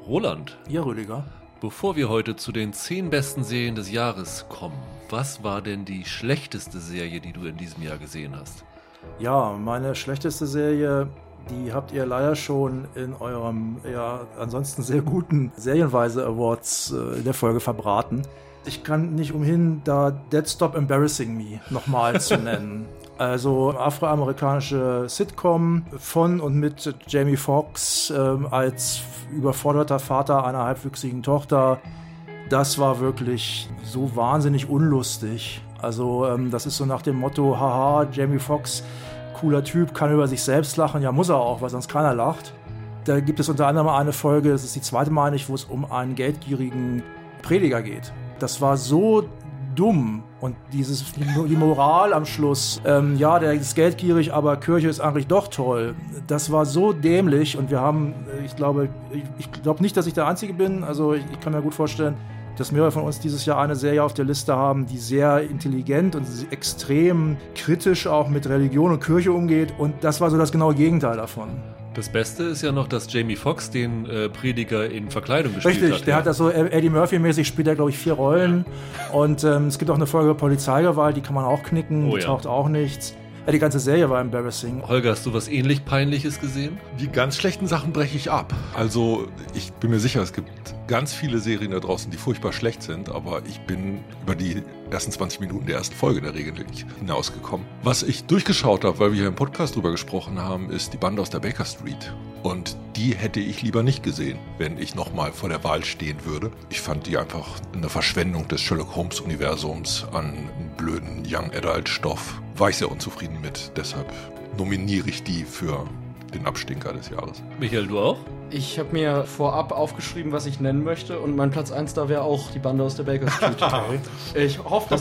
Roland, Ja, Rüdiger. bevor wir heute zu den 10 besten Serien des Jahres kommen, was war denn die schlechteste Serie, die du in diesem Jahr gesehen hast? Ja, meine schlechteste Serie, die habt ihr leider schon in eurem ansonsten sehr guten Serienweise Awards in der Folge verbraten. Ich kann nicht umhin, da Dead Stop Embarrassing Me nochmal zu nennen. Also afroamerikanische Sitcom von und mit Jamie Foxx als überforderter Vater einer halbwüchsigen Tochter. Das war wirklich so wahnsinnig unlustig. Also das ist so nach dem Motto, haha, Jamie Foxx, cooler Typ, kann über sich selbst lachen. Ja, muss er auch, weil sonst keiner lacht. Da gibt es unter anderem eine Folge, das ist die zweite, meine ich, wo es um einen geldgierigen Prediger geht. Das war so dumm. Und die Moral am Schluss, der ist geldgierig, aber Kirche ist eigentlich doch toll. Das war so dämlich und wir haben, ich glaube nicht, dass ich der Einzige bin, also ich kann mir gut vorstellen, dass mehrere von uns dieses Jahr eine Serie auf der Liste haben, die sehr intelligent und extrem kritisch auch mit Religion und Kirche umgeht und das war so das genaue Gegenteil davon. Das Beste ist ja noch, dass Jamie Foxx den Prediger in Verkleidung gespielt hat. Richtig, der hat das so Eddie Murphy-mäßig, spielt er, glaube ich, 4 Rollen. Und es gibt auch eine Folge Polizeigewalt, die kann man auch knicken, die taucht auch nichts. Ja, die ganze Serie war embarrassing. Holger, hast du was ähnlich Peinliches gesehen? Die ganz schlechten Sachen breche ich ab. Also ich bin mir sicher, es gibt ganz viele Serien da draußen, die furchtbar schlecht sind, aber ich bin über die ersten 20 Minuten der ersten Folge in der Regel nicht hinausgekommen. Was ich durchgeschaut habe, weil wir hier im Podcast drüber gesprochen haben, ist die Bande aus der Baker Street. Und die hätte ich lieber nicht gesehen, wenn ich nochmal vor der Wahl stehen würde. Ich fand die einfach eine Verschwendung des Sherlock-Holmes-Universums an blöden Young-Adult-Stoff. War ich sehr unzufrieden mit. Deshalb nominiere ich die für den Abstinker des Jahres. Michael, du auch? Ich habe mir vorab aufgeschrieben, was ich nennen möchte und mein Platz 1 da wäre auch die Bande aus der Baker Street. Ich hoffe,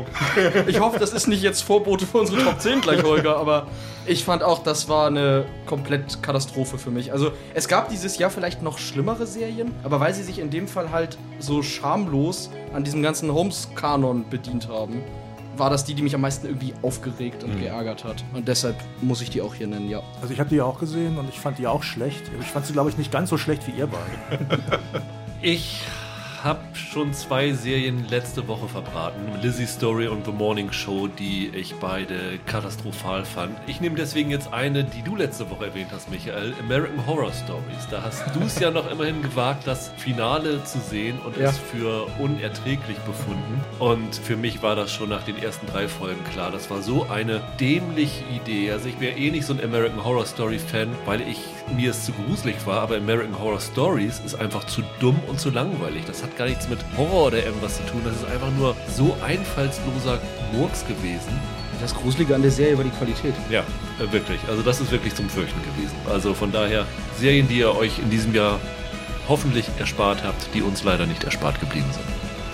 das ist nicht jetzt Vorbote für unsere Top 10 gleich, Holger, aber ich fand auch, das war eine komplett Katastrophe für mich. Also es gab dieses Jahr vielleicht noch schlimmere Serien, aber weil sie sich in dem Fall halt so schamlos an diesem ganzen Holmes-Kanon bedient haben, war das die mich am meisten irgendwie aufgeregt und geärgert hat. Und deshalb muss ich die auch hier nennen, ja. Also ich habe die ja auch gesehen und ich fand die auch schlecht. Ich fand sie, glaube ich, nicht ganz so schlecht wie ihr beide. Ich habe schon 2 Serien letzte Woche verbraten. Lizzie's Story und The Morning Show, die ich beide katastrophal fand. Ich nehme deswegen jetzt eine, die du letzte Woche erwähnt hast, Michael, American Horror Stories. Da hast du es ja noch immerhin gewagt, das Finale zu sehen und es für unerträglich befunden. Und für mich war das schon nach den ersten 3 Folgen klar. Das war so eine dämliche Idee. Also ich wäre nicht so ein American Horror Story Fan, weil mir es zu gruselig war, aber American Horror Stories ist einfach zu dumm und zu langweilig. Das hat gar nichts mit Horror oder irgendwas zu tun. Das ist einfach nur so einfallsloser Murks gewesen. Das Gruselige an der Serie war die Qualität. Ja, wirklich. Also das ist wirklich zum Fürchten gewesen. Also von daher Serien, die ihr euch in diesem Jahr hoffentlich erspart habt, die uns leider nicht erspart geblieben sind.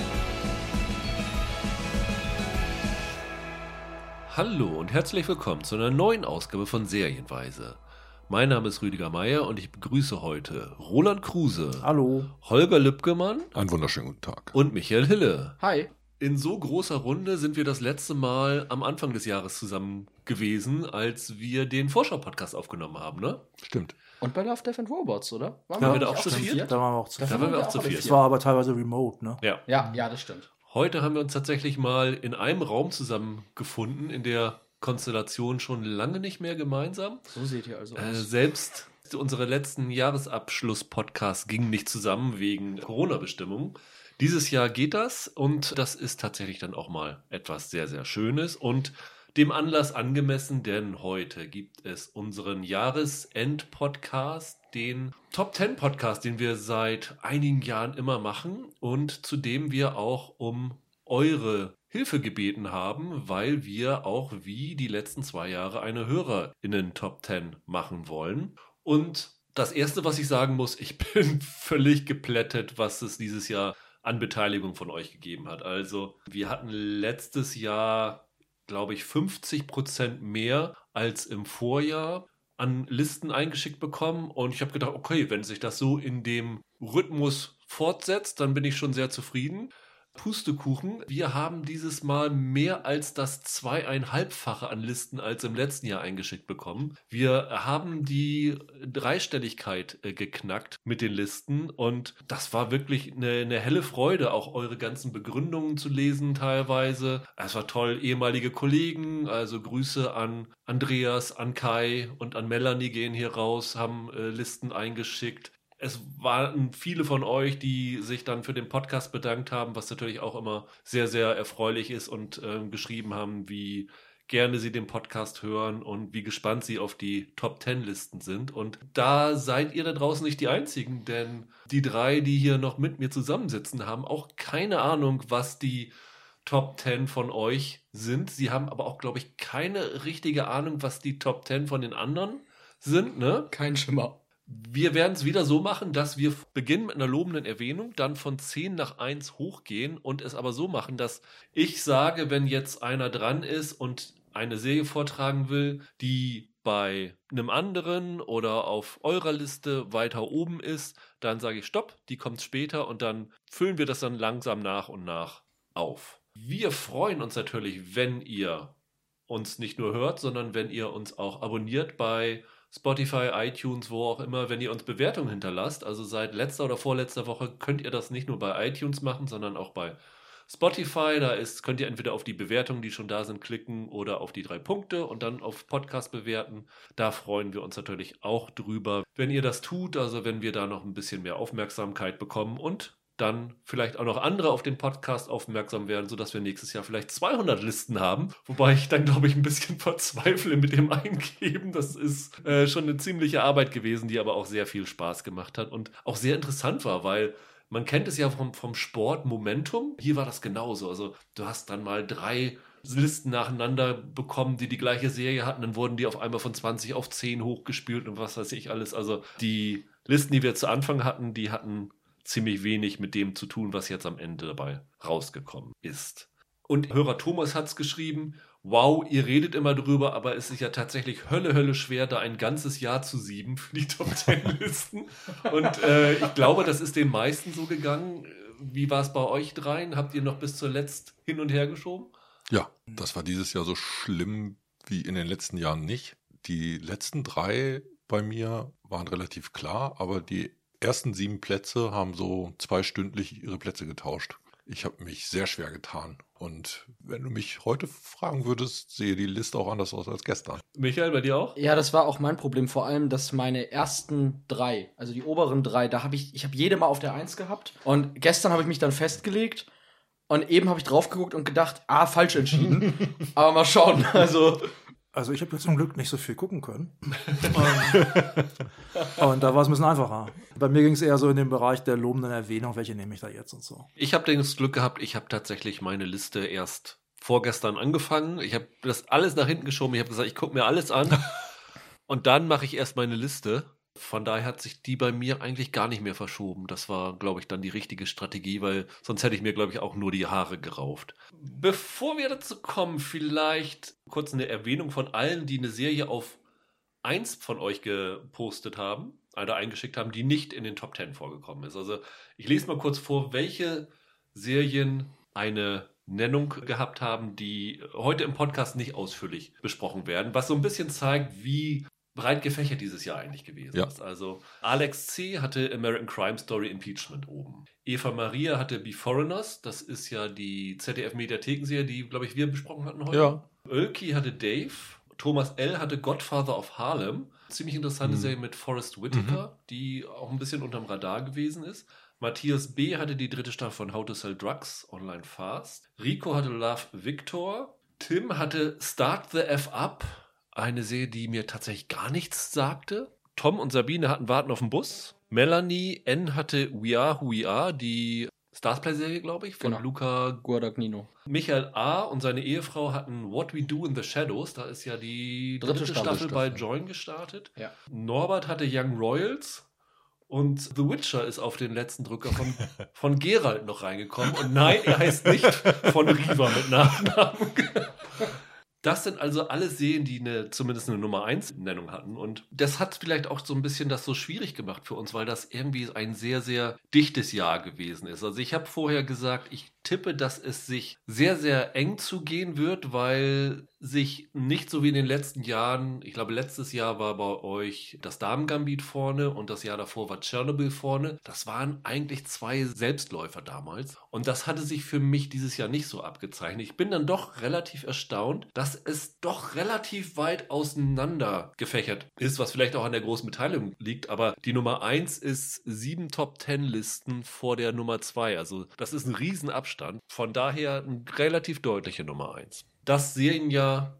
Hallo und herzlich willkommen zu einer neuen Ausgabe von Serienweise. Mein Name ist Rüdiger Meier und ich begrüße heute Roland Kruse. Hallo. Holger Lübgemann. Einen wunderschönen guten Tag. Und Michael Hille. Hi. In so großer Runde sind wir das letzte Mal am Anfang des Jahres zusammen gewesen, als wir den Vorschau-Podcast aufgenommen haben, ne? Stimmt. Und bei Love, Death and Robots, oder? Waren wir da auch zu viert? Da waren wir auch zu Da waren wir auch zu viert. Das war aber teilweise remote, ne? Ja. Ja, das stimmt. Heute haben wir uns tatsächlich mal in einem Raum zusammengefunden, in der Konstellation schon lange nicht mehr gemeinsam. So seht ihr also aus. Selbst unsere letzten Jahresabschluss-Podcasts gingen nicht zusammen wegen Corona-Bestimmungen. Dieses Jahr geht das und das ist tatsächlich dann auch mal etwas sehr, sehr Schönes und dem Anlass angemessen, denn heute gibt es unseren Jahresend-Podcast, den Top 10 Podcast, den wir seit einigen Jahren immer machen und zu dem wir auch um eure Hilfe gebeten haben, weil wir auch wie die letzten 2 Jahre eine HörerInnen-Top 10 machen wollen. Und das Erste, was ich sagen muss, ich bin völlig geplättet, was es dieses Jahr an Beteiligung von euch gegeben hat. Also wir hatten letztes Jahr, glaube ich, 50% mehr als im Vorjahr an Listen eingeschickt bekommen. Und ich habe gedacht, okay, wenn sich das so in dem Rhythmus fortsetzt, dann bin ich schon sehr zufrieden. Pustekuchen. Wir haben dieses Mal mehr als das 2,5-fache an Listen als im letzten Jahr eingeschickt bekommen. Wir haben die Dreistelligkeit geknackt mit den Listen und das war wirklich eine helle Freude, auch eure ganzen Begründungen zu lesen teilweise. Es war toll, ehemalige Kollegen, also Grüße an Andreas, an Kai und an Melanie gehen hier raus, haben Listen eingeschickt. Es waren viele von euch, die sich dann für den Podcast bedankt haben, was natürlich auch immer sehr, sehr erfreulich ist und geschrieben haben, wie gerne sie den Podcast hören und wie gespannt sie auf die Top-10-Listen sind. Und da seid ihr da draußen nicht die Einzigen, denn die 3, die hier noch mit mir zusammensitzen, haben auch keine Ahnung, was die Top 10 von euch sind. Sie haben aber auch, glaube ich, keine richtige Ahnung, was die Top 10 von den anderen sind, ne? Kein Schimmer. Wir werden es wieder so machen, dass wir beginnen mit einer lobenden Erwähnung, dann von 10 nach 1 hochgehen und es aber so machen, dass ich sage, wenn jetzt einer dran ist und eine Serie vortragen will, die bei einem anderen oder auf eurer Liste weiter oben ist, dann sage ich Stopp, die kommt später und dann füllen wir das dann langsam nach und nach auf. Wir freuen uns natürlich, wenn ihr uns nicht nur hört, sondern wenn ihr uns auch abonniert bei Spotify, iTunes, wo auch immer, wenn ihr uns Bewertungen hinterlasst. Also seit letzter oder vorletzter Woche könnt ihr das nicht nur bei iTunes machen, sondern auch bei Spotify. Könnt ihr entweder auf die Bewertungen, die schon da sind, klicken oder auf die 3 Punkte und dann auf Podcast bewerten. Da freuen wir uns natürlich auch drüber, wenn ihr das tut, also wenn wir da noch ein bisschen mehr Aufmerksamkeit bekommen und dann vielleicht auch noch andere auf den Podcast aufmerksam werden, sodass wir nächstes Jahr vielleicht 200 Listen haben. Wobei ich dann, glaube ich, ein bisschen verzweifle mit dem Eingeben. Das ist schon eine ziemliche Arbeit gewesen, die aber auch sehr viel Spaß gemacht hat und auch sehr interessant war, weil man kennt es ja vom Sport Momentum. Hier war das genauso. Also du hast dann mal 3 Listen nacheinander bekommen, die gleiche Serie hatten. Dann wurden die auf einmal von 20 auf 10 hochgespült und was weiß ich alles. Also die Listen, die wir zu Anfang hatten, die hatten ziemlich wenig mit dem zu tun, was jetzt am Ende dabei rausgekommen ist. Und Hörer Thomas hat es geschrieben, wow, ihr redet immer drüber, aber es ist ja tatsächlich Hölle schwer, da ein ganzes Jahr zu sieben für die Top 10 Listen. Und ich glaube, das ist den meisten so gegangen. Wie war es bei euch dreien? Habt ihr noch bis zuletzt hin und her geschoben? Ja, das war dieses Jahr so schlimm wie in den letzten Jahren nicht. Die letzten 3 bei mir waren relativ klar, aber die ersten 7 Plätze haben so 2-stündlich ihre Plätze getauscht. Ich habe mich sehr schwer getan. Und wenn du mich heute fragen würdest, sehe die Liste auch anders aus als gestern. Michael, bei dir auch? Ja, das war auch mein Problem. Vor allem, dass meine ersten 3, also die oberen 3, da habe ich habe jede mal auf der 1 gehabt. Und gestern habe ich mich dann festgelegt. Und eben habe ich drauf geguckt und gedacht, falsch entschieden. Aber mal schauen, Also ich habe jetzt zum Glück nicht so viel gucken können. Und da war es ein bisschen einfacher. Bei mir ging es eher so in den Bereich der lobenden Erwähnung, welche nehme ich da jetzt und so. Ich habe das Glück gehabt, ich habe tatsächlich meine Liste erst vorgestern angefangen. Ich habe das alles nach hinten geschoben. Ich habe gesagt, ich gucke mir alles an und dann mache ich erst meine Liste. Von daher hat sich die bei mir eigentlich gar nicht mehr verschoben. Das war, glaube ich, dann die richtige Strategie, weil sonst hätte ich mir, glaube ich, auch nur die Haare gerauft. Bevor wir dazu kommen, vielleicht kurz eine Erwähnung von allen, die eine Serie auf 1 von euch gepostet haben, oder eingeschickt haben, die nicht in den Top 10 vorgekommen ist. Also ich lese mal kurz vor, welche Serien eine Nennung gehabt haben, die heute im Podcast nicht ausführlich besprochen werden, was so ein bisschen zeigt, wie breit gefächert dieses Jahr eigentlich gewesen ist. Also Alex C. hatte American Crime Story Impeachment oben. Eva Maria hatte Be Foreigners, das ist ja die ZDF-Mediathekenserie, die, glaube ich, wir besprochen hatten heute. Ja. Ölki hatte Dave. Thomas L. hatte Godfather of Harlem. Ziemlich interessante Serie mit Forrest Whitaker, die auch ein bisschen unterm Radar gewesen ist. Matthias B. hatte die 3. Staffel von How to Sell Drugs Online Fast. Rico hatte Love Victor. Tim hatte Start the F Up, eine Serie, die mir tatsächlich gar nichts sagte. Tom und Sabine hatten Warten auf den Bus. Melanie N. hatte We Are Who We Are, die Starsplay-Serie, glaube ich, von Luca Guadagnino. Michael A. und seine Ehefrau hatten What We Do in the Shadows. Da ist ja die 3. Staffel bei Join gestartet. Ja. Norbert hatte Young Royals. Und The Witcher ist auf den letzten Drücker von Geralt noch reingekommen. Und nein, er heißt nicht von Riva mit Nachnamen. Das sind also alle Serien, die zumindest eine Nummer 1 Nennung hatten. Und das hat vielleicht auch so ein bisschen das so schwierig gemacht für uns, weil das irgendwie ein sehr, sehr dichtes Jahr gewesen ist. Also ich habe vorher gesagt, ich tippe, dass es sich sehr, sehr eng zugehen wird, weil sich nicht so wie in den letzten Jahren, ich glaube, letztes Jahr war bei euch das Damen-Gambit vorne und das Jahr davor war Chernobyl vorne. Das waren eigentlich 2 Selbstläufer damals. Und das hatte sich für mich dieses Jahr nicht so abgezeichnet. Ich bin dann doch relativ erstaunt, dass es doch relativ weit auseinander gefächert ist, was vielleicht auch an der großen Beteiligung liegt. Aber die Nummer 1 ist 7 Top-10-Listen vor der Nummer 2. Also das ist ein Riesenabstand. Von daher eine relativ deutliche Nummer 1. Das Serienjahr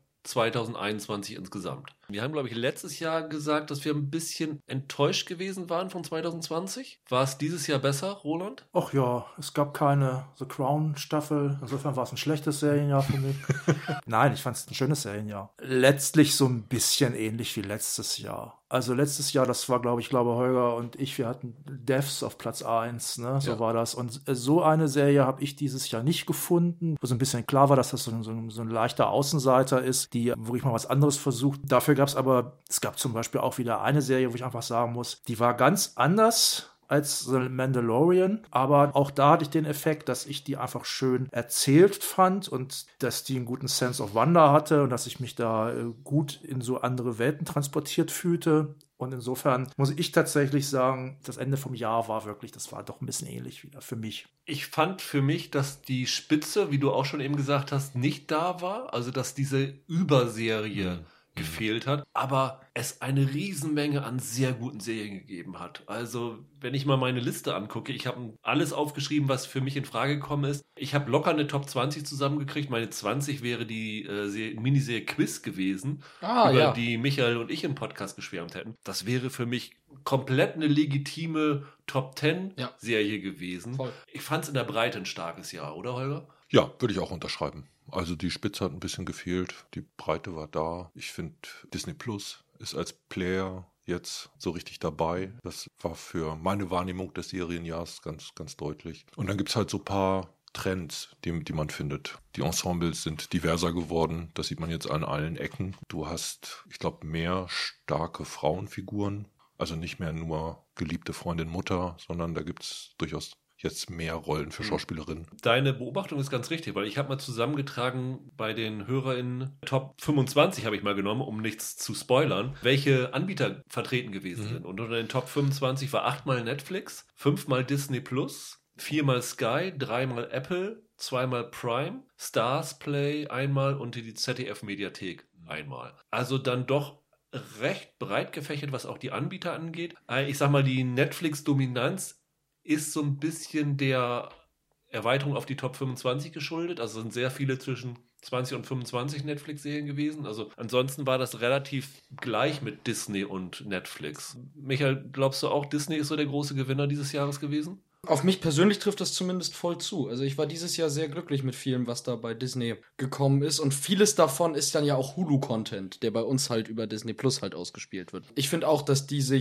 2021 insgesamt. Wir haben, glaube ich, letztes Jahr gesagt, dass wir ein bisschen enttäuscht gewesen waren von 2020. War es dieses Jahr besser, Roland? Ach ja, es gab keine The Crown-Staffel. Insofern war es ein schlechtes Serienjahr für mich. Nein, ich fand es ein schönes Serienjahr. Letztlich so ein bisschen ähnlich wie letztes Jahr. Also letztes Jahr, das war, glaube ich, Holger und ich, wir hatten Devs auf Platz 1, ne? So war das. Und so eine Serie habe ich dieses Jahr nicht gefunden, wo so ein bisschen klar war, dass das so ein leichter Außenseiter ist, die wirklich mal was anderes versucht. Dafür es gab zum Beispiel auch wieder eine Serie, wo ich einfach sagen muss, die war ganz anders als The Mandalorian, aber auch da hatte ich den Effekt, dass ich die einfach schön erzählt fand und dass die einen guten Sense of Wonder hatte und dass ich mich da gut in so andere Welten transportiert fühlte. Und insofern muss ich tatsächlich sagen, das Ende vom Jahr das war doch ein bisschen ähnlich wieder für mich. Ich fand für mich, dass die Spitze, wie du auch schon eben gesagt hast, nicht da war. Also, dass diese Überserie gefehlt hat, aber es eine Riesenmenge an sehr guten Serien gegeben hat. Also, wenn ich mal meine Liste angucke, ich habe alles aufgeschrieben, was für mich in Frage gekommen ist. Ich habe locker eine Top 20 zusammengekriegt. Meine 20 wäre die Miniserie Quiz gewesen, über die Michael und ich im Podcast geschwärmt hätten. Das wäre für mich komplett eine legitime Top 10 Serie gewesen. Voll. Ich fand es in der Breite ein starkes Jahr, oder Holger? Ja, würde ich auch unterschreiben. Also die Spitze hat ein bisschen gefehlt, die Breite war da. Ich finde, Disney Plus ist als Player jetzt so richtig dabei. Das war für meine Wahrnehmung des Serienjahres ganz, ganz deutlich. Und dann gibt es halt so ein paar Trends, die man findet. Die Ensembles sind diverser geworden. Das sieht man jetzt an allen Ecken. Du hast, ich glaube, mehr starke Frauenfiguren. Also nicht mehr nur geliebte Freundin, Mutter, sondern da gibt es durchaus jetzt mehr Rollen für Schauspielerinnen. Deine Beobachtung ist ganz richtig, weil ich habe mal zusammengetragen bei den HörerInnen Top 25 habe ich mal genommen, um nichts zu spoilern, welche Anbieter vertreten gewesen sind. Und unter den Top 25 war 8-mal Netflix, 5-mal Disney Plus, 4-mal Sky, 3-mal Apple, 2-mal Prime, Stars Play einmal und die ZDF-Mediathek einmal. Also dann doch recht breit gefächert, was auch die Anbieter angeht. Ich sag mal, die Netflix-Dominanz ist so ein bisschen der Erweiterung auf die Top 25 geschuldet. Also sind sehr viele zwischen 20 und 25 Netflix-Serien gewesen. Also ansonsten war das relativ gleich mit Disney und Netflix. Michael, glaubst du auch, Disney ist so der große Gewinner dieses Jahres gewesen? Auf mich persönlich trifft das zumindest voll zu. Also ich war dieses Jahr sehr glücklich mit vielem, was da bei Disney gekommen ist. Und vieles davon ist dann ja auch Hulu-Content, der bei uns halt über Disney Plus halt ausgespielt wird. Ich finde auch, dass die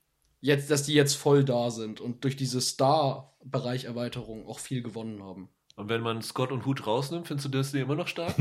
jetzt voll da sind und durch diese Star-Bereich-Erweiterung auch viel gewonnen haben. Und wenn man Scott und Hut rausnimmt, findest du Disney immer noch stark?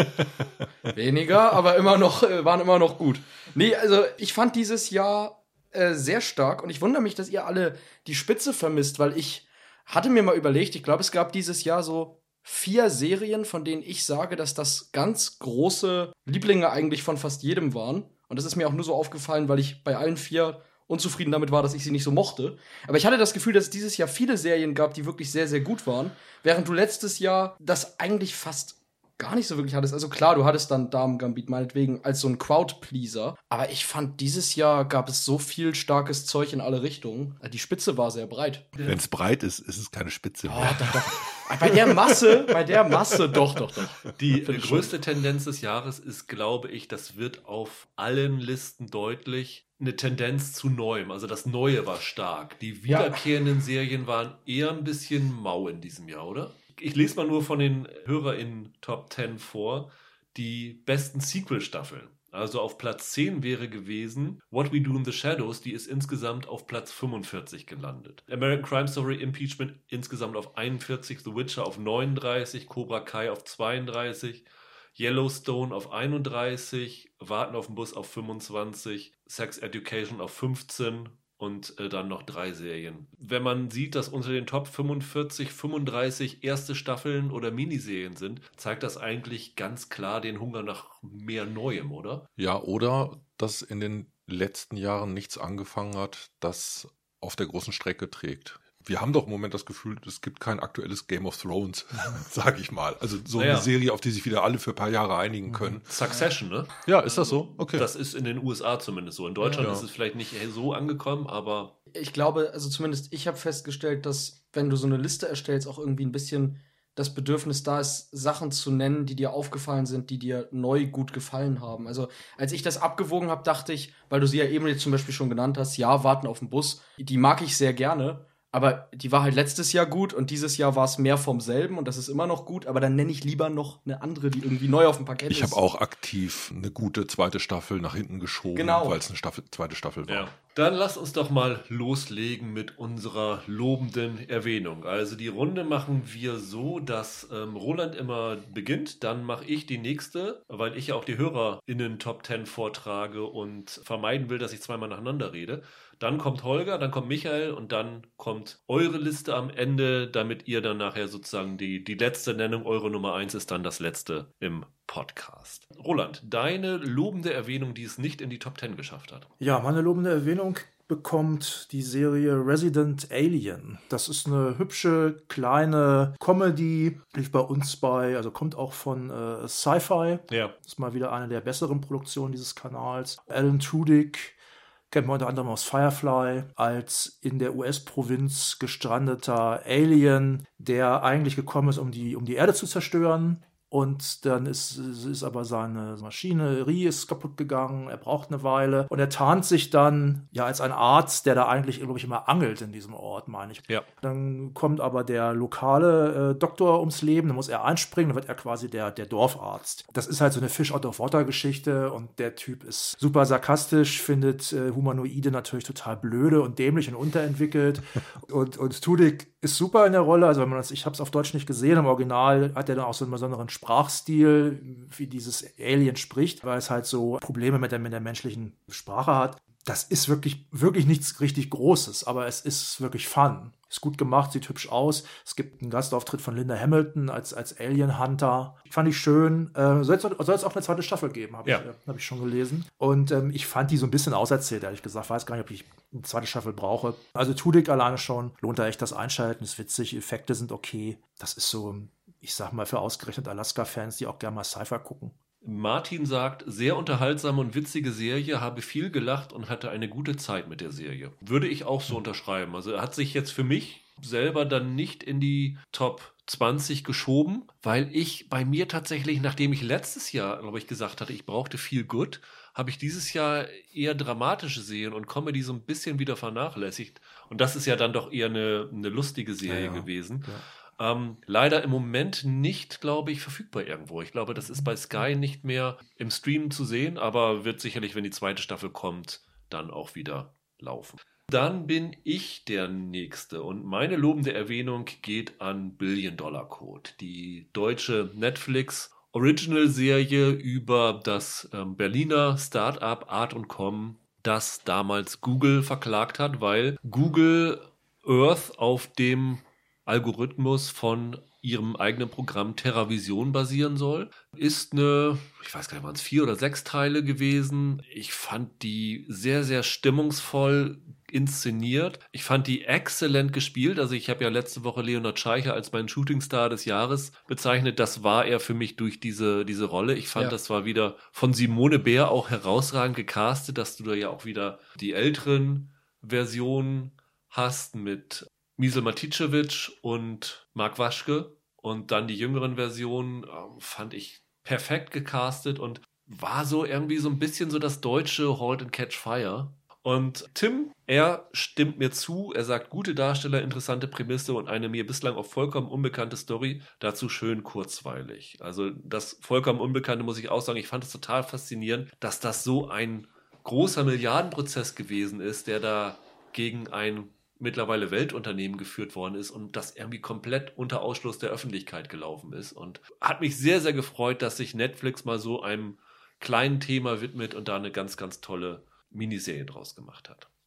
Weniger, aber waren immer noch gut. Nee, also ich fand dieses Jahr sehr stark und ich wundere mich, dass ihr alle die Spitze vermisst, weil ich hatte mir mal überlegt, ich glaube, es gab dieses Jahr so 4 Serien, von denen ich sage, dass das ganz große Lieblinge eigentlich von fast jedem waren. Und das ist mir auch nur so aufgefallen, weil ich bei allen 4 unzufrieden damit war, dass ich sie nicht so mochte. Aber ich hatte das Gefühl, dass es dieses Jahr viele Serien gab, die wirklich sehr, sehr gut waren, während du letztes Jahr das eigentlich fast gar nicht so wirklich hattest. Also klar, du hattest dann Damen-Gambit meinetwegen als so ein Crowd-Pleaser, aber ich fand, dieses Jahr gab es so viel starkes Zeug in alle Richtungen. Die Spitze war sehr breit. Wenn es breit ist, ist es keine Spitze mehr. Doch. Bei der Masse, doch. Die größte Tendenz des Jahres ist, glaube ich, das wird auf allen Listen deutlich, eine Tendenz zu Neuem. Also das Neue war stark. Die wiederkehrenden Serien waren eher ein bisschen mau in diesem Jahr, oder? Ich lese mal nur von den HörerInnen Top 10 vor, die besten Sequel-Staffeln. Also auf Platz 10 wäre gewesen What We Do in the Shadows, die ist insgesamt auf Platz 45 gelandet. American Crime Story Impeachment insgesamt auf 41, The Witcher auf 39, Cobra Kai auf 32, Yellowstone auf 31, Warten auf den Bus auf 25, Sex Education auf 15 und dann noch 3 Serien. Wenn man sieht, dass unter den Top 45, 35 erste Staffeln oder Miniserien sind, zeigt das eigentlich ganz klar den Hunger nach mehr Neuem, oder? Ja, oder dass in den letzten Jahren nichts angefangen hat, das auf der großen Strecke trägt. Wir haben doch im Moment das Gefühl, es gibt kein aktuelles Game of Thrones, sag ich mal. Also so eine Serie, auf die sich wieder alle für ein paar Jahre einigen können. Succession, ne? Ja, ist das so? Okay. Das ist in den USA zumindest so. In Deutschland ist es vielleicht nicht so angekommen, aber... Ich glaube, also zumindest ich habe festgestellt, dass wenn du so eine Liste erstellst, auch irgendwie ein bisschen das Bedürfnis da ist, Sachen zu nennen, die dir aufgefallen sind, die dir neu gut gefallen haben. Also als ich das abgewogen habe, dachte ich, weil du sie ja eben jetzt zum Beispiel schon genannt hast, ja, Warten auf den Bus, die mag ich sehr gerne. Aber die war halt letztes Jahr gut und dieses Jahr war es mehr vom selben und das ist immer noch gut, aber dann nenne ich lieber noch eine andere, die irgendwie neu auf dem Parkett ist. Ich habe auch aktiv eine gute zweite Staffel nach hinten geschoben, weil es eine zweite Staffel war. Ja. Dann lass uns doch mal loslegen mit unserer lobenden Erwähnung. Also die Runde machen wir so, dass Roland immer beginnt, dann mache ich die nächste, weil ich ja auch die HörerInnen Top 10 vortrage und vermeiden will, dass ich zweimal nacheinander rede. Dann kommt Holger, dann kommt Michael und dann kommt eure Liste am Ende, damit ihr dann nachher sozusagen die letzte Nennung, eure Nummer 1 ist dann das letzte im Podcast. Roland, deine lobende Erwähnung, die es nicht in die Top 10 geschafft hat. Ja, meine lobende Erwähnung bekommt die Serie Resident Alien. Das ist eine hübsche, kleine Comedy, lief bei uns also kommt auch von Sci-Fi. Ja. Ist mal wieder eine der besseren Produktionen dieses Kanals. Alan Tudyk kennt man unter anderem aus Firefly als in der US-Provinz gestrandeter Alien, der eigentlich gekommen ist, um die Erde zu zerstören. Und dann ist aber seine Maschinerie ist kaputt gegangen, er braucht eine Weile. Und er tarnt sich dann ja als ein Arzt, der da eigentlich, glaube ich, immer angelt in diesem Ort, meine ich. Ja. Dann kommt aber der lokale Doktor ums Leben, dann muss er einspringen, dann wird er quasi der Dorfarzt. Das ist halt so eine Fish-out-of-water-Geschichte und der Typ ist super sarkastisch, findet Humanoide natürlich total blöde und dämlich und unterentwickelt. und Tudyk ist super in der Rolle, also ich habe es auf Deutsch nicht gesehen, im Original hat er dann auch so einen besonderen Sprachstil, wie dieses Alien spricht, weil es halt so Probleme mit der menschlichen Sprache hat. Das ist wirklich, wirklich nichts richtig Großes, aber es ist wirklich fun. Ist gut gemacht, sieht hübsch aus. Es gibt einen Gastauftritt von Linda Hamilton als Alien Hunter. Fand ich schön. Soll es auch eine zweite Staffel geben, habe ich schon gelesen. Und ich fand die so ein bisschen auserzählt, ehrlich gesagt. Weiß gar nicht, ob ich eine zweite Staffel brauche. Also Tudyk alleine schon. Lohnt da echt das Einschalten. Ist witzig. Effekte sind okay. Das ist so, ich sag mal, für ausgerechnet Alaska-Fans, die auch gerne mal Sci-Fi gucken. Martin sagt, sehr unterhaltsame und witzige Serie, habe viel gelacht und hatte eine gute Zeit mit der Serie. Würde ich auch so unterschreiben. Also er hat sich jetzt für mich selber dann nicht in die Top 20 geschoben, weil ich bei mir tatsächlich, nachdem ich letztes Jahr, glaube ich, gesagt hatte, ich brauchte viel Good, habe ich dieses Jahr eher dramatische Serien und Comedy so ein bisschen wieder vernachlässigt. Und das ist ja dann doch eher eine lustige Serie gewesen. Ja. Leider im Moment nicht, glaube ich, verfügbar irgendwo. Ich glaube, das ist bei Sky nicht mehr im Stream zu sehen, aber wird sicherlich, wenn die zweite Staffel kommt, dann auch wieder laufen. Dann bin ich der Nächste und meine lobende Erwähnung geht an Billion Dollar Code, die deutsche Netflix-Original-Serie über das Berliner Start-up Art&Com, das damals Google verklagt hat, weil Google Earth auf dem Algorithmus von ihrem eigenen Programm TerraVision basieren soll. Ist eine, ich weiß gar nicht, waren es 4 oder 6 Teile gewesen. Ich fand die sehr, sehr stimmungsvoll inszeniert. Ich fand die exzellent gespielt. Also ich habe ja letzte Woche Leonard Scheicher als meinen Shootingstar des Jahres bezeichnet. Das war er für mich durch diese Rolle. Ich fand, das war wieder von Simone Bär auch herausragend gecastet, dass du da ja auch wieder die älteren Versionen hast mit Miesel Maticevic und Mark Waschke und dann die jüngeren Versionen fand ich perfekt gecastet und war so irgendwie so ein bisschen so das deutsche Halt and Catch Fire. Und Tim, er stimmt mir zu, er sagt, gute Darsteller, interessante Prämisse und eine mir bislang auch vollkommen unbekannte Story, dazu schön kurzweilig. Also das vollkommen Unbekannte muss ich auch sagen, ich fand es total faszinierend, dass das so ein großer Milliardenprozess gewesen ist, der da gegen ein mittlerweile Weltunternehmen geführt worden ist und das irgendwie komplett unter Ausschluss der Öffentlichkeit gelaufen ist. Und hat mich sehr, sehr gefreut, dass sich Netflix mal so einem kleinen Thema widmet und da eine ganz, ganz tolle Miniserie draus gemacht hat.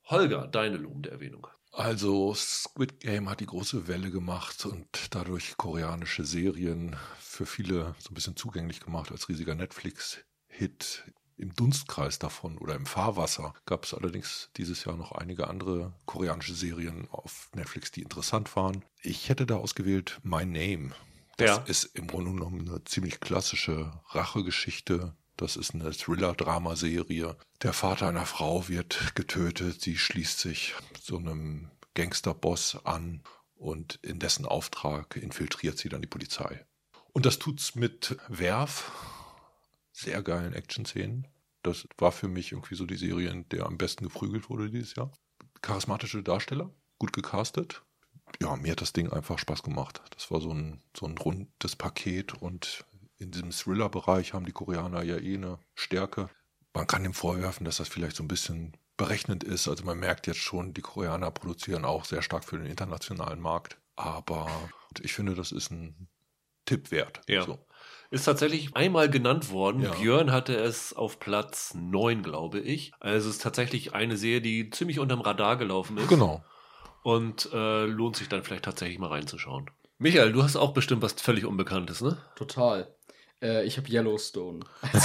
Holger, deine lobende Erwähnung. Also Squid Game hat die große Welle gemacht und dadurch koreanische Serien für viele so ein bisschen zugänglich gemacht als riesiger Netflix-Hit. Im Dunstkreis davon oder im Fahrwasser gab es allerdings dieses Jahr noch einige andere koreanische Serien auf Netflix, die interessant waren. Ich hätte da ausgewählt My Name. Das ist im Grunde genommen eine ziemlich klassische Rachegeschichte. Das ist eine Thriller-Drama-Serie. Der Vater einer Frau wird getötet. Sie schließt sich so einem Gangsterboss an und in dessen Auftrag infiltriert sie dann die Polizei. Und das tut's mit Werf. Sehr geilen Action-Szenen. Das war für mich irgendwie so die Serie, in der am besten geprügelt wurde dieses Jahr. Charismatische Darsteller, gut gecastet. Ja, mir hat das Ding einfach Spaß gemacht. Das war so ein rundes Paket und in diesem Thriller-Bereich haben die Koreaner ja eine Stärke. Man kann dem vorwerfen, dass das vielleicht so ein bisschen berechnend ist. Also man merkt jetzt schon, die Koreaner produzieren auch sehr stark für den internationalen Markt. Aber ich finde, das ist ein Tipp wert. Ja. So. Ist tatsächlich einmal genannt worden. Ja. Björn hatte es auf Platz 9, glaube ich. Also es ist tatsächlich eine Serie, die ziemlich unterm Radar gelaufen ist. Genau. Und lohnt sich dann vielleicht tatsächlich mal reinzuschauen. Michael, du hast auch bestimmt was völlig Unbekanntes, ne? Total. Ich habe Yellowstone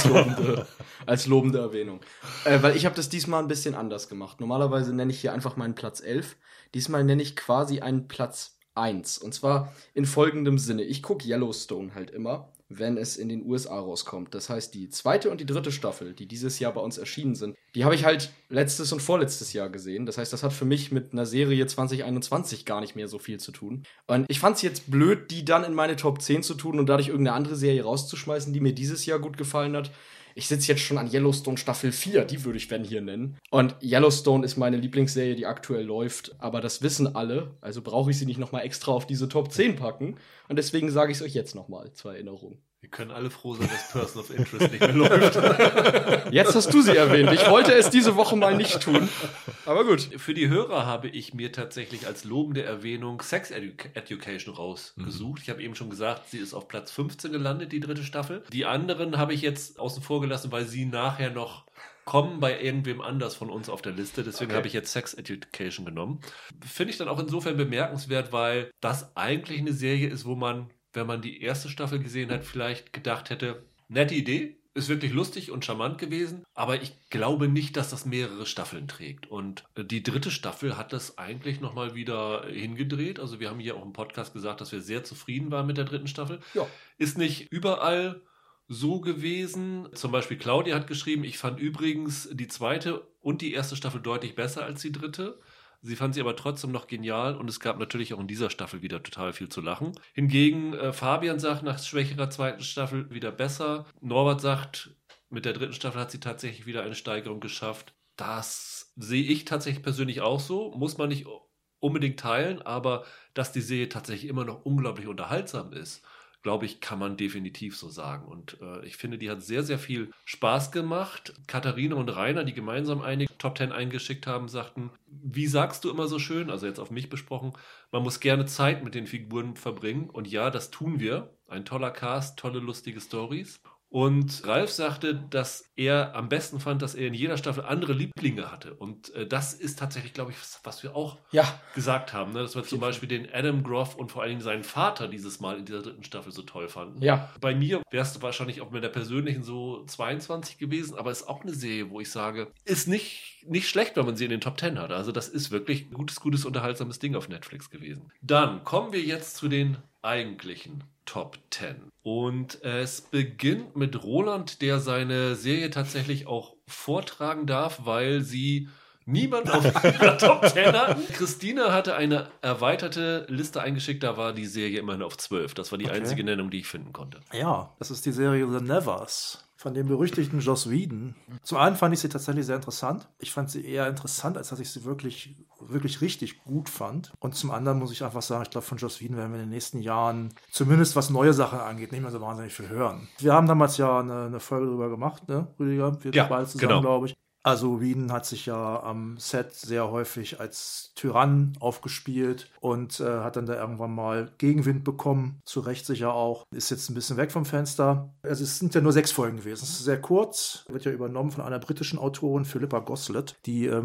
als lobende Erwähnung. Weil ich habe das diesmal ein bisschen anders gemacht. Normalerweise nenne ich hier einfach meinen Platz 11. Diesmal nenne ich quasi einen Platz 1. Und zwar in folgendem Sinne. Ich gucke Yellowstone halt immer, wenn es in den USA rauskommt. Das heißt, die 2. und die 3. Staffel, die dieses Jahr bei uns erschienen sind, die habe ich halt letztes und vorletztes Jahr gesehen. Das heißt, das hat für mich mit einer Serie 2021 gar nicht mehr so viel zu tun. Und ich fand es jetzt blöd, die dann in meine Top 10 zu tun und dadurch irgendeine andere Serie rauszuschmeißen, die mir dieses Jahr gut gefallen hat. Ich sitze jetzt schon an Yellowstone Staffel 4, die würde ich hier nennen. Und Yellowstone ist meine Lieblingsserie, die aktuell läuft. Aber das wissen alle, also brauche ich sie nicht nochmal extra auf diese Top 10 packen. Und deswegen sage ich es euch jetzt nochmal zur Erinnerung. Wir können alle froh sein, dass Person of Interest nicht mehr läuft. Jetzt hast du sie erwähnt. Ich wollte es diese Woche mal nicht tun. Aber gut. Für die Hörer habe ich mir tatsächlich als lobende Erwähnung Sex Education rausgesucht. Ich habe eben schon gesagt, sie ist auf Platz 15 gelandet, die 3. Staffel. Die anderen habe ich jetzt außen vor gelassen, weil sie nachher noch kommen bei irgendwem anders von uns auf der Liste. Deswegen habe ich jetzt Sex Education genommen. Finde ich dann auch insofern bemerkenswert, weil das eigentlich eine Serie ist, wo man, wenn man die 1. Staffel gesehen hat, vielleicht gedacht hätte, nette Idee, ist wirklich lustig und charmant gewesen, aber ich glaube nicht, dass das mehrere Staffeln trägt. Und die 3. Staffel hat das eigentlich nochmal wieder hingedreht. Also wir haben hier auch im Podcast gesagt, dass wir sehr zufrieden waren mit der 3. Staffel. Ja. Ist nicht überall so gewesen. Zum Beispiel Claudia hat geschrieben, ich fand übrigens die 2. und die 1. Staffel deutlich besser als die 3. Sie fand sie aber trotzdem noch genial und es gab natürlich auch in dieser Staffel wieder total viel zu lachen. Hingegen Fabian sagt, nach schwächerer 2. Staffel wieder besser. Norbert sagt, mit der 3. Staffel hat sie tatsächlich wieder eine Steigerung geschafft. Das sehe ich tatsächlich persönlich auch so. Muss man nicht unbedingt teilen, aber dass die Serie tatsächlich immer noch unglaublich unterhaltsam ist, glaube ich, kann man definitiv so sagen. Und ich finde, die hat sehr, sehr viel Spaß gemacht. Katharina und Rainer, die gemeinsam einige Top 10 eingeschickt haben, sagten, wie sagst du immer so schön, also jetzt auf mich besprochen, man muss gerne Zeit mit den Figuren verbringen. Und ja, das tun wir. Ein toller Cast, tolle, lustige Storys. Und Ralf sagte, dass er am besten fand, dass er in jeder Staffel andere Lieblinge hatte. Und das ist tatsächlich, glaube ich, was wir auch gesagt haben. Ne? Dass wir zum Beispiel den Adam Groff und vor allen Dingen seinen Vater dieses Mal in dieser 3. Staffel so toll fanden. Ja. Bei mir wärst du wahrscheinlich auch mit der persönlichen so 22 gewesen, aber ist auch eine Serie, wo ich sage, ist nicht schlecht, wenn man sie in den Top 10 hat. Also das ist wirklich ein gutes, unterhaltsames Ding auf Netflix gewesen. Dann kommen wir jetzt zu den eigentlichen Top 10. Und es beginnt mit Roland, der seine Serie tatsächlich auch vortragen darf, weil sie niemand auf ihrer Top 10 hat. Christina hatte eine erweiterte Liste eingeschickt, da war die Serie immerhin auf 12. Das war die einzige Nennung, die ich finden konnte. Ja, das ist die Serie The Nevers von dem berüchtigten Joss Whedon. Zum einen fand ich sie tatsächlich sehr interessant. Ich fand sie eher interessant, als dass ich sie wirklich richtig gut fand. Und zum anderen muss ich einfach sagen, ich glaube, von Joss Whedon werden wir in den nächsten Jahren, zumindest was neue Sachen angeht, nicht mehr so wahnsinnig viel hören. Wir haben damals ja eine Folge drüber gemacht, ne, Rüdiger? Wir beide zusammen, glaube ich. Also Whedon hat sich ja am Set sehr häufig als Tyrann aufgespielt und hat dann da irgendwann mal Gegenwind bekommen, zu Recht sicher auch. Ist jetzt ein bisschen weg vom Fenster. Also es sind ja nur 6 Folgen gewesen. Es ist sehr kurz, wird ja übernommen von einer britischen Autorin, Philippa Goslett, die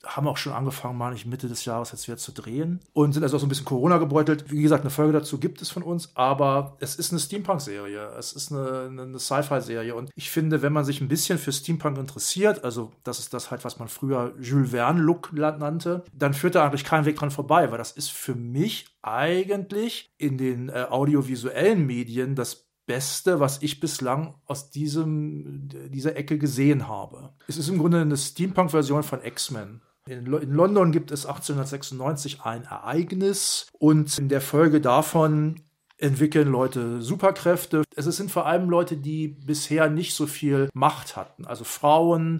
haben auch schon angefangen, meine ich, Mitte des Jahres jetzt wieder zu drehen und sind also auch so ein bisschen Corona gebeutelt. Wie gesagt, eine Folge dazu gibt es von uns, aber es ist eine Steampunk-Serie. Es ist eine Sci-Fi-Serie und ich finde, wenn man sich ein bisschen für Steampunk interessiert, also das ist das halt, was man früher Jules Verne-Look nannte, dann führt da eigentlich kein Weg dran vorbei, weil das ist für mich eigentlich in den audiovisuellen Medien das Beste, was ich bislang aus dieser Ecke gesehen habe. Es ist im Grunde eine Steampunk-Version von X-Men. In London gibt es 1896 ein Ereignis und in der Folge davon entwickeln Leute Superkräfte. Es sind vor allem Leute, die bisher nicht so viel Macht hatten. Also Frauen,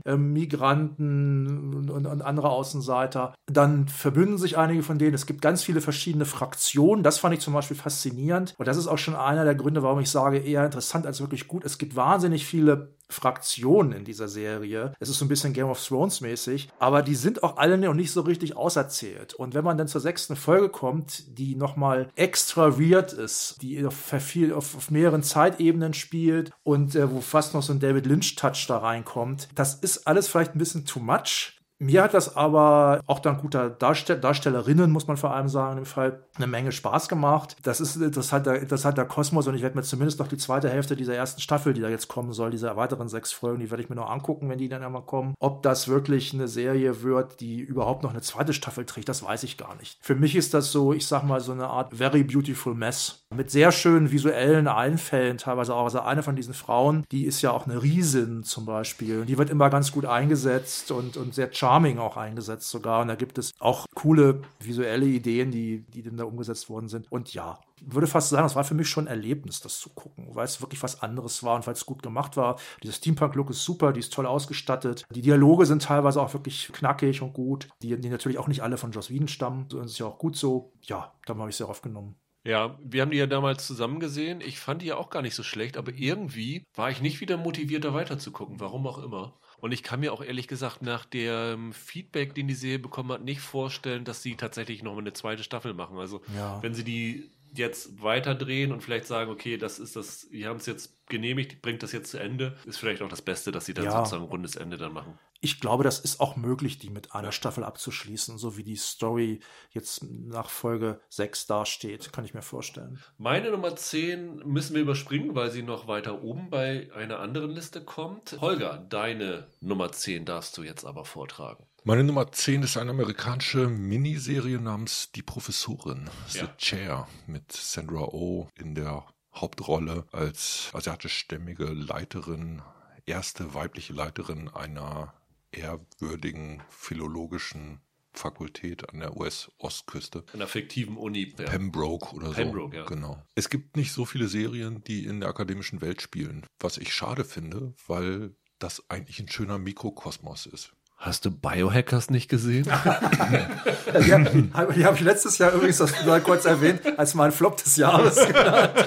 Migranten und andere Außenseiter. Dann verbünden sich einige von denen. Es gibt ganz viele verschiedene Fraktionen. Das fand ich zum Beispiel faszinierend. Und das ist auch schon einer der Gründe, warum ich sage, eher interessant als wirklich gut. Es gibt wahnsinnig viele Fraktionen in dieser Serie. Es ist so ein bisschen Game of Thrones mäßig, aber die sind auch alle noch nicht so richtig auserzählt. Und wenn man dann zur 6. Folge kommt, die nochmal extra weird ist, die auf mehreren Zeitebenen spielt und wo fast noch so ein David Lynch-Touch da reinkommt, das ist alles vielleicht ein bisschen too much. Mir hat das aber auch dank guter Darstellerinnen, muss man vor allem sagen, im Fall eine Menge Spaß gemacht. Das hat der Kosmos und ich werde mir zumindest noch die zweite Hälfte dieser ersten Staffel, die da jetzt kommen soll, diese weiteren 6 Folgen, die werde ich mir noch angucken, wenn die dann einmal kommen. Ob das wirklich eine Serie wird, die überhaupt noch eine zweite Staffel trägt, das weiß ich gar nicht. Für mich ist das so, ich sag mal, so eine Art very beautiful mess. Mit sehr schönen visuellen Einfällen teilweise auch. Also eine von diesen Frauen, die ist ja auch eine Riesin zum Beispiel. Und die wird immer ganz gut eingesetzt und sehr charming auch eingesetzt sogar. Und da gibt es auch coole visuelle Ideen, die dann da umgesetzt worden sind. Und ja, würde fast sagen, das war für mich schon ein Erlebnis, das zu gucken, weil es wirklich was anderes war und weil es gut gemacht war. Dieser Steampunk-Look ist super, die ist toll ausgestattet. Die Dialoge sind teilweise auch wirklich knackig und gut, die natürlich auch nicht alle von Joss Whedon stammen. Das ist ja auch gut so. Ja, da habe ich sehr aufgenommen. Ja, wir haben die ja damals zusammen gesehen. Ich fand die ja auch gar nicht so schlecht, aber irgendwie war ich nicht wieder motiviert, da weiterzugucken, warum auch immer. Und ich kann mir auch ehrlich gesagt nach dem Feedback, den die Serie bekommen hat, nicht vorstellen, dass sie tatsächlich noch mal eine zweite Staffel machen. Also wenn sie die jetzt weiterdrehen und vielleicht sagen, okay, das ist das, wir haben es jetzt genehmigt, bringt das jetzt zu Ende, ist vielleicht auch das Beste, dass sie dann sozusagen ein rundes Ende dann machen. Ich glaube, das ist auch möglich, die mit einer Staffel abzuschließen, so wie die Story jetzt nach Folge 6 dasteht, kann ich mir vorstellen. Meine Nummer 10 müssen wir überspringen, weil sie noch weiter oben bei einer anderen Liste kommt. Holger, deine Nummer 10 darfst du jetzt aber vortragen. Meine Nummer 10 ist eine amerikanische Miniserie namens Die Professorin, The Chair, mit Sandra Oh in der Hauptrolle als asiatischstämmige Leiterin, erste weibliche Leiterin einer ehrwürdigen philologischen Fakultät an der US-Ostküste. An der fiktiven Uni. Ja. Pembroke oder so. Pembroke, ja. Genau. Es gibt nicht so viele Serien, die in der akademischen Welt spielen, was ich schade finde, weil das eigentlich ein schöner Mikrokosmos ist. Hast du Biohackers nicht gesehen? Die habe ich letztes Jahr übrigens, das mal kurz erwähnt, als mein Flop des Jahres genannt.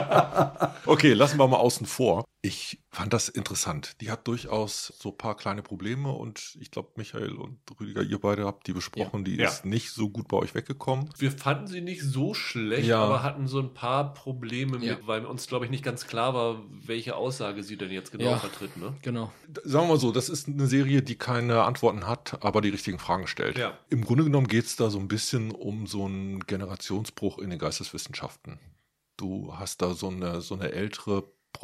Okay, lassen wir mal außen vor. Ich fand das interessant. Die hat durchaus so ein paar kleine Probleme und ich glaube, Michael und Rüdiger, ihr beide habt die besprochen. Die ist nicht so gut bei euch weggekommen. Wir fanden sie nicht so schlecht, aber hatten so ein paar Probleme mit, weil uns, glaube ich, nicht ganz klar war, welche Aussage sie denn jetzt genau vertritt. Ne? Genau. Sagen wir mal so, das ist eine Serie, die keine Antworten hat, aber die richtigen Fragen stellt. Ja. Im Grunde genommen geht es da so ein bisschen um so einen Generationsbruch in den Geisteswissenschaften. Du hast da so eine ältere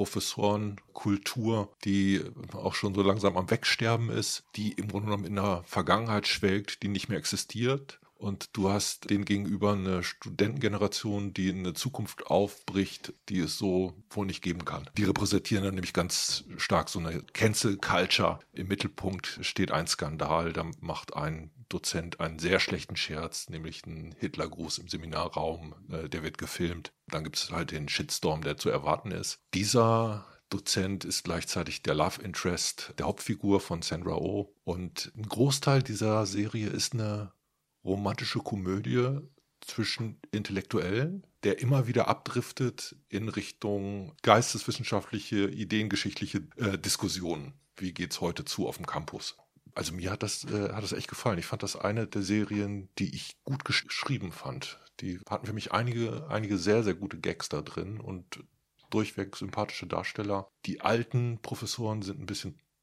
Professorenkultur, die auch schon so langsam am Wegsterben ist, die im Grunde genommen in der Vergangenheit schwelgt, die nicht mehr existiert. Und du hast denen gegenüber eine Studentengeneration, die eine Zukunft aufbricht, die es so wohl nicht geben kann. Die repräsentieren dann nämlich ganz stark so eine Cancel Culture. Im Mittelpunkt steht ein Skandal, da macht ein Dozent einen sehr schlechten Scherz, nämlich einen Hitlergruß im Seminarraum, der wird gefilmt. Dann gibt es halt den Shitstorm, der zu erwarten ist. Dieser Dozent ist gleichzeitig der Love Interest der Hauptfigur von Sandra Oh. Und ein Großteil dieser Serie ist eine romantische Komödie zwischen Intellektuellen, der immer wieder abdriftet in Richtung geisteswissenschaftliche, ideengeschichtliche Diskussionen. Wie geht's heute zu auf dem Campus? Also mir hat das echt gefallen. Ich fand das eine der Serien, die ich gut geschrieben fand. Die hatten für mich einige sehr, sehr gute Gags da drin und durchweg sympathische Darsteller. Die alten Professoren sind ein bisschen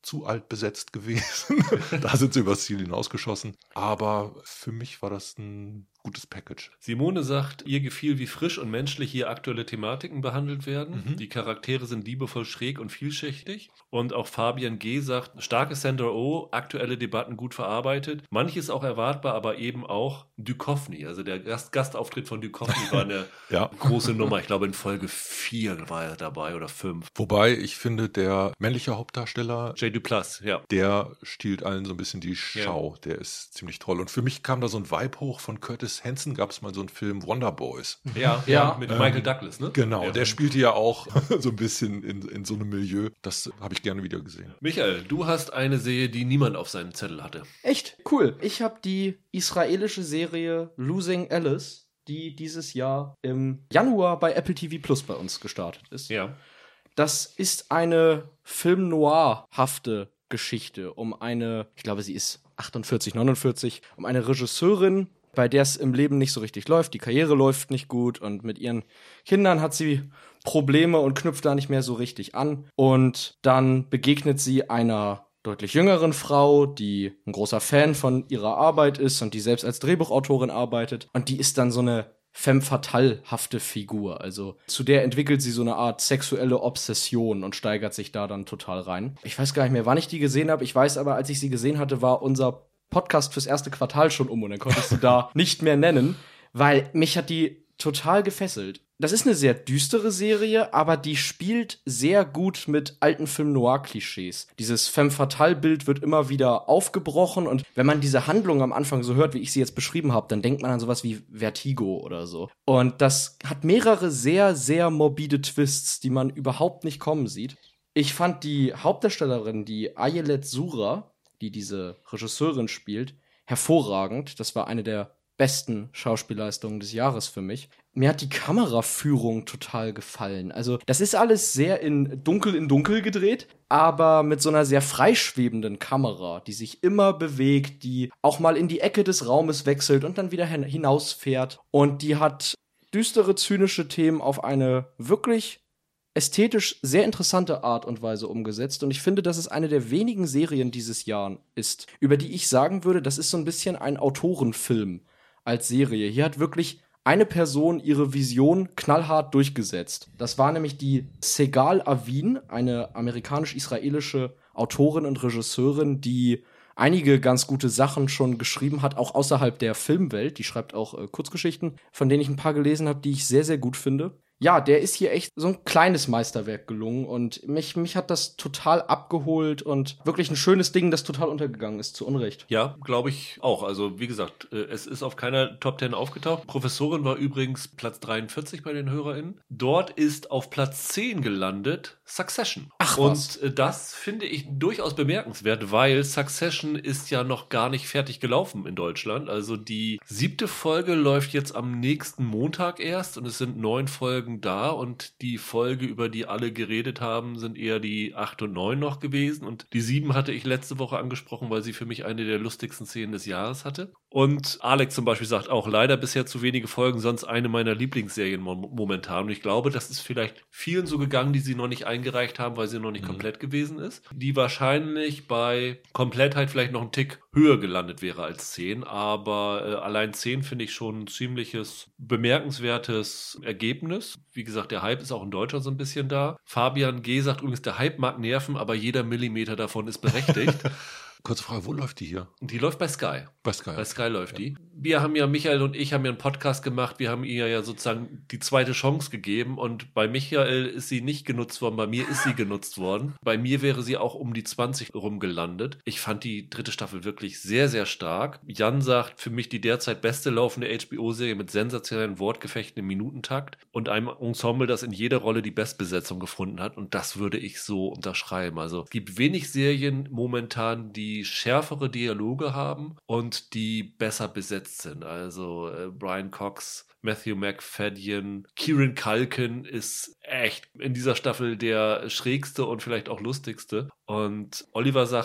zu alt besetzt gewesen. Da sind sie übers Ziel hinausgeschossen. Aber für mich war das ein gutes Package. Simone sagt, ihr gefiel, wie frisch und menschlich hier aktuelle Thematiken behandelt werden. Die Charaktere sind liebevoll schräg und vielschichtig. Und auch Fabian G. sagt, starke Sandra Oh, aktuelle Debatten gut verarbeitet. Manches auch erwartbar, aber eben auch Duchovny. Also der Gastauftritt von Duchovny war eine große Nummer. Ich glaube, in Folge 4 war er dabei oder 5. Wobei, ich finde, der männliche Hauptdarsteller, J. Duplass, der stiehlt allen so ein bisschen die Schau. Ja. Der ist ziemlich toll. Und für mich kam da so ein Vibe hoch von Curtis Hanson, gab es mal so einen Film Wonder Boys. Ja, mit Michael Douglas, ne? Genau, der spielte ja auch so ein bisschen in so einem Milieu. Das habe ich gerne wieder gesehen. Michael, du hast eine Serie, die niemand auf seinem Zettel hatte. Echt? Cool. Ich habe die israelische Serie Losing Alice, die dieses Jahr im Januar bei Apple TV Plus bei uns gestartet ist. Ja. Das ist eine Film-Noir-hafte Geschichte um eine, ich glaube, sie ist 48, 49, um eine Regisseurin, bei der es im Leben nicht so richtig läuft. Die Karriere läuft nicht gut und mit ihren Kindern hat sie Probleme und knüpft da nicht mehr so richtig an. Und dann begegnet sie einer deutlich jüngeren Frau, die ein großer Fan von ihrer Arbeit ist und die selbst als Drehbuchautorin arbeitet. Und die ist dann so eine femme fatale-hafte Figur. Also zu der entwickelt sie so eine Art sexuelle Obsession und steigert sich da dann total rein. Ich weiß gar nicht mehr, wann ich die gesehen habe. Ich weiß aber, als ich sie gesehen hatte, war unser Podcast fürs erste Quartal schon um und dann konnte ich sie da nicht mehr nennen, weil mich hat die total gefesselt. Das ist eine sehr düstere Serie, aber die spielt sehr gut mit alten Film-Noir-Klischees. Dieses Femme-Fatale-Bild wird immer wieder aufgebrochen und wenn man diese Handlung am Anfang so hört, wie ich sie jetzt beschrieben habe, dann denkt man an sowas wie Vertigo oder so. Und das hat mehrere sehr, sehr morbide Twists, die man überhaupt nicht kommen sieht. Ich fand die Hauptdarstellerin, die Ayelet Sura, die diese Regisseurin spielt, hervorragend. Das war eine der besten Schauspielleistungen des Jahres für mich. Mir hat die Kameraführung total gefallen. Also das ist alles sehr in dunkel gedreht, aber mit so einer sehr freischwebenden Kamera, die sich immer bewegt, die auch mal in die Ecke des Raumes wechselt und dann wieder hinausfährt. Und die hat düstere, zynische Themen auf eine wirklich ästhetisch sehr interessante Art und Weise umgesetzt. Und ich finde, dass es eine der wenigen Serien dieses Jahr ist, über die ich sagen würde, das ist so ein bisschen ein Autorenfilm als Serie. Hier hat wirklich eine Person ihre Vision knallhart durchgesetzt. Das war nämlich die Segal Avin, eine amerikanisch-israelische Autorin und Regisseurin, die einige ganz gute Sachen schon geschrieben hat, auch außerhalb der Filmwelt. Die schreibt auch Kurzgeschichten, von denen ich ein paar gelesen habe, die ich sehr, sehr gut finde. Ja, der ist hier echt so ein kleines Meisterwerk gelungen und mich hat das total abgeholt und wirklich ein schönes Ding, das total untergegangen ist, zu Unrecht. Ja, glaube ich auch. Also wie gesagt, es ist auf keiner Top 10 aufgetaucht. Professorin war übrigens Platz 43 bei den HörerInnen. Dort ist auf Platz 10 gelandet Succession. Ach was. Und das finde ich durchaus bemerkenswert, weil Succession ist ja noch gar nicht fertig gelaufen in Deutschland. Also die 7. Folge läuft jetzt am nächsten Montag erst und es sind 9 Folgen da und die Folge, über die alle geredet haben, sind eher die 8 und 9 noch gewesen und die 7 hatte ich letzte Woche angesprochen, weil sie für mich eine der lustigsten Szenen des Jahres hatte. Und Alex zum Beispiel sagt auch, leider bisher zu wenige Folgen, sonst eine meiner Lieblingsserien momentan. Und ich glaube, das ist vielleicht vielen so gegangen, die sie noch nicht eingereicht haben, weil sie noch nicht komplett gewesen ist. Die wahrscheinlich bei Komplettheit vielleicht noch einen Tick höher gelandet wäre als 10, aber allein 10 finde ich schon ein ziemliches bemerkenswertes Ergebnis. Wie gesagt, der Hype ist auch in Deutschland so ein bisschen da. Fabian G. sagt übrigens, der Hype mag nerven, aber jeder Millimeter davon ist berechtigt. Kurze Frage, wo läuft die hier? Die läuft bei Sky. Bei Sky. Bei Sky läuft die. Wir haben ja, Michael und ich haben ja einen Podcast gemacht, wir haben ihr ja sozusagen die zweite Chance gegeben und bei Michael ist sie nicht genutzt worden, bei mir ist sie genutzt worden. Bei mir wäre sie auch um die 20 rumgelandet. Ich fand die 3. Staffel wirklich sehr, sehr stark. Jan sagt, für mich die derzeit beste laufende HBO-Serie mit sensationellen Wortgefechten im Minutentakt und einem Ensemble, das in jeder Rolle die Bestbesetzung gefunden hat und das würde ich so unterschreiben. Also es gibt wenig Serien momentan, die schärfere Dialoge haben und die besser besetzt sind. Also Brian Cox, Matthew McFadden, Kieran Culkin ist echt in dieser Staffel der schrägste und vielleicht auch lustigste. Und Oliver sagt,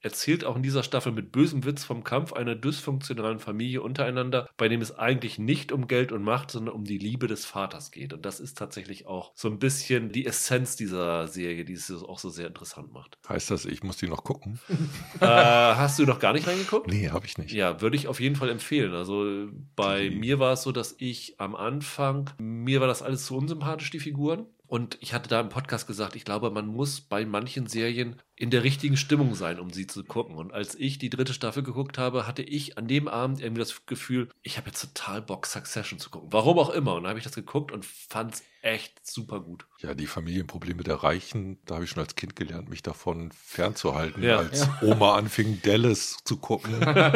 erzählt auch in dieser Staffel mit bösem Witz vom Kampf einer dysfunktionalen Familie untereinander, bei dem es eigentlich nicht um Geld und Macht, sondern um die Liebe des Vaters geht. Und das ist tatsächlich auch so ein bisschen die Essenz dieser Serie, die es auch so sehr interessant macht. Heißt das, ich muss die noch gucken? Hast du noch gar nicht reingeguckt? Nee, habe ich nicht. Ja, würde ich auf jeden Fall empfehlen. Also bei mir war es so, dass ich am Anfang, mir war das alles zu unsympathisch, die Figuren. Und ich hatte da im Podcast gesagt, ich glaube, man muss bei manchen Serien in der richtigen Stimmung sein, um sie zu gucken. Und als ich die 3. Staffel geguckt habe, hatte ich an dem Abend irgendwie das Gefühl, ich habe jetzt total Bock, Succession zu gucken. Warum auch immer. Und dann habe ich das geguckt und fand es echt super gut. Ja, die Familienprobleme der Reichen, da habe ich schon als Kind gelernt, mich davon fernzuhalten, als Oma anfing, Dallas zu gucken.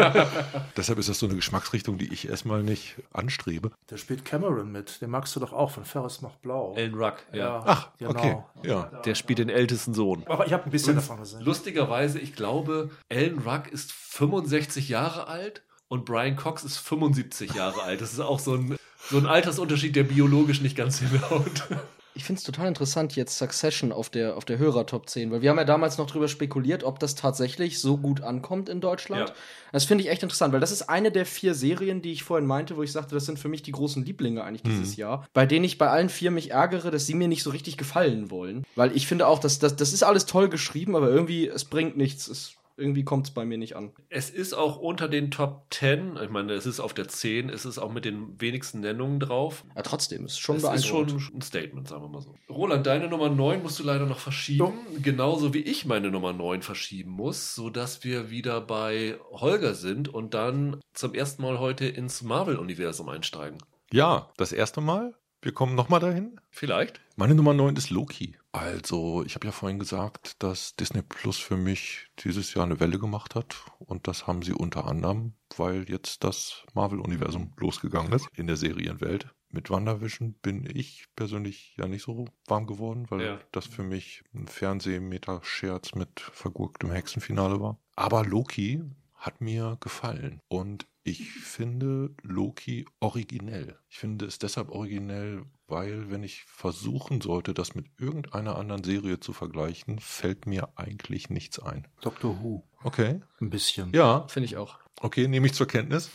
Deshalb ist das so eine Geschmacksrichtung, die ich erstmal nicht anstrebe. Da spielt Cameron mit, den magst du doch auch, von Ferris macht blau. Alan Ruck, ja. Ach, genau. okay. Ja. Der spielt den ältesten Sohn. Aber ich habe ein bisschen davon gesehen. Lustigerweise, ich glaube, Alan Ruck ist 65 Jahre alt und Brian Cox ist 75 Jahre alt. Das ist auch so ein Altersunterschied, der biologisch nicht ganz hinhaut. Ich finde es total interessant jetzt Succession auf der Hörer-Top 10, weil wir haben ja damals noch drüber spekuliert, ob das tatsächlich so gut ankommt in Deutschland. Ja. Das finde ich echt interessant, weil das ist eine der 4 Serien, die ich vorhin meinte, wo ich sagte, das sind für mich die großen Lieblinge eigentlich dieses Jahr, bei denen ich bei allen 4 mich ärgere, dass sie mir nicht so richtig gefallen wollen. Weil ich finde auch, das ist alles toll geschrieben, aber irgendwie, es bringt nichts. Irgendwie kommt es bei mir nicht an. Es ist auch unter den Top 10, ich meine, es ist auf der 10, es ist auch mit den wenigsten Nennungen drauf. Ja, trotzdem, ist schon beeindruckend. Ist schon ein Statement, sagen wir mal so. Roland, deine Nummer 9 musst du leider noch verschieben, genauso wie ich meine Nummer 9 verschieben muss, sodass wir wieder bei Holger sind und dann zum ersten Mal heute ins Marvel-Universum einsteigen. Ja, das erste Mal. Wir kommen nochmal dahin. Vielleicht. Meine Nummer 9 ist Loki. Also, ich habe ja vorhin gesagt, dass Disney Plus für mich dieses Jahr eine Welle gemacht hat. Und das haben sie unter anderem, weil jetzt das Marvel-Universum losgegangen ist in der Serienwelt. Mit WandaVision bin ich persönlich ja nicht so warm geworden, weil das für mich ein Fernsehmeter-Scherz mit vergurktem Hexenfinale war. Aber Loki hat mir gefallen. Und ich finde Loki originell. Ich finde es deshalb originell, weil wenn ich versuchen sollte, das mit irgendeiner anderen Serie zu vergleichen, fällt mir eigentlich nichts ein. Doctor Who. Okay. Ein bisschen. Ja. Finde ich auch. Okay, nehme ich zur Kenntnis.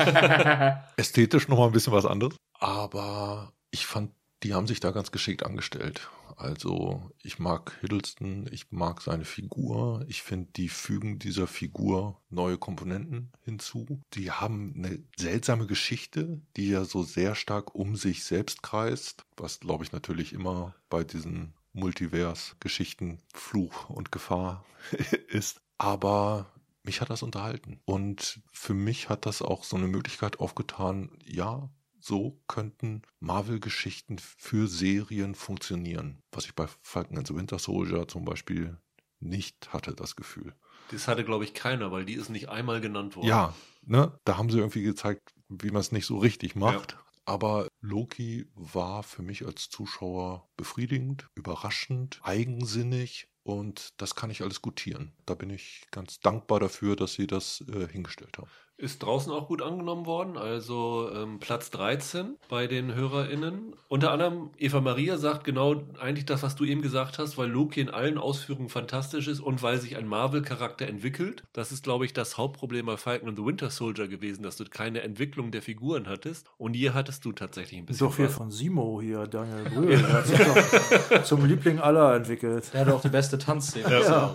Ästhetisch nochmal ein bisschen was anderes. Aber ich fand, die haben sich da ganz geschickt angestellt. Also ich mag Hiddleston, ich mag seine Figur. Ich finde, die fügen dieser Figur neue Komponenten hinzu. Die haben eine seltsame Geschichte, die ja so sehr stark um sich selbst kreist, was, glaube ich, natürlich immer bei diesen Multivers-Geschichten Fluch und Gefahr ist. Aber mich hat das unterhalten. Und für mich hat das auch so eine Möglichkeit aufgetan, ja, so könnten Marvel-Geschichten für Serien funktionieren. Was ich bei Falcon and the Winter Soldier zum Beispiel nicht hatte, das Gefühl. Das hatte, glaube ich, keiner, weil die ist nicht einmal genannt worden. Ja, ne? Da haben sie irgendwie gezeigt, wie man es nicht so richtig macht. Ja. Aber Loki war für mich als Zuschauer befriedigend, überraschend, eigensinnig. Und das kann ich alles gutieren. Da bin ich ganz dankbar dafür, dass sie das hingestellt haben. Ist draußen auch gut angenommen worden, also Platz 13 bei den HörerInnen. Unter anderem Eva Maria sagt genau eigentlich das, was du eben gesagt hast, weil Loki in allen Ausführungen fantastisch ist und weil sich ein Marvel-Charakter entwickelt. Das ist, glaube ich, das Hauptproblem bei Falcon and the Winter Soldier gewesen, dass du keine Entwicklung der Figuren hattest. Und hier hattest du tatsächlich ein bisschen so viel von Simo hier, Daniel Brühl. Der hat sich doch zum Liebling aller entwickelt. Der hat auch die beste Tanzszene. Ja.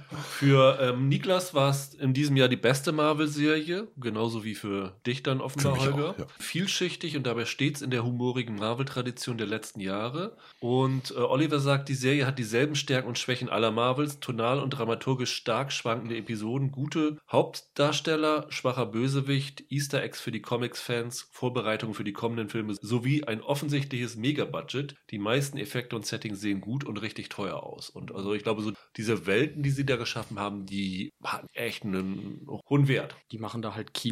Für Niklas war es in diesem Jahr die beste Marvel-Serie. Genauso wie für dich dann offenbar, Holger. Auch, ja. Vielschichtig und dabei stets in der humorigen Marvel-Tradition der letzten Jahre. Und Oliver sagt, die Serie hat dieselben Stärken und Schwächen aller Marvels, tonal und dramaturgisch stark schwankende Episoden, gute Hauptdarsteller, schwacher Bösewicht, Easter Eggs für die Comics-Fans, Vorbereitungen für die kommenden Filme sowie ein offensichtliches Megabudget. Die meisten Effekte und Settings sehen gut und richtig teuer aus. Und also ich glaube, so diese Welten, die sie da geschaffen haben, die hatten echt einen hohen Wert. Die machen da halt Kino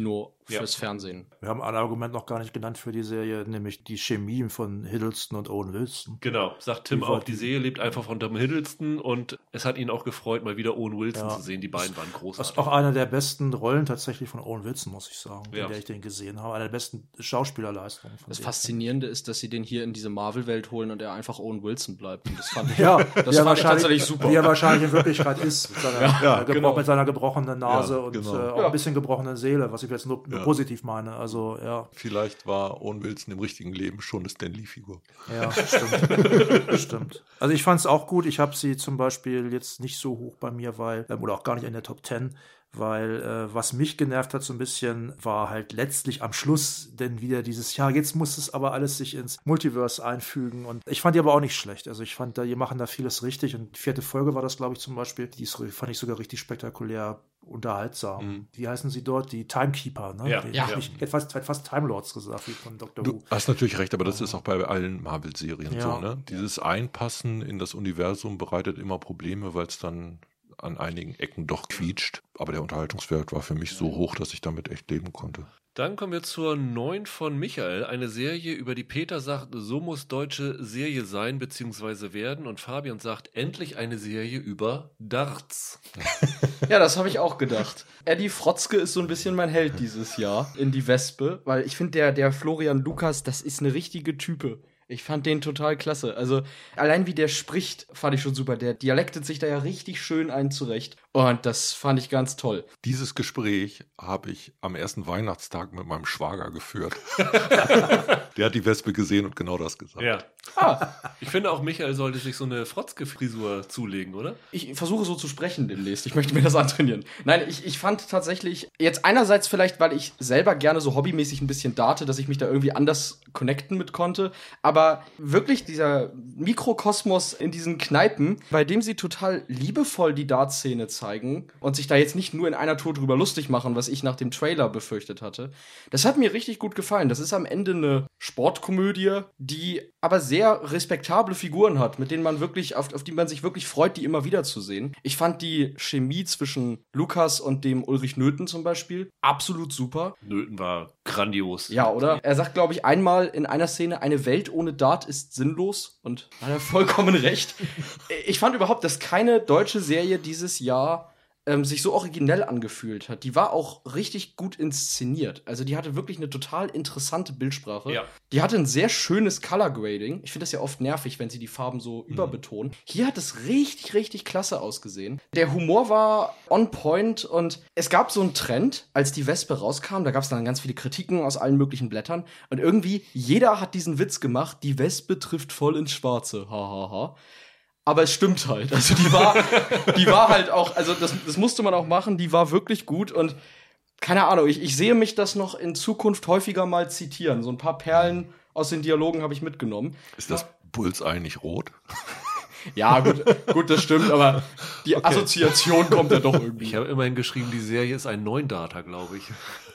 fürs Fernsehen. Wir haben ein Argument noch gar nicht genannt für die Serie, nämlich die Chemie von Hiddleston und Owen Wilson. Genau, sagt Tim auch, die Serie lebt einfach von Tom Hiddleston und es hat ihn auch gefreut, mal wieder Owen Wilson zu sehen. Die beiden waren großartig. Das ist auch eine der besten Rollen tatsächlich von Owen Wilson, muss ich sagen, in der ich den gesehen habe. Eine der besten Schauspielerleistungen. Das Faszinierende ist, dass sie den hier in diese Marvel-Welt holen und er einfach Owen Wilson bleibt. Und das fand ich, fand ich tatsächlich super. Wie er wahrscheinlich in Wirklichkeit ist, mit seiner gebrochenen Nase und auch ein bisschen gebrochenen Seele, was ich jetzt nur positiv meine. Also, Vielleicht war Owen Wilson im richtigen Leben schon eine Stan Lee-Figur. Ja, stimmt. Stimmt. Also ich fand es auch gut. Ich habe sie zum Beispiel jetzt nicht so hoch bei mir, oder auch gar nicht in der Top 10, weil was mich genervt hat so ein bisschen, war halt letztlich am Schluss denn wieder dieses, jetzt muss es aber alles sich ins Multiverse einfügen und ich fand die aber auch nicht schlecht. Also ich fand, die machen da vieles richtig und die 4. Folge war das, glaube ich, zum Beispiel, fand ich sogar richtig spektakulär unterhaltsam. Mhm. Wie heißen sie dort? Die Timekeeper, ne? Ich hätte fast Time Lords gesagt, wie von Dr. Who. Du hast natürlich recht, aber das ist auch bei allen Marvel-Serien so, ne? Dieses Einpassen in das Universum bereitet immer Probleme, weil es dann an einigen Ecken doch quietscht. Aber der Unterhaltungswert war für mich so hoch, dass ich damit echt leben konnte. Dann kommen wir zur 9 von Michael. Eine Serie, über die Peter sagt, so muss deutsche Serie sein bzw. werden. Und Fabian sagt, endlich eine Serie über Darts. Ja, das habe ich auch gedacht. Eddie Frotzke ist so ein bisschen mein Held dieses Jahr in die Wespe. Weil ich finde, der Florian Lukas, das ist eine richtige Type. Ich fand den total klasse. Also allein wie der spricht, fand ich schon super. Der dialektet sich da ja richtig schön ein zurecht. Und das fand ich ganz toll. Dieses Gespräch habe ich am ersten Weihnachtstag mit meinem Schwager geführt. Der hat die Wespe gesehen und genau das gesagt. Ja. Ich finde auch, Michael sollte sich so eine Frotzke-Frisur zulegen, oder? Ich versuche so zu sprechen demnächst. Ich möchte mir das antrainieren. Nein, ich fand tatsächlich, jetzt einerseits vielleicht, weil ich selber gerne so hobbymäßig ein bisschen darte, dass ich mich da irgendwie anders connecten mit konnte. Aber wirklich dieser Mikrokosmos in diesen Kneipen, bei dem sie total liebevoll die Dartszene zeigen und sich da jetzt nicht nur in einer Tour drüber lustig machen, was ich nach dem Trailer befürchtet hatte. Das hat mir richtig gut gefallen. Das ist am Ende eine Sportkomödie, die aber sehr respektable Figuren hat, mit denen man wirklich, auf die man sich wirklich freut, die immer wieder zu sehen. Ich fand die Chemie zwischen Lukas und dem Ulrich Nöthen zum Beispiel absolut super. Nöthen war grandios. Ja, oder? Er sagt, glaube ich, einmal in einer Szene, eine Welt ohne Dart ist sinnlos und hat er vollkommen recht. Ich fand überhaupt, dass keine deutsche Serie dieses Jahr sich so originell angefühlt hat. Die war auch richtig gut inszeniert. Also die hatte wirklich eine total interessante Bildsprache. Ja. Die hatte ein sehr schönes Color Grading. Ich finde das ja oft nervig, wenn sie die Farben so überbetonen. Hier hat es richtig, richtig klasse ausgesehen. Der Humor war on point und es gab so einen Trend, als die Wespe rauskam, da gab es dann ganz viele Kritiken aus allen möglichen Blättern und irgendwie jeder hat diesen Witz gemacht, die Wespe trifft voll ins Schwarze. Ha. Aber es stimmt halt. Also die war halt auch, also das musste man auch machen, die war wirklich gut und keine Ahnung, ich sehe mich das noch in Zukunft häufiger mal zitieren. So ein paar Perlen aus den Dialogen habe ich mitgenommen. Ist das Bullseye nicht rot? Ja, gut, das stimmt, aber die Assoziation kommt ja doch irgendwie. Ich habe immerhin geschrieben, die Serie ist ein 9-Data, glaube ich.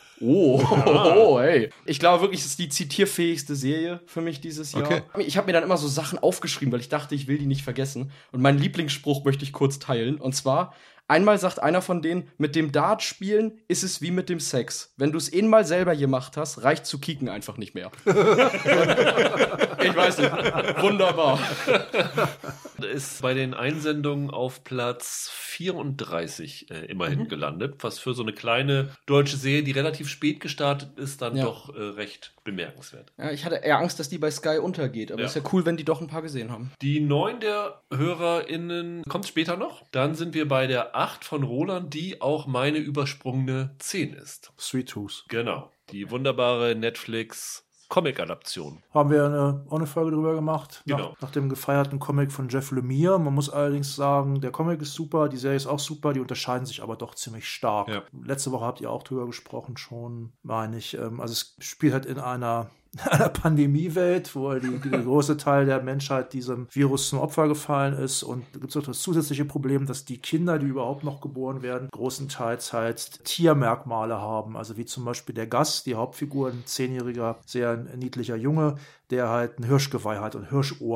Hey. Ich glaube wirklich, es ist die zitierfähigste Serie für mich dieses Jahr. Okay. Ich habe mir dann immer so Sachen aufgeschrieben, weil ich dachte, ich will die nicht vergessen. Und meinen Lieblingsspruch möchte ich kurz teilen. Und zwar, einmal sagt einer von denen, mit dem Dart spielen ist es wie mit dem Sex. Wenn du es mal selber gemacht hast, reicht zu kicken einfach nicht mehr. Ich weiß nicht. Wunderbar. Ist bei den Einsendungen auf Platz 34 immerhin gelandet, was für so eine kleine deutsche Serie, die relativ spät gestartet ist, dann doch recht bemerkenswert. Ja, ich hatte eher Angst, dass die bei Sky untergeht, aber ist ja cool, wenn die doch ein paar gesehen haben. Die 9 der HörerInnen kommt später noch. Dann sind wir bei der 8 von Roland, die auch meine übersprungene 10 ist. Sweet Tooth. Genau. Die wunderbare Netflix Comic-Adaption. Haben wir auch eine Folge drüber gemacht. Genau. Nach dem gefeierten Comic von Jeff Lemire. Man muss allerdings sagen, der Comic ist super, die Serie ist auch super, die unterscheiden sich aber doch ziemlich stark. Ja. Letzte Woche habt ihr auch drüber gesprochen schon, meine ich. Also es spielt halt in einer Pandemiewelt, wo der große Teil der Menschheit diesem Virus zum Opfer gefallen ist. Und da gibt es auch das zusätzliche Problem, dass die Kinder, die überhaupt noch geboren werden, großenteils halt Tiermerkmale haben. Also wie zum Beispiel der Gus, die Hauptfigur, ein 10-jähriger, sehr niedlicher Junge, der halt ein Hirschgeweih hat und Hirschohren.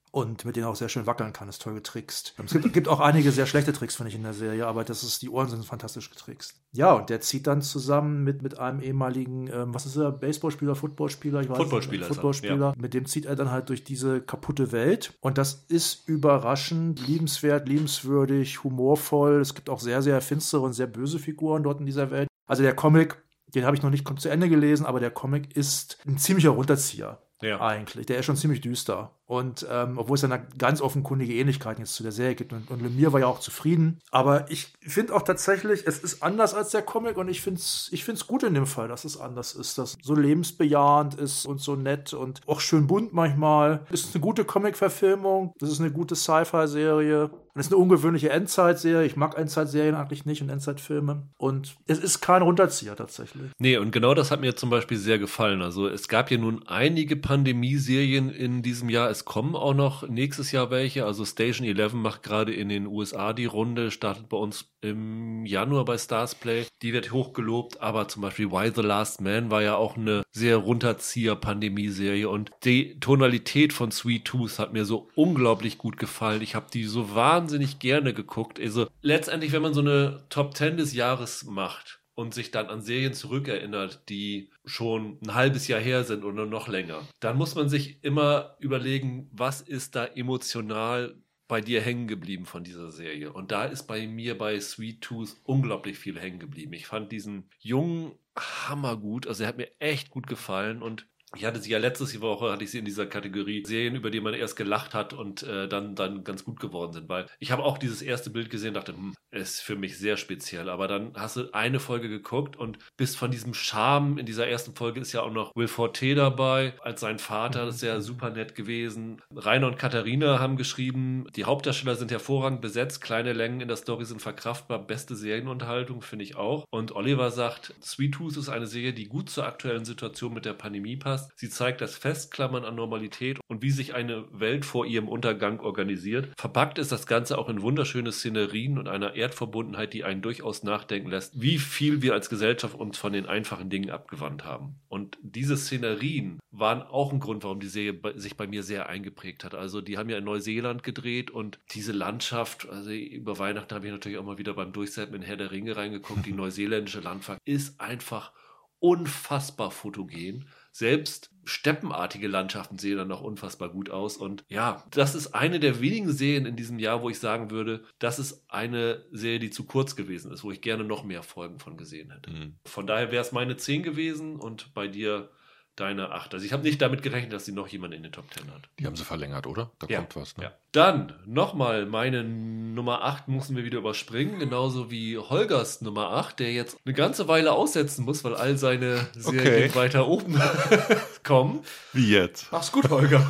und mit denen auch sehr schön wackeln kann, ist toll getrickst. Es gibt auch einige sehr schlechte Tricks, finde ich, in der Serie, aber die Ohren sind fantastisch getrickst. Ja, und der zieht dann zusammen mit einem ehemaligen, was ist er, Baseballspieler, Footballspieler? Footballspieler. Mit dem zieht er dann halt durch diese kaputte Welt und das ist überraschend, liebenswert, liebenswürdig, humorvoll. Es gibt auch sehr, sehr finstere und sehr böse Figuren dort in dieser Welt. Also der Comic, den habe ich noch nicht zu Ende gelesen, aber der Comic ist ein ziemlicher Runterzieher. Ja. Eigentlich. Der ist schon ziemlich düster. Und obwohl es eine ganz offenkundige Ähnlichkeiten jetzt zu der Serie gibt. Und Lemire war ja auch zufrieden. Aber ich finde auch tatsächlich, es ist anders als der Comic. Und ich find's gut in dem Fall, dass es anders ist. Dass es so lebensbejahend ist und so nett und auch schön bunt manchmal. Es ist eine gute Comic-Verfilmung. Das ist eine gute Sci-Fi-Serie. Und es ist eine ungewöhnliche Endzeitserie. Ich mag Endzeitserien eigentlich nicht und Endzeitfilme. Und es ist kein Runterzieher tatsächlich. Nee, und genau das hat mir zum Beispiel sehr gefallen. Also es gab ja nun einige Pandemie-Serien in diesem Jahr. Es kommen auch noch nächstes Jahr welche. Also Station 11 macht gerade in den USA die Runde, startet bei uns im Januar bei Starzplay. Die wird hochgelobt, aber zum Beispiel Why the Last Man war ja auch eine sehr Runterzieher-Pandemie-Serie und die Tonalität von Sweet Tooth hat mir so unglaublich gut gefallen. Ich habe die so wahnsinnig gerne geguckt. Also letztendlich, wenn man so eine Top 10 des Jahres macht und sich dann an Serien zurückerinnert, die schon ein halbes Jahr her sind oder noch länger, dann muss man sich immer überlegen, was ist da emotional bei dir hängen geblieben von dieser Serie. Und da ist bei mir bei Sweet Tooth unglaublich viel hängen geblieben. Ich fand diesen Jungen hammergut, also er hat mir echt gut gefallen und ich hatte sie ja letzte Woche, hatte ich sie in dieser Kategorie Serien, über die man erst gelacht hat und dann ganz gut geworden sind, weil ich habe auch dieses erste Bild gesehen und dachte, ist für mich sehr speziell, aber dann hast du eine Folge geguckt und bist von diesem Charme, in dieser ersten Folge ist ja auch noch Will Forte dabei, als sein Vater, das ist ja super nett gewesen. Rainer und Katharina haben geschrieben, die Hauptdarsteller sind hervorragend besetzt, kleine Längen in der Story sind verkraftbar, beste Serienunterhaltung, finde ich auch. Und Oliver sagt, Sweet Tooth ist eine Serie, die gut zur aktuellen Situation mit der Pandemie passt. Sie zeigt das Festklammern an Normalität und wie sich eine Welt vor ihrem Untergang organisiert. Verpackt ist das Ganze auch in wunderschöne Szenerien und einer Erdverbundenheit, die einen durchaus nachdenken lässt, wie viel wir als Gesellschaft uns von den einfachen Dingen abgewandt haben. Und diese Szenerien waren auch ein Grund, warum die Serie sich bei mir sehr eingeprägt hat. Also die haben ja in Neuseeland gedreht und diese Landschaft, also über Weihnachten habe ich natürlich auch mal wieder beim Durchsetzen in Herr der Ringe reingeguckt, die neuseeländische Landschaft ist einfach unfassbar fotogen. Selbst steppenartige Landschaften sehen dann noch unfassbar gut aus. Und ja, das ist eine der wenigen Serien in diesem Jahr, wo ich sagen würde, das ist eine Serie, die zu kurz gewesen ist, wo ich gerne noch mehr Folgen von gesehen hätte. Von daher wäre es meine 10 gewesen und bei dir deine 8. Also ich habe nicht damit gerechnet, dass sie noch jemand in den Top 10 hat. Die haben sie verlängert, oder? Da kommt was, ne? Ja. Dann nochmal meine Nummer 8 mussten wir wieder überspringen, genauso wie Holgers Nummer 8, der jetzt eine ganze Weile aussetzen muss, weil all seine Serien weiter oben kommen. Wie jetzt? Mach's gut, Holger.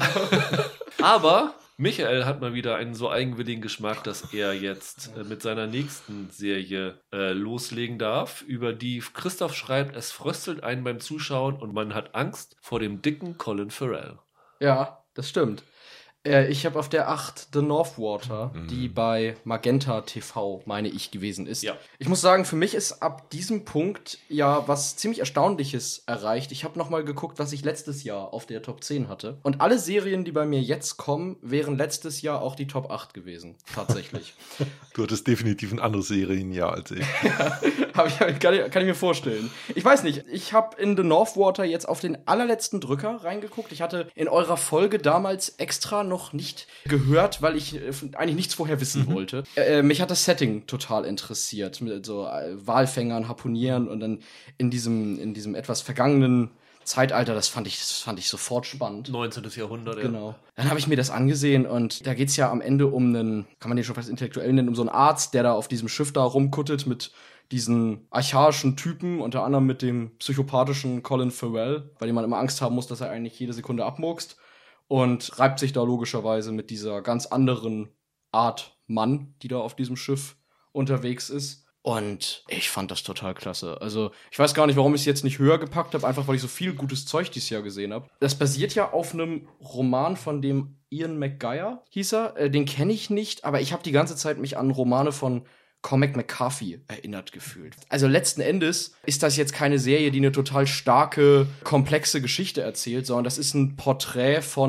Aber Michael hat mal wieder einen so eigenwilligen Geschmack, dass er jetzt mit seiner nächsten Serie loslegen darf, über die Christoph schreibt, es fröstelt einen beim Zuschauen und man hat Angst vor dem dicken Colin Farrell. Ja, das stimmt. Ich habe auf der 8 The Northwater, die bei Magenta TV, meine ich, gewesen ist. Ja. Ich muss sagen, für mich ist ab diesem Punkt ja was ziemlich Erstaunliches erreicht. Ich habe nochmal geguckt, was ich letztes Jahr auf der Top 10 hatte. Und alle Serien, die bei mir jetzt kommen, wären letztes Jahr auch die Top 8 gewesen. Tatsächlich. Du hattest definitiv ein anderes Serienjahr als ich. Kann ich mir vorstellen. Ich weiß nicht, ich habe in The Northwater jetzt auf den allerletzten Drücker reingeguckt. Ich hatte in eurer Folge damals extra noch nicht gehört, weil ich eigentlich nichts vorher wissen wollte. Mich hat das Setting total interessiert, mit so Walfängern, Harpunieren und dann in diesem etwas vergangenen Zeitalter, das fand ich sofort spannend. 19. Jahrhundert, ja. Genau. Dann habe ich mir das angesehen und da geht's ja am Ende um einen, kann man den schon fast intellektuell nennen, um so einen Arzt, der da auf diesem Schiff da rumkuttet mit diesen archaischen Typen, unter anderem mit dem psychopathischen Colin Farrell, bei dem man immer Angst haben muss, dass er eigentlich jede Sekunde abmurkst. Und reibt sich da logischerweise mit dieser ganz anderen Art Mann, die da auf diesem Schiff unterwegs ist. Und ich fand das total klasse. Also ich weiß gar nicht, warum ich es jetzt nicht höher gepackt habe, einfach weil ich so viel gutes Zeug dieses Jahr gesehen habe. Das basiert ja auf einem Roman von dem Ian McGuire, hieß er. Den kenne ich nicht, aber ich habe die ganze Zeit mich an Romane von Cormac McCarthy erinnert gefühlt. Also letzten Endes ist das jetzt keine Serie, die eine total starke, komplexe Geschichte erzählt, sondern das ist ein Porträt von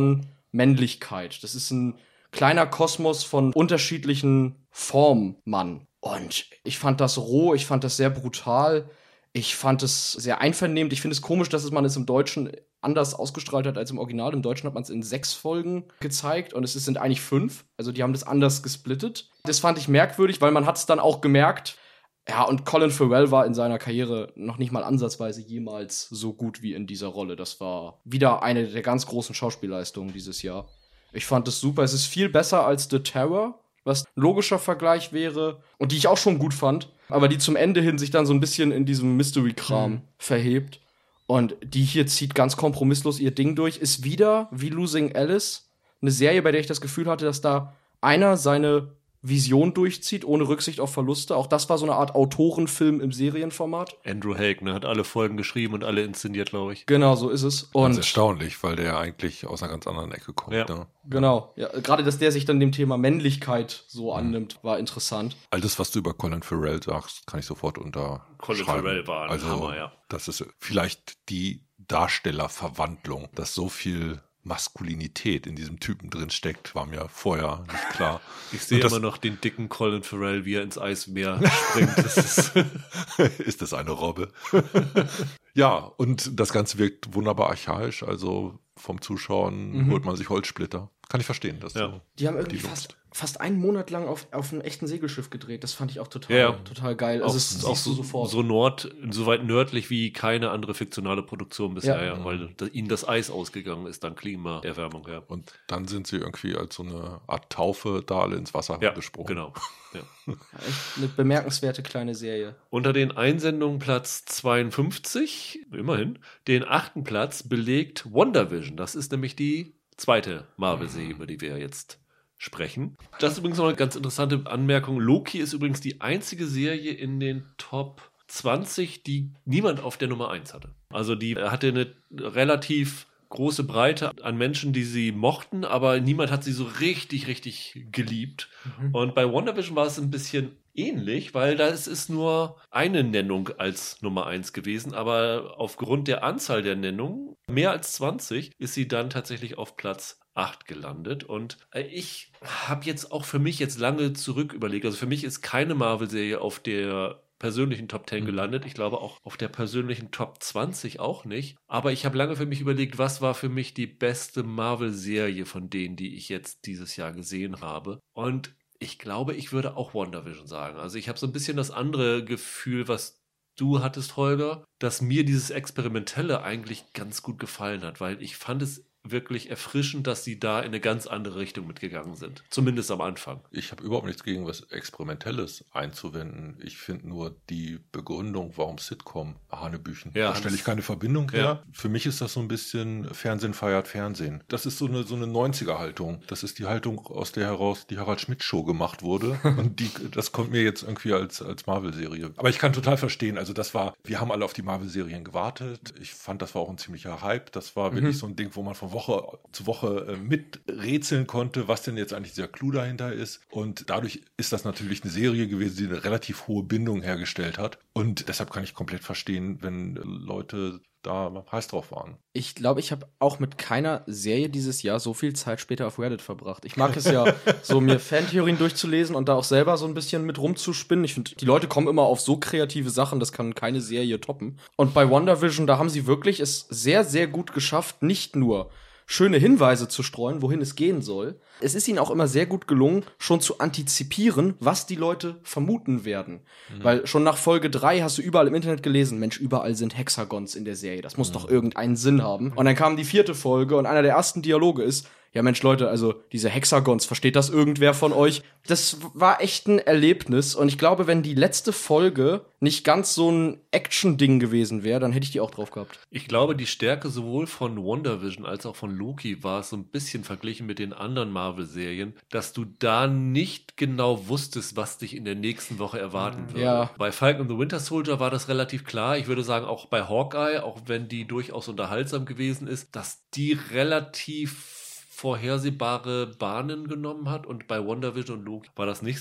Männlichkeit. Das ist ein kleiner Kosmos von unterschiedlichen Formen, Mann. Und ich fand das roh, ich fand das sehr brutal, ich fand es sehr einvernehmend. Ich finde es komisch, dass man es im Deutschen anders ausgestrahlt hat als im Original. Im Deutschen hat man es in 6 Folgen gezeigt und sind eigentlich 5. Also die haben das anders gesplittet. Das fand ich merkwürdig, weil man hat es dann auch gemerkt. Ja, und Colin Farrell war in seiner Karriere noch nicht mal ansatzweise jemals so gut wie in dieser Rolle. Das war wieder eine der ganz großen Schauspielleistungen dieses Jahr. Ich fand es super. Es ist viel besser als The Terror, was ein logischer Vergleich wäre und die ich auch schon gut fand, aber die zum Ende hin sich dann so ein bisschen in diesem Mystery-Kram verhebt. Und die hier zieht ganz kompromisslos ihr Ding durch. Ist wieder, wie Losing Alice, eine Serie, bei der ich das Gefühl hatte, dass da einer seine Vision durchzieht, ohne Rücksicht auf Verluste. Auch das war so eine Art Autorenfilm im Serienformat. Andrew Haig, ne, hat alle Folgen geschrieben und alle inszeniert, glaube ich. Genau, so ist es. Und das ist erstaunlich, weil der eigentlich aus einer ganz anderen Ecke kommt. Ja. Ne? Genau. Ja, gerade, dass der sich dann dem Thema Männlichkeit so annimmt, war interessant. All das, was du über Colin Farrell sagst, kann ich sofort unterschreiben. Colin Farrell war ein Hammer, ja. Das ist vielleicht die Darstellerverwandlung, dass so viel Maskulinität in diesem Typen drin steckt, war mir vorher nicht klar. Ich sehe immer noch den dicken Colin Farrell, wie er ins Eismeer springt. Ist das eine Robbe? Ja, und das Ganze wirkt wunderbar archaisch, also vom Zuschauen holt man sich Holzsplitter. Kann ich verstehen. Dass die haben irgendwie fast einen Monat lang auf einem echten Segelschiff gedreht. Das fand ich auch total geil. Also es ist auch sofort. So weit nördlich wie keine andere fiktionale Produktion bisher, weil ihnen das Eis ausgegangen ist, dann Klimaerwärmung. Ja. Und dann sind sie irgendwie als so eine Art Taufe da alle ins Wasser gesprungen. Genau. Ja. Echt eine bemerkenswerte kleine Serie. Unter den Einsendungen Platz 52, immerhin, den 8. Platz belegt WandaVision. Das ist nämlich die zweite Marvel-Serie, über die wir jetzt sprechen. Das ist übrigens noch eine ganz interessante Anmerkung. Loki ist übrigens die einzige Serie in den Top 20, die niemand auf der Nummer 1 hatte. Also die hatte eine relativ große Breite an Menschen, die sie mochten, aber niemand hat sie so richtig, richtig geliebt. Und bei WandaVision war es ein bisschen ähnlich, weil da ist nur eine Nennung als Nummer 1 gewesen, aber aufgrund der Anzahl der Nennungen, mehr als 20, ist sie dann tatsächlich auf Platz 8 gelandet. Und ich habe jetzt auch für mich jetzt lange zurück überlegt, also für mich ist keine Marvel-Serie auf der persönlichen Top 10 gelandet. Ich glaube auch auf der persönlichen Top 20 auch nicht. Aber ich habe lange für mich überlegt, was war für mich die beste Marvel-Serie von denen, die ich jetzt dieses Jahr gesehen habe. Und ich glaube, ich würde auch WandaVision sagen. Also ich habe so ein bisschen das andere Gefühl, was du hattest, Holger, dass mir dieses Experimentelle eigentlich ganz gut gefallen hat, weil ich fand es wirklich erfrischend, dass sie da in eine ganz andere Richtung mitgegangen sind. Zumindest am Anfang. Ich habe überhaupt nichts gegen was Experimentelles einzuwenden. Ich finde nur die Begründung, warum Sitcom Hanebüchen. Da stelle ich keine Verbindung her. Ja. Für mich ist das so ein bisschen Fernsehen feiert Fernsehen. Das ist so eine 90er-Haltung. Das ist die Haltung, aus der heraus die Harald Schmidt-Show gemacht wurde. Und das kommt mir jetzt irgendwie als Marvel-Serie. Aber ich kann total verstehen, also wir haben alle auf die Marvel-Serien gewartet. Ich fand, das war auch ein ziemlicher Hype. Das war wirklich so ein Ding, wo man von Woche zu Woche miträtseln konnte, was denn jetzt eigentlich dieser Clou dahinter ist. Und dadurch ist das natürlich eine Serie gewesen, die eine relativ hohe Bindung hergestellt hat. Und deshalb kann ich komplett verstehen, wenn Leute da heiß drauf waren. Ich glaube, ich habe auch mit keiner Serie dieses Jahr so viel Zeit später auf Reddit verbracht. Ich mag es ja, so mir Fantheorien durchzulesen und da auch selber so ein bisschen mit rumzuspinnen. Ich finde, die Leute kommen immer auf so kreative Sachen, das kann keine Serie toppen. Und bei WandaVision, da haben sie wirklich es sehr, sehr gut geschafft, nicht nur schöne Hinweise zu streuen, wohin es gehen soll. Es ist ihnen auch immer sehr gut gelungen, schon zu antizipieren, was die Leute vermuten werden. Weil schon nach Folge 3 hast du überall im Internet gelesen, Mensch, überall sind Hexagons in der Serie. Das muss doch irgendeinen Sinn haben. Und dann kam die 4. Folge und einer der ersten Dialoge ist, ja Mensch Leute, also diese Hexagons, versteht das irgendwer von euch? Das war echt ein Erlebnis und ich glaube, wenn die letzte Folge nicht ganz so ein Action-Ding gewesen wäre, dann hätte ich die auch drauf gehabt. Ich glaube, die Stärke sowohl von WandaVision als auch von Loki war es so ein bisschen verglichen mit den anderen Marvel-Serien, dass du da nicht genau wusstest, was dich in der nächsten Woche erwarten würde. Ja. Bei Falcon and the Winter Soldier war das relativ klar. Ich würde sagen, auch bei Hawkeye, auch wenn die durchaus unterhaltsam gewesen ist, dass die relativ vorhersehbare Bahnen genommen hat und bei WandaVision und Loki war das nicht so.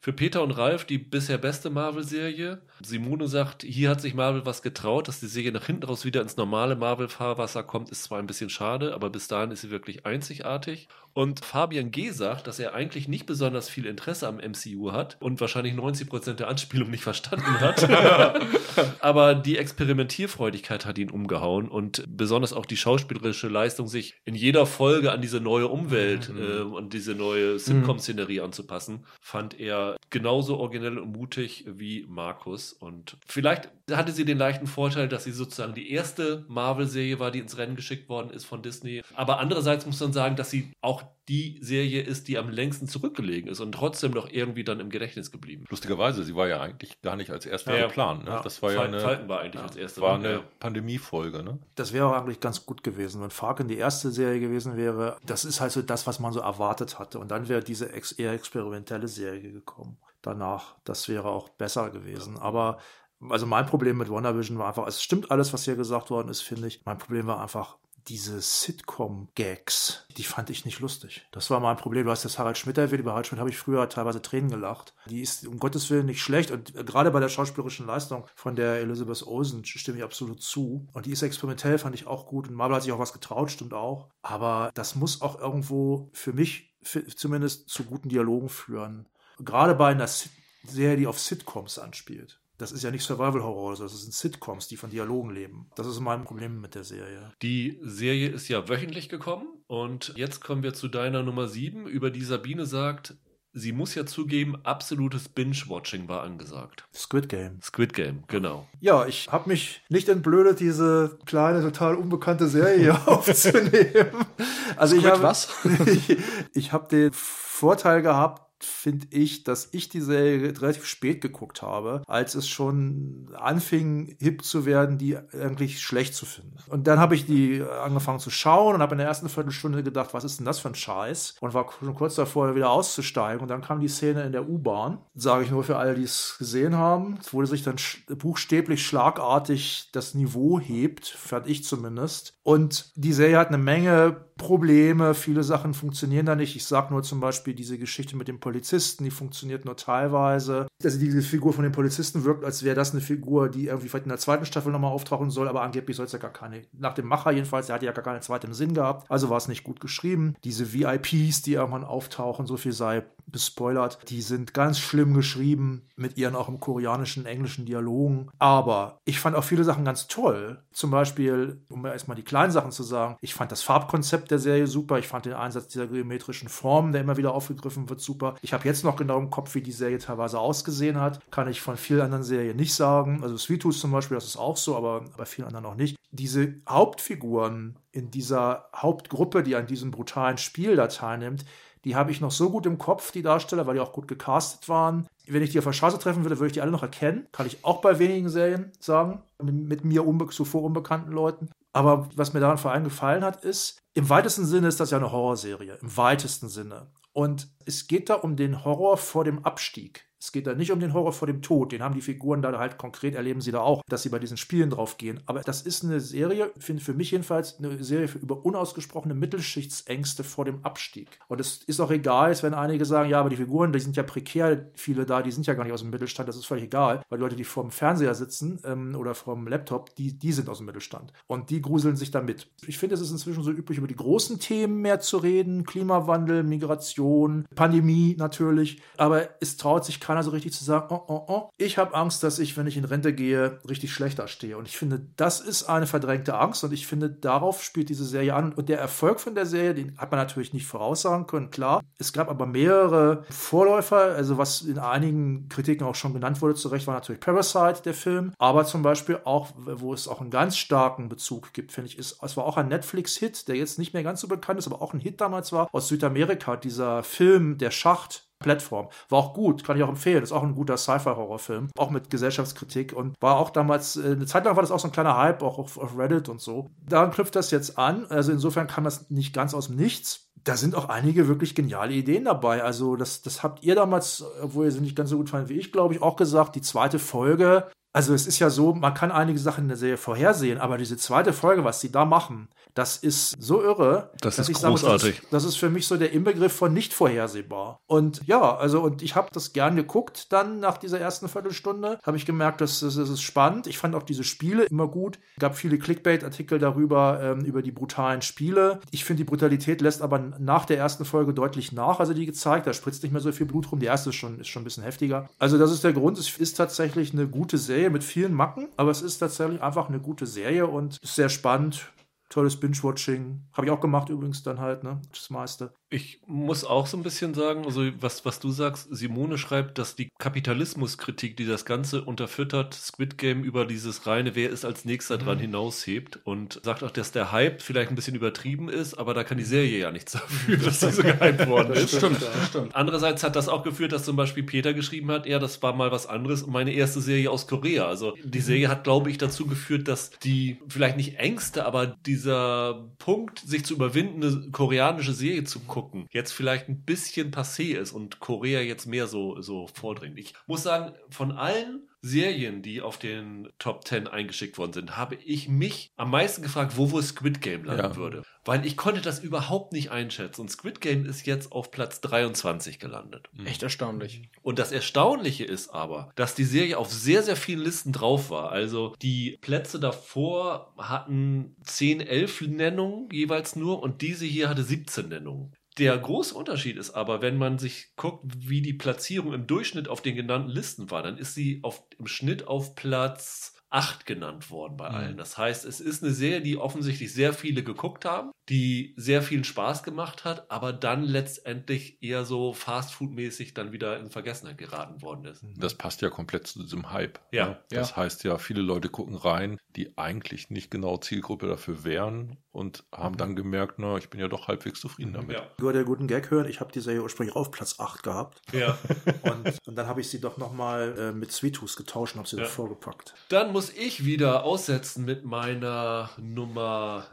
Für Peter und Ralf die bisher beste Marvel-Serie. Simone sagt, hier hat sich Marvel was getraut, dass die Serie nach hinten raus wieder ins normale Marvel-Fahrwasser kommt, ist zwar ein bisschen schade, aber bis dahin ist sie wirklich einzigartig. Und Fabian G. sagt, dass er eigentlich nicht besonders viel Interesse am MCU hat und wahrscheinlich 90% der Anspielung nicht verstanden hat. Aber die Experimentierfreudigkeit hat ihn umgehauen und besonders auch die schauspielerische Leistung, sich in jeder Folge an diese neue Umwelt und diese neue Sitcom-Szenerie anzupassen, fand er genauso originell und mutig wie Markus. Und vielleicht hatte sie den leichten Vorteil, dass sie sozusagen die erste Marvel-Serie war, die ins Rennen geschickt worden ist von Disney. Aber andererseits muss man sagen, dass sie auch die Serie ist, die am längsten zurückgelegen ist und trotzdem noch irgendwie dann im Gedächtnis geblieben. Lustigerweise, sie war ja eigentlich gar nicht als erste geplant. Ne? Ja. Das war Falken war eigentlich als erste. War eine Pandemiefolge. Ne? Das wäre auch eigentlich ganz gut gewesen, wenn Falcon die erste Serie gewesen wäre. Das ist halt so das, was man so erwartet hatte. Und dann wäre diese eher experimentelle Serie gekommen. Danach, das wäre auch besser gewesen. Aber also mein Problem mit WandaVision war einfach, es stimmt alles, was hier gesagt worden ist, finde ich. Mein Problem war einfach, diese Sitcom-Gags, die fand ich nicht lustig. Das war mein Problem. Du hast das Harald Schmidt erwähnt. Über Harald Schmidt habe ich früher teilweise Tränen gelacht. Die ist um Gottes Willen nicht schlecht. Und gerade bei der schauspielerischen Leistung von der Elizabeth Olsen stimme ich absolut zu. Und die ist experimentell, fand ich auch gut. Und Marvel hat sich auch was getraut, stimmt auch. Aber das muss auch irgendwo für mich zumindest zu guten Dialogen führen. Gerade bei einer Serie, die auf Sitcoms anspielt. Das ist ja nicht Survival-Horror, das sind Sitcoms, die von Dialogen leben. Das ist mein Problem mit der Serie. Die Serie ist ja wöchentlich gekommen und jetzt kommen wir zu deiner Nummer 7, über die Sabine sagt, sie muss ja zugeben, absolutes Binge-Watching war angesagt. Squid Game. Squid Game, genau. Ja, ich habe mich nicht entblödet, diese kleine, total unbekannte Serie aufzunehmen. Also ich habe den Vorteil gehabt, finde ich, dass ich die Serie relativ spät geguckt habe, als es schon anfing, hip zu werden, die eigentlich schlecht zu finden. Und dann habe ich die angefangen zu schauen und habe in der ersten Viertelstunde gedacht, was ist denn das für ein Scheiß? Und war schon kurz davor, wieder auszusteigen. Und dann kam die Szene in der U-Bahn, sage ich nur für alle, die es gesehen haben, wo sich dann buchstäblich schlagartig das Niveau hebt, fand ich zumindest. Und die Serie hat eine Menge Probleme, viele Sachen funktionieren da nicht. Ich sage nur zum Beispiel diese Geschichte mit dem Polizisten, die funktioniert nur teilweise. Also diese Figur von dem Polizisten wirkt, als wäre das eine Figur, die irgendwie vielleicht in der zweiten Staffel nochmal auftauchen soll, aber angeblich soll es ja gar keine, nach dem Macher jedenfalls, der hatte ja gar keine zweite im Sinn gehabt, also war es nicht gut geschrieben. Diese VIPs, die irgendwann auftauchen, so viel sei gespoilert, die sind ganz schlimm geschrieben, mit ihren auch im koreanischen, englischen Dialogen, aber ich fand auch viele Sachen ganz toll. Zum Beispiel, um erstmal die kleinen Sachen zu sagen, ich fand das Farbkonzept der Serie super, ich fand den Einsatz dieser geometrischen Formen, der immer wieder aufgegriffen wird, super. Ich habe jetzt noch genau im Kopf, wie die Serie teilweise ausgesehen hat, kann ich von vielen anderen Serien nicht sagen. Also Sweet Tooth zum Beispiel, das ist auch so, aber bei vielen anderen auch nicht. Diese Hauptfiguren in dieser Hauptgruppe, die an diesem brutalen Spiel da teilnimmt, die habe ich noch so gut im Kopf, die Darsteller, weil die auch gut gecastet waren. Wenn ich die auf der Straße treffen würde, würde ich die alle noch erkennen. Kann ich auch bei wenigen Serien sagen, mit mir zuvor unbekannten Leuten. Aber was mir daran vor allem gefallen hat, ist, im weitesten Sinne ist das ja eine Horrorserie. Im weitesten Sinne. Und es geht da um den Horror vor dem Abstieg. Es geht da nicht um den Horror vor dem Tod. Den haben die Figuren da halt konkret, erleben sie da auch, dass sie bei diesen Spielen drauf gehen. Aber das ist eine Serie, finde für mich jedenfalls, eine Serie über unausgesprochene Mittelschichtsängste vor dem Abstieg. Und es ist auch egal, wenn einige sagen, ja, aber die Figuren, die sind ja prekär, viele da, die sind ja gar nicht aus dem Mittelstand. Das ist völlig egal, weil die Leute, die vor dem Fernseher sitzen oder vor dem Laptop, die sind aus dem Mittelstand. Und die gruseln sich da mit. Ich finde, es ist inzwischen so üblich, über die großen Themen mehr zu reden. Klimawandel, Migration, Pandemie natürlich. Aber es traut sich keiner so richtig zu sagen, ich habe Angst, dass ich, wenn ich in Rente gehe, richtig schlechter stehe. Und ich finde, das ist eine verdrängte Angst und ich finde, darauf spielt diese Serie an. Und der Erfolg von der Serie, den hat man natürlich nicht voraussagen können, klar. Es gab aber mehrere Vorläufer, also was in einigen Kritiken auch schon genannt wurde, zu Recht war natürlich Parasite, der Film, aber zum Beispiel auch, wo es auch einen ganz starken Bezug gibt, finde ich, es war auch ein Netflix-Hit, der jetzt nicht mehr ganz so bekannt ist, aber auch ein Hit damals war, aus Südamerika, dieser Film, Der Schacht, Plattform. War auch gut, kann ich auch empfehlen. Ist auch ein guter Sci-Fi-Horrorfilm. Auch mit Gesellschaftskritik und war auch damals, eine Zeit lang war das auch so ein kleiner Hype, auch auf Reddit und so. Daran knüpft das jetzt an. Also insofern kam das nicht ganz aus dem Nichts. Da sind auch einige wirklich geniale Ideen dabei. Also das habt ihr damals, obwohl ihr sie nicht ganz so gut fanden wie ich, glaube ich, auch gesagt. Die zweite Folge Also es ist ja so, man kann einige Sachen in der Serie vorhersehen, aber diese zweite Folge, was sie da machen, das ist so irre. Das dass ist ich sage, großartig. das ist für mich so der Inbegriff von nicht vorhersehbar. Und ja, also und ich habe das gern geguckt dann nach dieser ersten Viertelstunde. Habe ich gemerkt, das ist spannend. Ich fand auch diese Spiele immer gut. Es gab viele Clickbait-Artikel darüber, über die brutalen Spiele. Ich finde, die Brutalität lässt aber nach der ersten Folge deutlich nach, also die gezeigt. Da spritzt nicht mehr so viel Blut rum. Die erste ist schon ein bisschen heftiger. Also das ist der Grund. Es ist tatsächlich eine gute Serie mit vielen Macken, aber es ist tatsächlich einfach eine gute Serie und ist sehr spannend. Tolles Binge-Watching. Habe ich auch gemacht übrigens dann halt, ne? Das meiste. Ich muss auch so ein bisschen sagen, also was du sagst, Simone schreibt, dass die Kapitalismuskritik, die das Ganze unterfüttert, Squid Game über dieses reine, wer ist als nächster dran hinaushebt und sagt auch, dass der Hype vielleicht ein bisschen übertrieben ist, aber da kann die Serie ja nichts dafür, dass sie so gehypt worden ist. Stimmt. Andererseits hat das auch geführt, dass zum Beispiel Peter geschrieben hat, ja, das war mal was anderes und meine erste Serie aus Korea. Also die Serie hat, glaube ich, dazu geführt, dass die vielleicht nicht Ängste, aber dieser Punkt, sich zu überwinden, eine koreanische Serie zu gucken, jetzt vielleicht ein bisschen passé ist und Korea jetzt mehr so vordringt. Ich muss sagen, von allen Serien, die auf den Top 10 eingeschickt worden sind, habe ich mich am meisten gefragt, wo wohl Squid Game landen würde. Weil ich konnte das überhaupt nicht einschätzen. Und Squid Game ist jetzt auf Platz 23 gelandet. Echt erstaunlich. Und das Erstaunliche ist aber, dass die Serie auf sehr, sehr vielen Listen drauf war. Also die Plätze davor hatten 10, 11 Nennungen jeweils nur und diese hier hatte 17 Nennungen. Der große Unterschied ist aber, wenn man sich guckt, wie die Platzierung im Durchschnitt auf den genannten Listen war, dann ist sie im Schnitt auf Platz 8 genannt worden bei allen. Das heißt, es ist eine Serie, die offensichtlich sehr viele geguckt haben, die sehr viel Spaß gemacht hat, aber dann letztendlich eher so Fastfood-mäßig dann wieder in Vergessenheit geraten worden ist. Das passt ja komplett zu diesem Hype. Ja. Ne? Das heißt ja, viele Leute gucken rein, die eigentlich nicht genau Zielgruppe dafür wären und haben dann gemerkt, na, ich bin ja doch halbwegs zufrieden damit. Ja. Über der guten Gag hören, ich habe die Serie ursprünglich auf Platz 8 gehabt. Ja. Und dann habe ich sie doch nochmal mit Sweet Tooth getauscht und habe sie davor gepackt. Dann muss ich wieder aussetzen mit meiner Nummer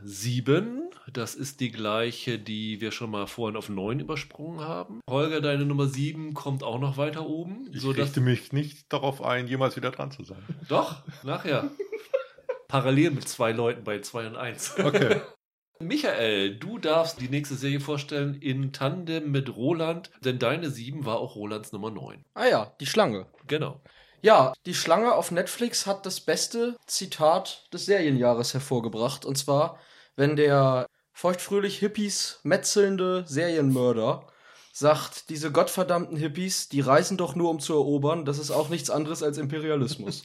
7. Das ist die gleiche, die wir schon mal vorhin auf 9 übersprungen haben. Holger, deine Nummer 7 kommt auch noch weiter oben. Ich richte mich nicht darauf ein, jemals wieder dran zu sein. Doch, nachher. Parallel mit 2 Leuten bei 2 und 1. Okay. Michael, du darfst die nächste Serie vorstellen in Tandem mit Roland, denn deine 7 war auch Rolands Nummer 9. Ah ja, die Schlange. Genau. Ja, die Schlange auf Netflix hat das beste Zitat des Serienjahres hervorgebracht. Und zwar, wenn der feuchtfröhlich Hippies metzelnde Serienmörder sagt, diese gottverdammten Hippies, die reisen doch nur, um zu erobern. Das ist auch nichts anderes als Imperialismus.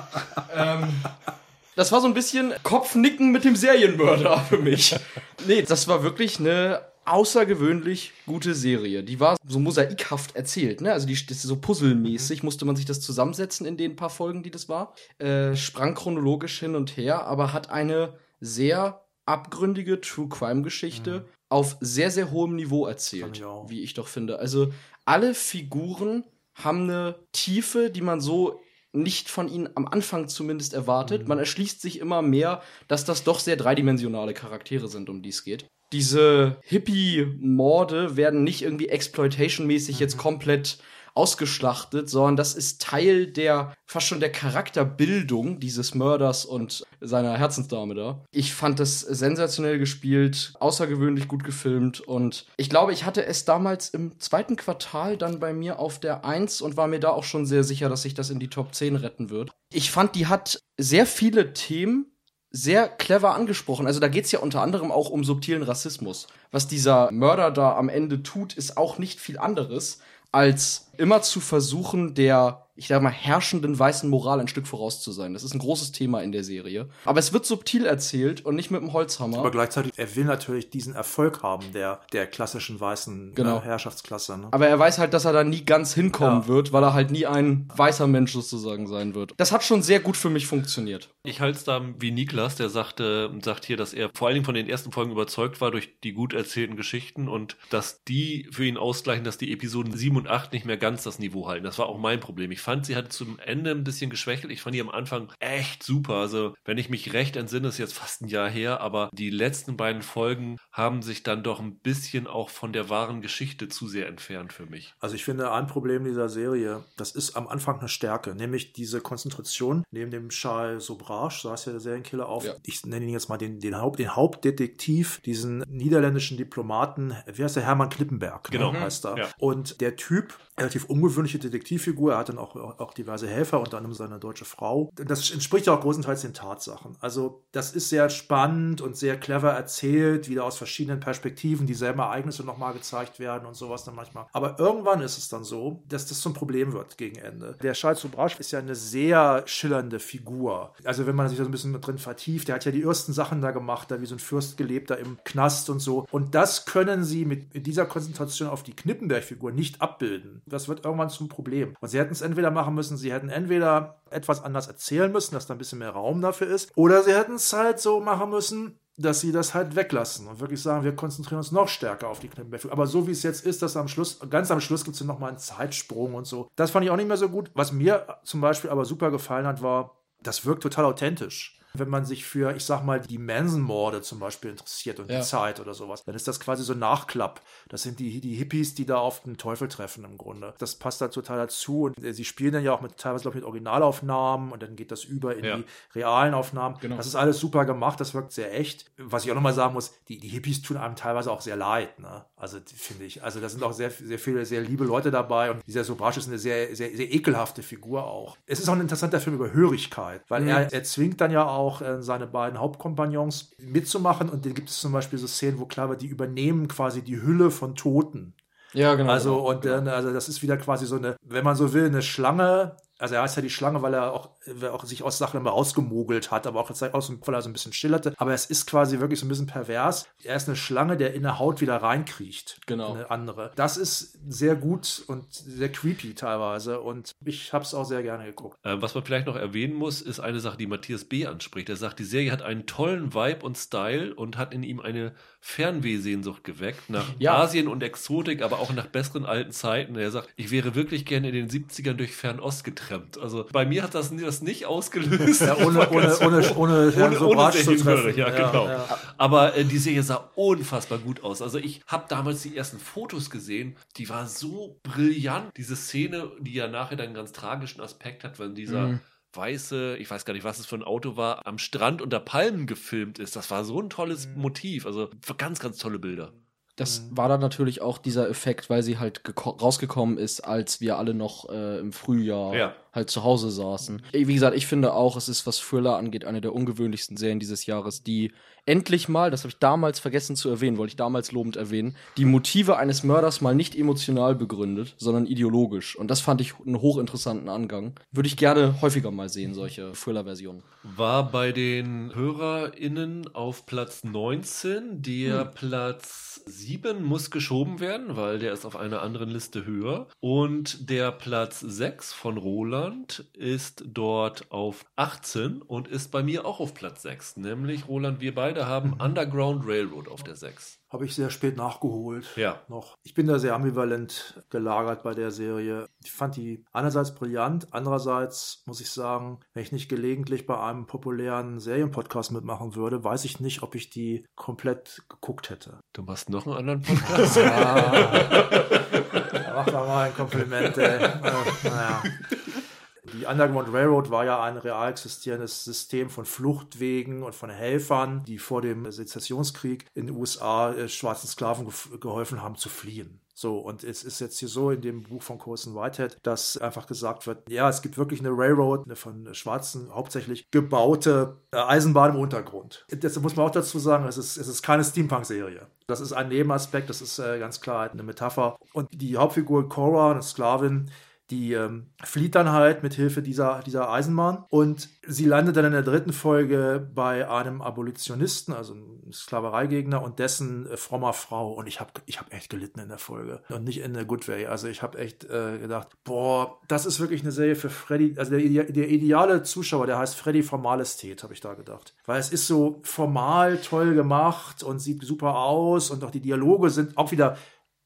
Das war so ein bisschen Kopfnicken mit dem Serienmörder für mich. Nee, das war wirklich eine außergewöhnlich gute Serie. Die war so mosaikhaft erzählt, ne? Also das ist so puzzelmäßig, musste man sich das zusammensetzen in den paar Folgen, die das war. Sprang chronologisch hin und her, aber hat eine sehr abgründige True-Crime-Geschichte auf sehr, sehr hohem Niveau erzählt, wie ich doch finde. Also alle Figuren haben eine Tiefe, die man so nicht von ihnen am Anfang zumindest erwartet. Man erschließt sich immer mehr, dass das doch sehr dreidimensionale Charaktere sind, um die es geht. Diese Hippie-Morde werden nicht irgendwie exploitation-mäßig jetzt komplett ausgeschlachtet, sondern das ist Teil fast schon der Charakterbildung dieses Mörders und seiner Herzensdame da. Ich fand das sensationell gespielt, außergewöhnlich gut gefilmt und ich glaube, ich hatte es damals im 2. Quartal dann bei mir auf der 1 und war mir da auch schon sehr sicher, dass sich das in die Top 10 retten wird. Ich fand, die hat sehr viele Themen sehr clever angesprochen. Also da geht's ja unter anderem auch um subtilen Rassismus. Was dieser Mörder da am Ende tut, ist auch nicht viel anderes, als immer zu versuchen, der, ich sag mal, herrschenden weißen Moral ein Stück voraus zu sein. Das ist ein großes Thema in der Serie. Aber es wird subtil erzählt und nicht mit dem Holzhammer. Aber gleichzeitig, er will natürlich diesen Erfolg haben, der klassischen weißen Herrschaftsklasse. Ne? Aber er weiß halt, dass er da nie ganz hinkommen wird, weil er halt nie ein weißer Mensch sozusagen sein wird. Das hat schon sehr gut für mich funktioniert. Ich halte es da wie Niklas, der sagt hier, dass er vor allen Dingen von den ersten Folgen überzeugt war durch die gut erzählten Geschichten und dass die für ihn ausgleichen, dass die Episoden 7 und 8 nicht mehr ganz das Niveau halten. Das war auch mein Problem. Ich fand, sie hat zum Ende ein bisschen geschwächelt. Ich fand die am Anfang echt super. Also, wenn ich mich recht entsinne, ist jetzt fast ein Jahr her, aber die letzten beiden Folgen haben sich dann doch ein bisschen auch von der wahren Geschichte zu sehr entfernt für mich. Also ich finde, ein Problem dieser Serie, das ist am Anfang eine Stärke, nämlich diese Konzentration neben dem Charles Sobrage, so heißt ja der Serienkiller, auf, ich nenne ihn jetzt mal den Hauptdetektiv, diesen niederländischen Diplomaten, wie heißt der, Hermann Knippenberg, genau, heißt er. Ja. Und der Typ, relativ ungewöhnliche Detektivfigur, er hat dann auch diverse Helfer, unter anderem seine deutsche Frau. Das entspricht ja auch großenteils den Tatsachen. Also das ist sehr spannend und sehr clever erzählt, wieder aus verschiedenen Perspektiven, dieselben Ereignisse nochmal gezeigt werden und sowas dann manchmal. Aber irgendwann ist es dann so, dass das zum Problem wird gegen Ende. Der Charles Sobrage ist ja eine sehr schillernde Figur. Also wenn man sich da so ein bisschen drin vertieft, der hat ja die ersten Sachen da gemacht, da wie so ein Fürst gelebt, da im Knast und so. Und das können sie mit dieser Konzentration auf die Knippenberg-Figur nicht abbilden. Das wird irgendwann zum Problem. Und sie hätten es entweder machen müssen, sie hätten entweder etwas anders erzählen müssen, dass da ein bisschen mehr Raum dafür ist, oder sie hätten es halt so machen müssen, dass sie das halt weglassen und wirklich sagen, wir konzentrieren uns noch stärker auf die Knippenberg. Aber so wie es jetzt ist, dass ganz am Schluss gibt es nochmal einen Zeitsprung und so. Das fand ich auch nicht mehr so gut. Was mir zum Beispiel aber super gefallen hat, war, das wirkt total authentisch. Wenn man sich für, ich sag mal, die Manson-Morde zum Beispiel interessiert und die Zeit oder sowas, dann ist das quasi so ein Nachklapp. Das sind die Hippies, die da auf den Teufel treffen im Grunde. Das passt da total dazu. Und sie spielen dann ja auch teilweise, glaube ich, mit Originalaufnahmen und dann geht das über in die realen Aufnahmen. Genau. Das ist alles super gemacht, das wirkt sehr echt. Was ich auch nochmal sagen muss, die Hippies tun einem teilweise auch sehr leid, ne? Also, finde ich. Also, da sind auch sehr, sehr viele, sehr liebe Leute dabei und dieser Sobrage ist eine sehr, sehr, sehr ekelhafte Figur auch. Es ist auch ein interessanter Film über Hörigkeit, weil er zwingt dann ja auch seine beiden Hauptkompagnons mitzumachen und dann gibt es zum Beispiel so Szenen, wo klar wird, die übernehmen quasi die Hülle von Toten. Ja, genau. Also, und dann, also das ist wieder quasi so eine, wenn man so will, eine Schlange. Also er heißt ja die Schlange, weil er auch sich aus Sachen immer rausgemogelt hat, aber auch weil er so ein bisschen schillerte. Aber es ist quasi wirklich so ein bisschen pervers. Er ist eine Schlange, der in der Haut wieder reinkriecht. Genau. Eine andere. Das ist sehr gut und sehr creepy teilweise und ich habe es auch sehr gerne geguckt. Was man vielleicht noch erwähnen muss, ist eine Sache, die Matthias B. anspricht. Er sagt, die Serie hat einen tollen Vibe und Style und hat in ihm eine Fernwehsehnsucht geweckt nach Asien und Exotik, aber auch nach besseren alten Zeiten. Er sagt, ich wäre wirklich gerne in den 70ern durch Fernost getrennt. Also bei mir hat das nicht ausgelöst. Ja, ohne Sobrage zu treffen. Ja, genau. Ja. Aber die Serie sah unfassbar gut aus. Also ich habe damals die ersten Fotos gesehen, die war so brillant. Diese Szene, die ja nachher dann einen ganz tragischen Aspekt hat, wenn dieser weiße, ich weiß gar nicht, was es für ein Auto war, am Strand unter Palmen gefilmt ist. Das war so ein tolles Motiv. Also ganz, ganz tolle Bilder. Das war dann natürlich auch dieser Effekt, weil sie halt rausgekommen ist, als wir alle noch im Frühjahr halt zu Hause saßen. Wie gesagt, ich finde auch, es ist, was Thriller angeht, eine der ungewöhnlichsten Serien dieses Jahres, die endlich mal, das habe ich damals vergessen zu erwähnen, wollte ich damals lobend erwähnen, die Motive eines Mörders mal nicht emotional begründet, sondern ideologisch. Und das fand ich einen hochinteressanten Angang. Würde ich gerne häufiger mal sehen, solche Thriller-Versionen. War bei den HörerInnen auf Platz 19. Der Platz 7 muss geschoben werden, weil der ist auf einer anderen Liste höher. Und der Platz 6 von Roland ist dort auf 18 und ist bei mir auch auf Platz 6. Nämlich, Roland, wir beide haben Underground Railroad auf der 6. Habe ich sehr spät nachgeholt. Ja. Noch. Ich bin da sehr ambivalent gelagert bei der Serie. Ich fand die einerseits brillant, andererseits muss ich sagen, wenn ich nicht gelegentlich bei einem populären Serienpodcast mitmachen würde, weiß ich nicht, ob ich die komplett geguckt hätte. Du machst noch einen anderen Podcast? Mach doch mal ein Kompliment, ey. Naja. Die Underground Railroad war ja ein real existierendes System von Fluchtwegen und von Helfern, die vor dem Sezessionskrieg in den USA schwarzen Sklaven geholfen haben zu fliehen. So, und es ist jetzt hier so in dem Buch von Colson Whitehead, dass einfach gesagt wird, ja, es gibt wirklich eine Railroad, eine von Schwarzen hauptsächlich gebaute Eisenbahn im Untergrund. Das muss man auch dazu sagen, es ist keine Steampunk-Serie. Das ist ein Nebenaspekt, das ist ganz klar eine Metapher. Und die Hauptfigur Cora, eine Sklavin, die flieht dann halt mit Hilfe dieser Eisenbahn und sie landet dann in der 3. Folge bei einem Abolitionisten, also einem Sklavereigegner und dessen frommer Frau und ich hab echt gelitten in der Folge und nicht in a good way, also ich habe echt gedacht, boah, das ist wirklich eine Serie für Freddy, also der ideale Zuschauer, der heißt Freddy Formalität, habe ich da gedacht, weil es ist so formal toll gemacht und sieht super aus und auch die Dialoge sind auch wieder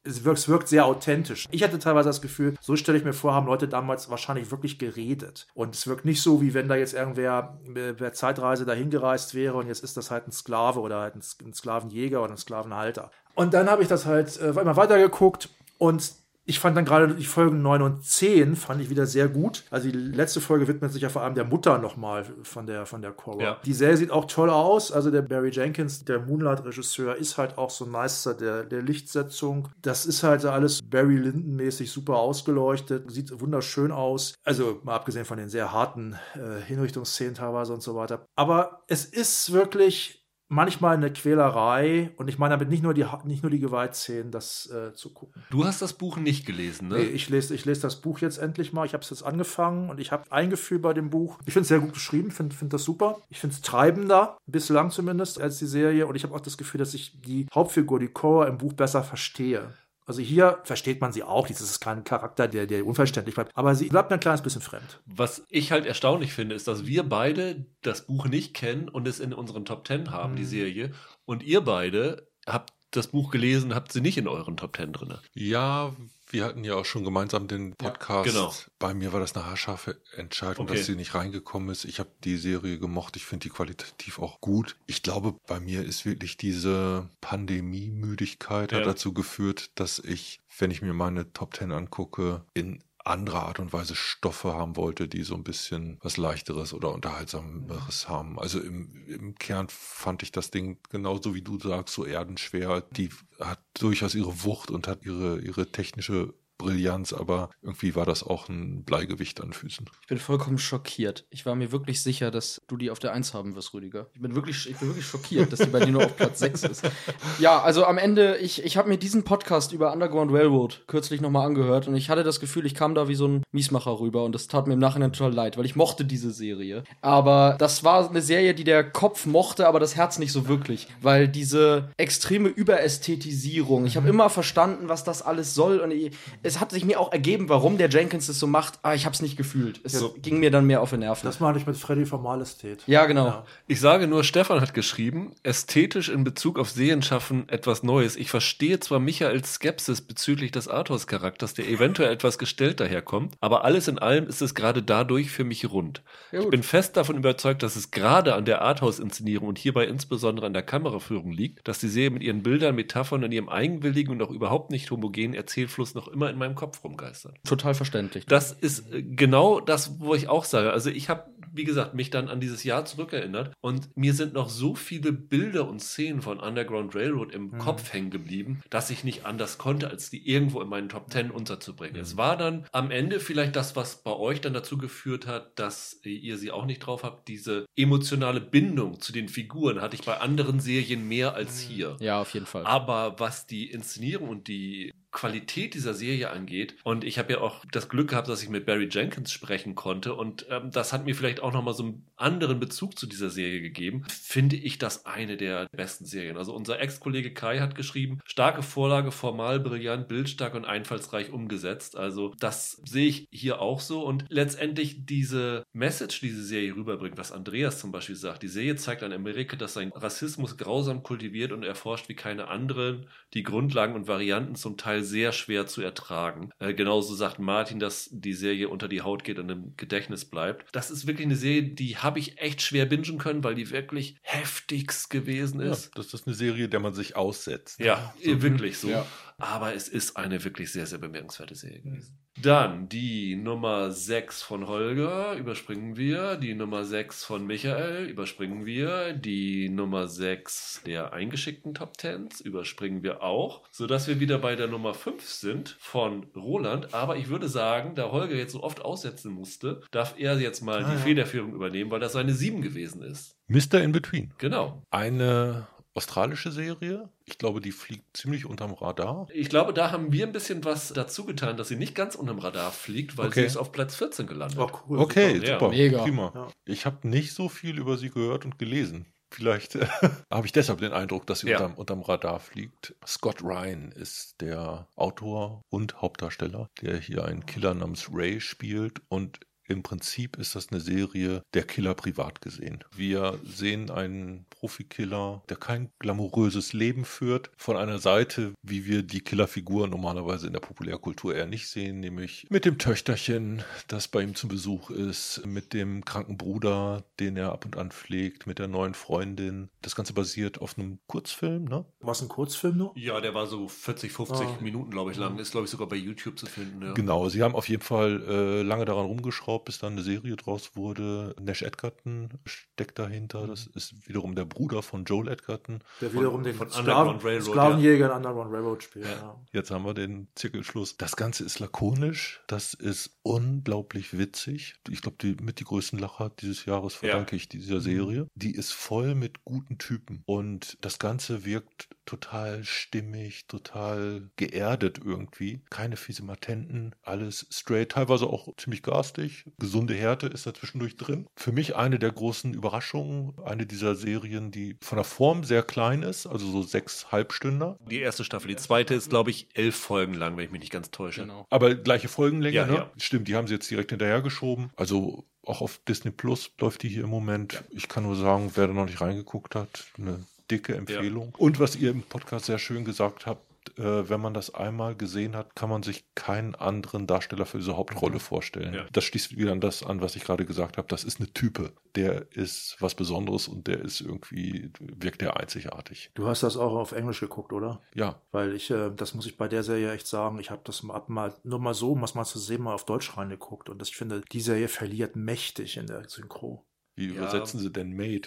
es wirkt sehr authentisch. Ich hatte teilweise das Gefühl, so stelle ich mir vor, haben Leute damals wahrscheinlich wirklich geredet. Und es wirkt nicht so, wie wenn da jetzt irgendwer per Zeitreise dahin gereist wäre und jetzt ist das halt ein Sklave oder halt ein Sklavenjäger oder ein Sklavenhalter. Und dann habe ich das halt immer weitergeguckt und ich fand dann gerade die Folgen 9 und 10 fand ich wieder sehr gut. Also die letzte Folge widmet sich ja vor allem der Mutter nochmal von der Cora. Ja. Die Serie sieht auch toll aus. Also der Barry Jenkins, der Moonlight-Regisseur, ist halt auch so ein Meister der Lichtsetzung. Das ist halt alles Barry Lyndon-mäßig super ausgeleuchtet. Sieht wunderschön aus. Also mal abgesehen von den sehr harten Hinrichtungsszenen teilweise und so weiter. Aber es ist wirklich manchmal eine Quälerei und ich meine damit nicht nur die Gewaltszenen, das zu gucken. Du hast das Buch nicht gelesen, ne? Nee, ich lese das Buch jetzt endlich mal. Ich habe es jetzt angefangen und ich habe ein Gefühl bei dem Buch. Ich finde es sehr gut geschrieben, finde das super. Ich finde es treibender, bislang zumindest, als die Serie. Und ich habe auch das Gefühl, dass ich die Hauptfigur, die Cora, im Buch besser verstehe. Also hier versteht man sie auch. Das ist kein Charakter, der unverständlich bleibt. Aber sie bleibt ein kleines bisschen fremd. Was ich halt erstaunlich finde, ist, dass wir beide das Buch nicht kennen und es in unseren Top 10 haben, die Serie. Und ihr beide habt das Buch gelesen, habt sie nicht in euren Top 10 drin. Ja, wir hatten ja auch schon gemeinsam den Podcast. Ja, genau. Bei mir war das eine haarscharfe Entscheidung, dass sie nicht reingekommen ist. Ich habe die Serie gemocht. Ich finde die qualitativ auch gut. Ich glaube, bei mir ist wirklich diese Pandemiemüdigkeit hat dazu geführt, dass ich, wenn ich mir meine Top 10 angucke, in andere Art und Weise Stoffe haben wollte, die so ein bisschen was Leichteres oder Unterhaltsameres haben. Also im Kern fand ich das Ding genauso wie du sagst, so erdenschwer. Die hat durchaus ihre Wucht und hat ihre technische Brillanz, aber irgendwie war das auch ein Bleigewicht an Füßen. Ich bin vollkommen schockiert. Ich war mir wirklich sicher, dass du die auf der 1 haben wirst, Rüdiger. Ich bin wirklich schockiert, dass die bei dir nur auf Platz 6 ist. Ja, also am Ende, ich habe mir diesen Podcast über Underground Railroad kürzlich nochmal angehört und ich hatte das Gefühl, ich kam da wie so ein Miesmacher rüber und das tat mir im Nachhinein total leid, weil ich mochte diese Serie. Aber das war eine Serie, die der Kopf mochte, aber das Herz nicht so wirklich, weil diese extreme Überästhetisierung, ich habe immer verstanden, was das alles soll und es hat sich mir auch ergeben, warum der Jenkins das so macht, aber ich habe es nicht gefühlt. Es ging mir dann mehr auf den Nerven. Das meine ich mit Freddy von Majestät. Ja, genau. Ja. Ich sage nur, Stefan hat geschrieben, ästhetisch in Bezug auf Serienschaffen etwas Neues. Ich verstehe zwar Michaels Skepsis bezüglich des Arthurs-Charakters, der eventuell etwas gestellt daherkommt, aber alles in allem ist es gerade dadurch für mich rund. Ja, ich bin fest davon überzeugt, dass es gerade an der Arthouse-Inszenierung und hierbei insbesondere an der Kameraführung liegt, dass die Serie mit ihren Bildern, Metaphern und ihrem eigenwilligen und auch überhaupt nicht homogenen Erzählfluss noch immer in meinem Kopf rumgeistert. Total verständlich. Das ist genau das, wo ich auch sage. Also ich habe, wie gesagt, mich dann an dieses Jahr zurückerinnert und mir sind noch so viele Bilder und Szenen von Underground Railroad im Kopf hängen geblieben, dass ich nicht anders konnte, als die irgendwo in meinen Top 10 unterzubringen. Es war dann am Ende vielleicht das, was bei euch dann dazu geführt hat, dass ihr sie auch nicht drauf habt, diese emotionale Bindung zu den Figuren hatte ich bei anderen Serien mehr als hier. Ja, auf jeden Fall. Aber was die Inszenierung und die Qualität dieser Serie angeht. Und ich habe ja auch das Glück gehabt, dass ich mit Barry Jenkins sprechen konnte. Und das hat mir vielleicht auch nochmal so einen anderen Bezug zu dieser Serie gegeben. Finde ich das eine der besten Serien. Also unser Ex-Kollege Kai hat geschrieben, starke Vorlage, formal, brillant, bildstark und einfallsreich umgesetzt. Also das sehe ich hier auch so. Und letztendlich diese Message, die diese Serie rüberbringt, was Andreas zum Beispiel sagt. Die Serie zeigt an Amerika, dass sein Rassismus grausam kultiviert und erforscht wie keine anderen die Grundlagen und Varianten zum Teil sehr schwer zu ertragen. Genauso sagt Martin, dass die Serie unter die Haut geht und im Gedächtnis bleibt. Das ist wirklich eine Serie, die habe ich echt schwer bingen können, weil die wirklich heftigst gewesen ist. Ja, das ist eine Serie, der man sich aussetzt. Ja, so. Wirklich so. Ja. Aber es ist eine wirklich sehr, sehr bemerkenswerte Serie gewesen. Dann die Nummer 6 von Holger überspringen wir. Die Nummer 6 von Michael überspringen wir. Die Nummer 6 der eingeschickten Top 10s überspringen wir auch. Sodass wir wieder bei der Nummer 5 sind von Roland. Aber ich würde sagen, da Holger jetzt so oft aussetzen musste, darf er jetzt mal die Federführung übernehmen, weil das seine 7 gewesen ist. Mr. In Between. Genau. Eine australische Serie. Ich glaube, die fliegt ziemlich unterm Radar. Ich glaube, da haben wir ein bisschen was dazu getan, dass sie nicht ganz unterm Radar fliegt, weil sie ist auf Platz 14 gelandet. Oh, cool. Okay, super. Ja. Mega. Prima. Ja. Ich habe nicht so viel über sie gehört und gelesen. Vielleicht habe ich deshalb den Eindruck, dass sie unterm Radar fliegt. Scott Ryan ist der Autor und Hauptdarsteller, der hier einen Killer namens Ray spielt und Im Prinzip ist das eine Serie Der Killer privat gesehen. Wir sehen einen Profikiller, der kein glamouröses Leben führt, von einer Seite, wie wir die Killerfigur normalerweise in der Populärkultur eher nicht sehen, nämlich mit dem Töchterchen, das bei ihm zu Besuch ist, mit dem kranken Bruder, den er ab und an pflegt, mit der neuen Freundin. Das Ganze basiert auf einem Kurzfilm, ne? War es ein Kurzfilm noch? Ja, der war so 40, 50 Minuten, glaube ich, lang. Ist, glaube ich, sogar bei YouTube zu finden. Ja. Genau, sie haben auf jeden Fall lange daran rumgeschraubt, bis dann eine Serie draus wurde. Nash Edgerton steckt dahinter. Das ist wiederum der Bruder von Joel Edgerton. Der wiederum den Railroad, Sklavenjäger in Underground Railroad spielt. Ja. Jetzt haben wir den Zirkelschluss. Das Ganze ist lakonisch. Das ist unglaublich witzig. Ich glaube, die größten Lacher dieses Jahres verdanke ich dieser Serie. Die ist voll mit guten Typen. Und das Ganze wirkt total stimmig, total geerdet irgendwie. Keine fiese Matenten, alles straight, teilweise auch ziemlich garstig. Gesunde Härte ist da zwischendurch drin. Für mich eine der großen Überraschungen, eine dieser Serien, die von der Form sehr klein ist, also so 6 Halbstünder. Die erste Staffel, die zweite ist, glaube ich, 11 Folgen lang, wenn ich mich nicht ganz täusche. Genau. Aber gleiche Folgenlänge, ja, ne? Ja. Stimmt, die haben sie jetzt direkt hinterhergeschoben. Also auch auf Disney Plus läuft die hier im Moment. Ja. Ich kann nur sagen, wer da noch nicht reingeguckt hat, eine dicke Empfehlung. Ja. Und was ihr im Podcast sehr schön gesagt habt, wenn man das einmal gesehen hat, kann man sich keinen anderen Darsteller für diese Hauptrolle vorstellen. Ja. Das schließt wieder an das an, was ich gerade gesagt habe. Das ist eine Type. Der ist was Besonderes und der ist irgendwie, wirkt der einzigartig. Du hast das auch auf Englisch geguckt, oder? Ja. Weil das muss ich bei der Serie echt sagen, ich habe das nur mal so, um es mal zu sehen, mal auf Deutsch reingeguckt und ich finde, die Serie verliert mächtig in der Synchro. Wie übersetzen sie denn Made?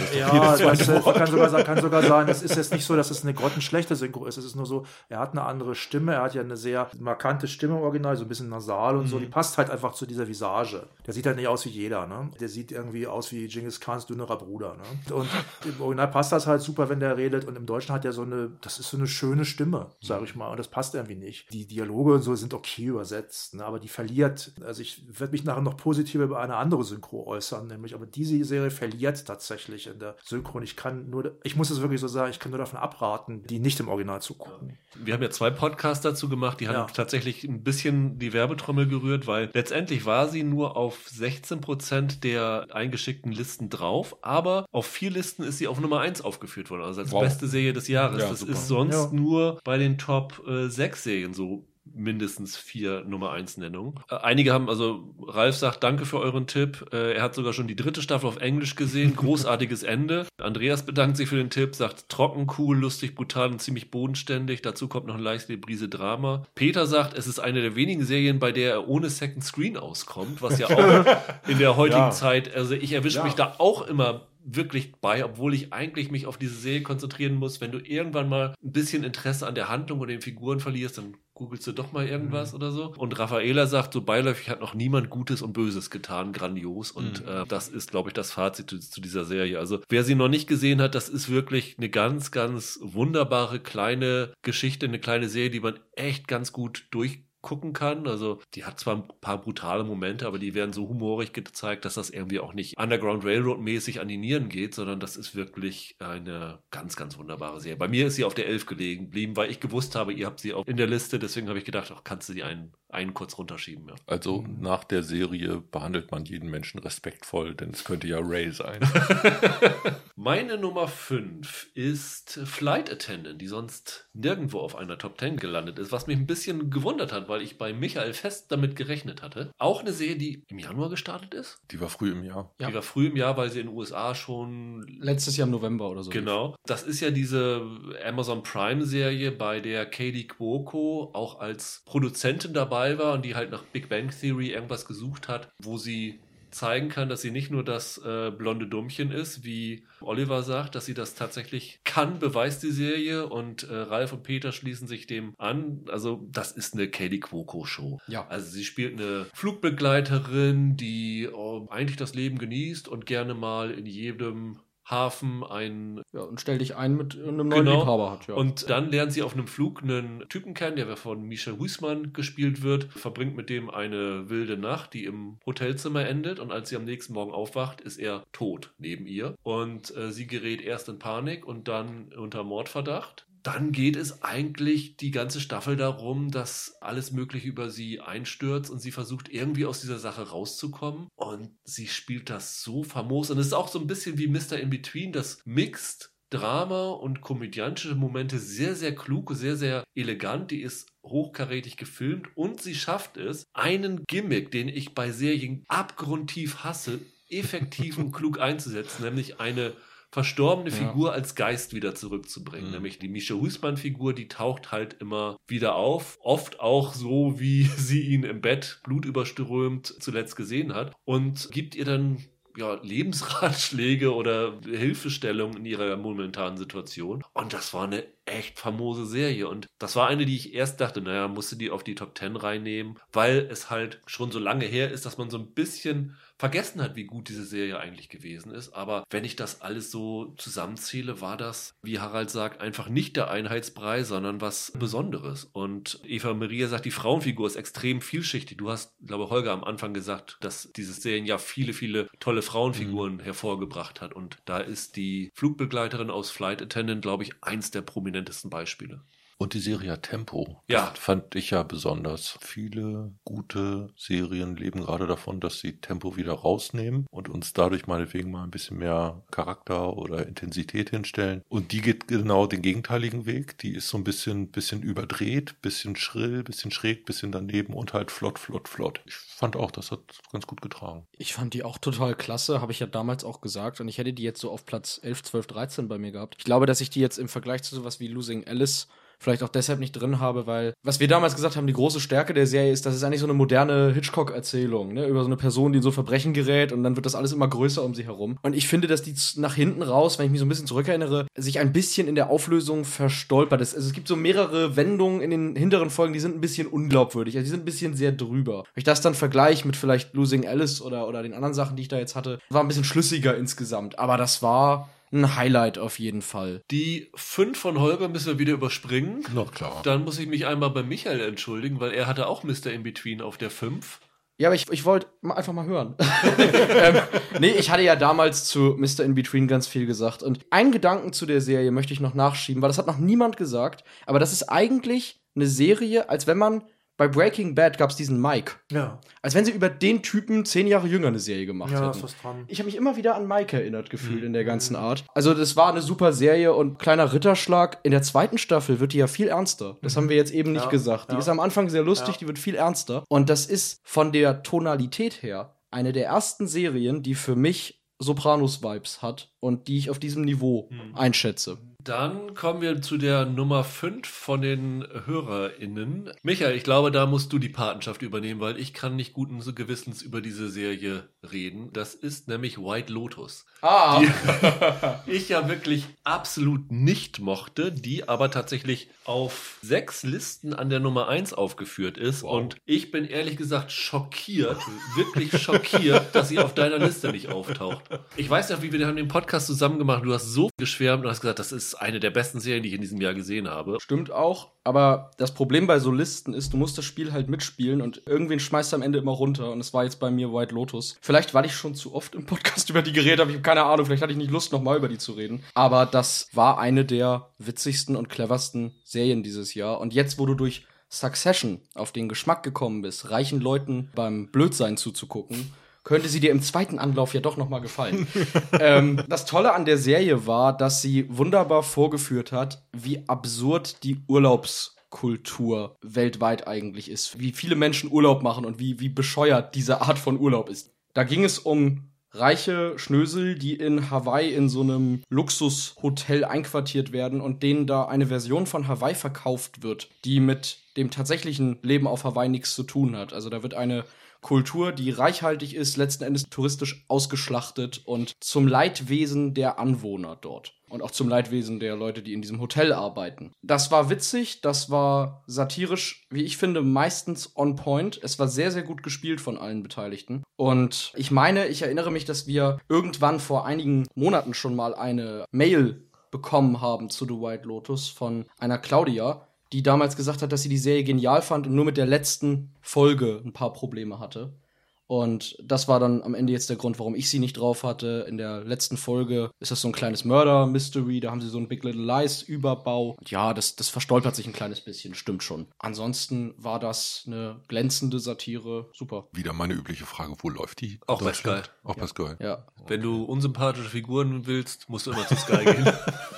Kann sogar sein, es ist jetzt nicht so, dass es eine grottenschlechte Synchro ist. Es ist nur so, er hat eine andere Stimme, er hat ja eine sehr markante Stimme im Original, so ein bisschen nasal und so. Die passt halt einfach zu dieser Visage. Der sieht halt nicht aus wie jeder, ne? Der sieht irgendwie aus wie Genghis Khans dünnerer Bruder, ne? Und im Original passt das halt super, wenn der redet und im Deutschen hat er das ist so eine schöne Stimme, sag ich mal, und das passt irgendwie nicht. Die Dialoge und so sind okay übersetzt, ne? Aber die verliert, also ich werde mich nachher noch positiver über eine andere Synchro äußern, nämlich, aber diese Serie verliert tatsächlich in der Synchron. Ich muss es wirklich so sagen, ich kann nur davon abraten, die nicht im Original zu gucken. Wir haben ja 2 Podcasts dazu gemacht, die haben tatsächlich ein bisschen die Werbetrommel gerührt, weil letztendlich war sie nur auf 16% der eingeschickten Listen drauf, aber auf 4 Listen ist sie auf Nummer 1 aufgeführt worden, also als beste Serie des Jahres. Ja, das super. Ist sonst nur bei den Top 6 Serien so. Mindestens 4 Nummer 1 Nennungen. Einige haben, also Ralf sagt, danke für euren Tipp. Er hat sogar schon die 3. Staffel auf Englisch gesehen. Großartiges Ende. Andreas bedankt sich für den Tipp, sagt trocken, cool, lustig, brutal und ziemlich bodenständig. Dazu kommt noch eine leichte Brise Drama. Peter sagt, es ist eine der wenigen Serien, bei der er ohne Second Screen auskommt, was ja auch in der heutigen Zeit, also ich erwische mich da auch immer wirklich bei, obwohl ich eigentlich mich auf diese Serie konzentrieren muss. Wenn du irgendwann mal ein bisschen Interesse an der Handlung oder den Figuren verlierst, dann googelst du doch mal irgendwas oder so. Und Raffaela sagt, so beiläufig hat noch niemand Gutes und Böses getan, grandios. Und das ist, glaube ich, das Fazit zu dieser Serie. Also wer sie noch nicht gesehen hat, das ist wirklich eine ganz, ganz wunderbare kleine Geschichte, eine kleine Serie, die man echt ganz gut durchgucken kann. Also die hat zwar ein paar brutale Momente, aber die werden so humorig gezeigt, dass das irgendwie auch nicht Underground Railroad mäßig an die Nieren geht, sondern das ist wirklich eine ganz, ganz wunderbare Serie. Bei mir ist sie auf der 11 geblieben, weil ich gewusst habe, ihr habt sie auch in der Liste, deswegen habe ich gedacht, ach, kannst du die einen kurz runterschieben. Ja. Also nach der Serie behandelt man jeden Menschen respektvoll, denn es könnte ja Ray sein. Meine Nummer 5 ist Flight Attendant, die sonst nirgendwo auf einer Top 10 gelandet ist, was mich ein bisschen gewundert hat, weil ich bei Michael fest damit gerechnet hatte. Auch eine Serie, die im Januar gestartet ist. Die war früh im Jahr. Die war früh im Jahr, weil sie in den USA schon... Letztes Jahr im November oder so. Genau. Das ist ja diese Amazon Prime-Serie, bei der Katie Cuoco auch als Produzentin dabei war und die halt nach Big Bang Theory irgendwas gesucht hat, wo sie zeigen kann, dass sie nicht nur das blonde Dummchen ist, wie Oliver sagt, dass sie das tatsächlich kann, beweist die Serie und Ralf und Peter schließen sich dem an. Also das ist eine Katie Cuoco-Show. Ja. Also sie spielt eine Flugbegleiterin, die eigentlich das Leben genießt und gerne mal in jedem Hafen und stell dich ein mit einem neuen Liebhaber hat. Ja. Und dann lernt sie auf einem Flug einen Typen kennen, der von Michel Huisman gespielt wird, verbringt mit dem eine wilde Nacht, die im Hotelzimmer endet und als sie am nächsten Morgen aufwacht, ist er tot neben ihr und sie gerät erst in Panik und dann unter Mordverdacht. dann geht es eigentlich die ganze Staffel darum, dass alles Mögliche über sie einstürzt und sie versucht irgendwie aus dieser Sache rauszukommen. Und sie spielt das so famos. Und es ist auch so ein bisschen wie Mr. In-Between, das mixt Drama und komödiantische Momente sehr, sehr klug, sehr, sehr elegant. Die ist hochkarätig gefilmt und sie schafft es, einen Gimmick, den ich bei Serien abgrundtief hasse, effektiv und klug einzusetzen, nämlich eine verstorbene Figur als Geist wieder zurückzubringen. Nämlich die Mischa Huisman-Figur, die taucht halt immer wieder auf. Oft auch so, wie sie ihn im Bett blutüberströmt zuletzt gesehen hat. Und gibt ihr dann Lebensratschläge oder Hilfestellung in ihrer momentanen Situation. Und das war eine echt famose Serie. Und das war eine, die ich erst dachte, musste die auf die Top 10 reinnehmen, weil es halt schon so lange her ist, dass man so ein bisschen vergessen hat, wie gut diese Serie eigentlich gewesen ist. Aber wenn ich das alles so zusammenzähle, war das, wie Harald sagt, einfach nicht der Einheitsbrei, sondern was Besonderes. Und Eva Maria sagt, die Frauenfigur ist extrem vielschichtig. Du hast, glaube Holger, am Anfang gesagt, dass diese Serien ja viele, viele tolle Frauenfiguren hervorgebracht hat. Und da ist die Flugbegleiterin aus Flight Attendant, glaube ich, eins der prominentesten Beispiele. Und die Serie hat Tempo. Ja. Das fand ich ja besonders. Viele gute Serien leben gerade davon, dass sie Tempo wieder rausnehmen und uns dadurch meinetwegen mal ein bisschen mehr Charakter oder Intensität hinstellen. Und die geht genau den gegenteiligen Weg. Die ist so ein bisschen überdreht, bisschen schrill, bisschen schräg, bisschen daneben und halt flott. Ich fand auch, das hat ganz gut getragen. Ich fand die auch total klasse, habe ich ja damals auch gesagt. Und ich hätte die jetzt so auf Platz 11, 12, 13 bei mir gehabt. Ich glaube, dass ich die jetzt im Vergleich zu sowas wie Losing Alice vielleicht auch deshalb nicht drin habe, weil, was wir damals gesagt haben, die große Stärke der Serie ist, dass es eigentlich so eine moderne Hitchcock-Erzählung, ne, über so eine Person, die in so Verbrechen gerät und dann wird das alles immer größer um sie herum. Und ich finde, dass die nach hinten raus, wenn ich mich so ein bisschen zurückerinnere, sich ein bisschen in der Auflösung verstolpert. Also es gibt so mehrere Wendungen in den hinteren Folgen, die sind ein bisschen unglaubwürdig, also die sind ein bisschen sehr drüber. Wenn ich das dann vergleiche mit vielleicht Losing Alice oder den anderen Sachen, die ich da jetzt hatte, war ein bisschen schlüssiger insgesamt, aber das war ein Highlight auf jeden Fall. Die 5 von Holger müssen wir wieder überspringen. Na klar. Dann muss ich mich einmal bei Michael entschuldigen, weil er hatte auch Mr. In-Between auf der 5. Ja, aber ich wollte einfach mal hören. Nee, ich hatte ja damals zu Mr. In-Between ganz viel gesagt. Und einen Gedanken zu der Serie möchte ich noch nachschieben, weil das hat noch niemand gesagt. Aber das ist eigentlich eine Serie, als wenn man bei Breaking Bad gab es diesen Mike. Ja. Als wenn sie über den Typen 10 Jahre jünger eine Serie gemacht hätten. Ja, ist was dran. Ich habe mich immer wieder an Mike erinnert gefühlt in der ganzen Art. Also das war eine super Serie und kleiner Ritterschlag. In der zweiten Staffel wird die ja viel ernster. Das haben wir jetzt eben nicht gesagt. Die ist am Anfang sehr lustig, die wird viel ernster. Und das ist von der Tonalität her eine der ersten Serien, die für mich Sopranos-Vibes hat und die ich auf diesem Niveau einschätze. Dann kommen wir zu der Nummer 5 von den HörerInnen. Michael, ich glaube, da musst du die Patenschaft übernehmen, weil ich kann nicht guten Gewissens über diese Serie reden. Das ist nämlich White Lotus. Die ich ja wirklich absolut nicht mochte, die aber tatsächlich auf 6 Listen an der Nummer 1 aufgeführt ist. Wow. Und ich bin ehrlich gesagt schockiert, wirklich schockiert, dass sie auf deiner Liste nicht auftaucht. Ich weiß ja, wie wir haben den Podcast zusammen gemacht. Du hast so geschwärmt und hast gesagt, das ist eine der besten Serien, die ich in diesem Jahr gesehen habe. Stimmt auch, aber das Problem bei so Listen ist, du musst das Spiel halt mitspielen und irgendwen schmeißt du am Ende immer runter und es war jetzt bei mir White Lotus. Vielleicht, weil ich schon zu oft im Podcast über die geredet habe, ich habe keine Ahnung, vielleicht hatte ich nicht Lust, nochmal über die zu reden. Aber das war eine der witzigsten und cleversten Serien dieses Jahr. Und jetzt, wo du durch Succession auf den Geschmack gekommen bist, reichen Leuten beim Blödsein zuzugucken, könnte sie dir im zweiten Anlauf ja doch nochmal gefallen. Das Tolle an der Serie war, dass sie wunderbar vorgeführt hat, wie absurd die Urlaubskultur weltweit eigentlich ist. Wie viele Menschen Urlaub machen und wie bescheuert diese Art von Urlaub ist. Da ging es um reiche Schnösel, die in Hawaii in so einem Luxushotel einquartiert werden und denen da eine Version von Hawaii verkauft wird, die mit dem tatsächlichen Leben auf Hawaii nichts zu tun hat. Also da wird eine Kultur, die reichhaltig ist, letzten Endes touristisch ausgeschlachtet und zum Leidwesen der Anwohner dort. Und auch zum Leidwesen der Leute, die in diesem Hotel arbeiten. Das war witzig, das war satirisch, wie ich finde, meistens on point. Es war sehr, sehr gut gespielt von allen Beteiligten. Und ich erinnere mich, dass wir irgendwann vor einigen Monaten schon mal eine Mail bekommen haben zu The White Lotus von einer Claudia, die damals gesagt hat, dass sie die Serie genial fand und nur mit der letzten Folge ein paar Probleme hatte. Und das war dann am Ende jetzt der Grund, warum ich sie nicht drauf hatte. In der letzten Folge ist das so ein kleines Murder-Mystery, da haben sie so einen Big Little Lies-Überbau. Und ja, das verstolpert sich ein kleines bisschen, stimmt schon. Ansonsten war das eine glänzende Satire, super. Wieder meine übliche Frage, wo läuft die? Auch bei Sky. Auch bei Sky. Ja. Wenn du unsympathische Figuren willst, musst du immer zu Sky gehen.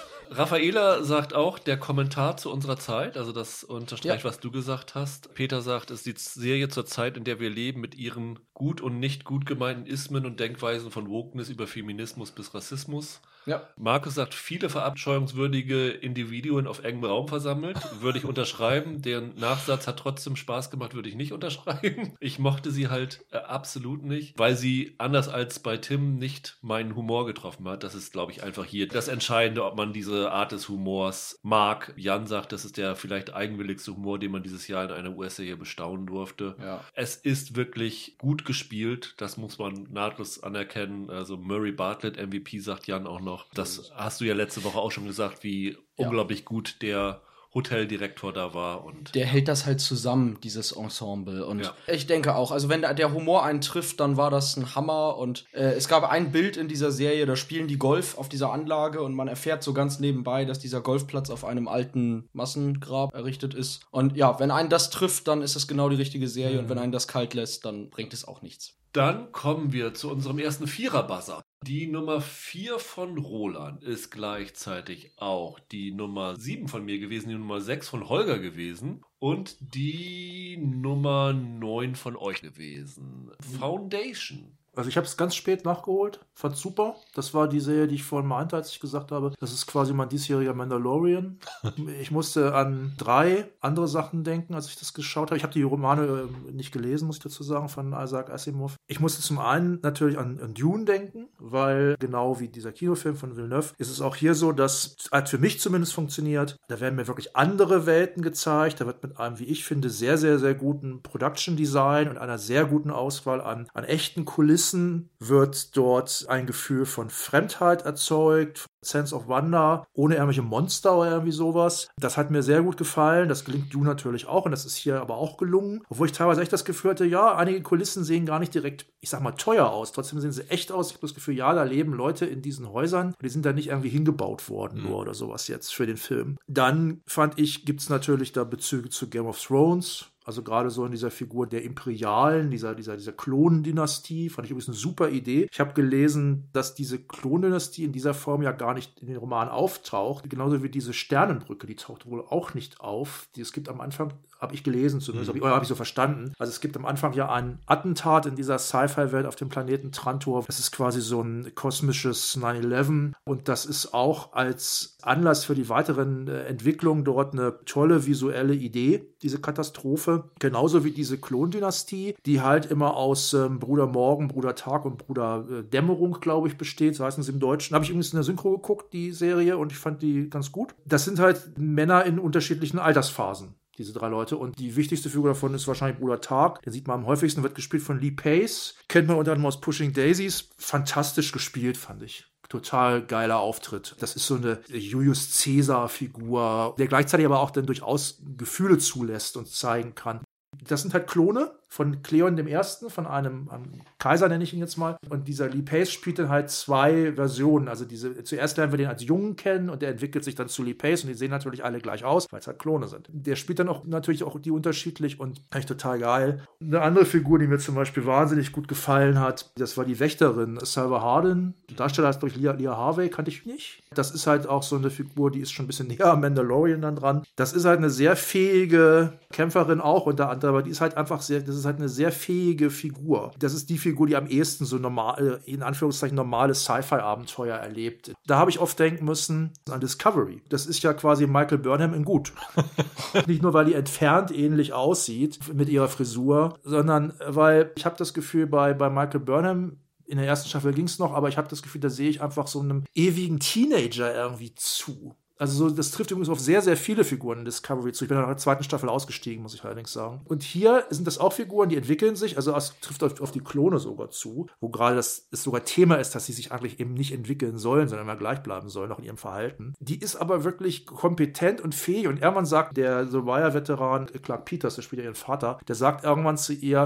Raffaela sagt auch, der Kommentar zu unserer Zeit, also das unterstreicht, was du gesagt hast. Peter sagt, es ist die Serie zur Zeit, in der wir leben, mit ihren gut und nicht gut gemeinten Ismen und Denkweisen von Wokeness über Feminismus bis Rassismus. Ja. Markus sagt, viele verabscheuungswürdige Individuen auf engem Raum versammelt. Würde ich unterschreiben. Deren Nachsatz hat trotzdem Spaß gemacht, würde ich nicht unterschreiben. Ich mochte sie halt absolut nicht, weil sie anders als bei Tim nicht meinen Humor getroffen hat. Das ist, glaube ich, einfach hier das Entscheidende, ob man diese Art des Humors mag. Jan sagt, das ist der vielleicht eigenwilligste Humor, den man dieses Jahr in einer US-Serie bestaunen durfte. Ja. Es ist wirklich gut gespielt. Das muss man nahtlos anerkennen. Also Murray Bartlett, MVP, sagt Jan auch noch. Das hast du ja letzte Woche auch schon gesagt, wie unglaublich gut der Hoteldirektor da war. Und der hält das halt zusammen, dieses Ensemble. Und ich denke auch, also wenn der Humor einen trifft, dann war das ein Hammer. Und es gab ein Bild in dieser Serie, da spielen die Golf auf dieser Anlage und man erfährt so ganz nebenbei, dass dieser Golfplatz auf einem alten Massengrab errichtet ist. Und ja, wenn einen das trifft, dann ist es genau die richtige Serie. Und wenn einen das kalt lässt, dann bringt es auch nichts. Dann kommen wir zu unserem ersten Vierer-Buzzer. Die Nummer 4 von Roland ist gleichzeitig auch die Nummer 7 von mir gewesen, die Nummer 6 von Holger gewesen und die Nummer 9 von euch gewesen. Foundation. Also ich habe es ganz spät nachgeholt, fand super. Das war die Serie, die ich vorhin meinte, als ich gesagt habe, das ist quasi mein diesjähriger Mandalorian. Ich musste an 3 andere Sachen denken, als ich das geschaut habe. Ich habe die Romane nicht gelesen, muss ich dazu sagen, von Isaac Asimov. Ich musste zum einen natürlich an Dune denken, weil genau wie dieser Kinofilm von Villeneuve ist es auch hier so, dass, als für mich zumindest funktioniert, da werden mir wirklich andere Welten gezeigt. Da wird mit einem, wie ich finde, sehr, sehr, sehr guten Production Design und einer sehr guten Auswahl an echten Kulissen wird dort ein Gefühl von Fremdheit erzeugt, Sense of Wonder, ohne irgendwelche Monster oder irgendwie sowas. Das hat mir sehr gut gefallen. Das gelingt Dune natürlich auch und das ist hier aber auch gelungen. Obwohl ich teilweise echt das Gefühl hatte, ja, einige Kulissen sehen gar nicht direkt, ich sag mal, teuer aus. Trotzdem sehen sie echt aus. Ich habe das Gefühl, ja, da leben Leute in diesen Häusern. Die sind da nicht irgendwie hingebaut worden nur oder sowas jetzt für den Film. Dann fand ich, gibt es natürlich da Bezüge zu Game of Thrones. Also gerade so in dieser Figur der Imperialen, dieser Klondynastie, fand ich übrigens eine super Idee. Ich habe gelesen, dass diese Klondynastie in dieser Form ja gar nicht in den Roman auftaucht. Genauso wie diese Sternenbrücke, die taucht wohl auch nicht auf. Es gibt am Anfang, habe ich gelesen zumindest, habe ich so verstanden. Also es gibt am Anfang ja ein Attentat in dieser Sci-Fi-Welt auf dem Planeten Trantor. Das ist quasi so ein kosmisches 9/11 und das ist auch als Anlass für die weiteren Entwicklungen dort eine tolle visuelle Idee, diese Katastrophe. Genauso wie diese Klondynastie, die halt immer aus Bruder Morgen, Bruder Tag und Bruder Dämmerung, glaube ich, besteht. So heißen sie im Deutschen. Habe ich übrigens in der Synchro geguckt, die Serie, und ich fand die ganz gut. Das sind halt Männer in unterschiedlichen Altersphasen, diese 3 Leute. Und die wichtigste Figur davon ist wahrscheinlich Bruder Tag. Den sieht man am häufigsten, wird gespielt von Lee Pace. Kennt man unter anderem aus Pushing Daisies. Fantastisch gespielt, fand ich. Total geiler Auftritt. Das ist so eine Julius Caesar-Figur, der gleichzeitig aber auch dann durchaus Gefühle zulässt und zeigen kann. Das sind halt Klone von Cleon I., von einem Kaiser, nenne ich ihn jetzt mal. Und dieser Lee Pace spielt dann halt 2 Versionen. Also zuerst lernen wir den als Jungen kennen und der entwickelt sich dann zu Lee Pace und die sehen natürlich alle gleich aus, weil es halt Klone sind. Der spielt dann auch natürlich auch die unterschiedlich und eigentlich total geil. Eine andere Figur, die mir zum Beispiel wahnsinnig gut gefallen hat, das war die Wächterin, Salva Hardin. Die Darsteller heißt, glaube ich, Leah Harvey, kannte ich nicht. Das ist halt auch so eine Figur, die ist schon ein bisschen näher am Mandalorian dann dran. Das ist halt eine sehr fähige Kämpferin auch unter anderem, aber die ist halt einfach das ist halt eine sehr fähige Figur. Das ist die Figur, die am ehesten so normal, in Anführungszeichen normale Sci-Fi-Abenteuer erlebt. Da habe ich oft denken müssen an Discovery. Das ist ja quasi Michael Burnham in gut. Nicht nur, weil die entfernt ähnlich aussieht mit ihrer Frisur, sondern weil ich habe das Gefühl, bei Michael Burnham, in der ersten Staffel ging es noch, aber ich habe das Gefühl, da sehe ich einfach so einem ewigen Teenager irgendwie zu. Also das trifft übrigens auf sehr, sehr viele Figuren in Discovery zu. Ich bin nach der 2. Staffel ausgestiegen, muss ich allerdings sagen. Und hier sind das auch Figuren, die entwickeln sich, also es trifft auf die Klone sogar zu, wo gerade es sogar Thema ist, dass sie sich eigentlich eben nicht entwickeln sollen, sondern immer gleich bleiben sollen, auch in ihrem Verhalten. Die ist aber wirklich kompetent und fähig. Und irgendwann sagt der The Wire-Veteran Clark Peters, der spielt ja ihren Vater, der sagt irgendwann zu ihr,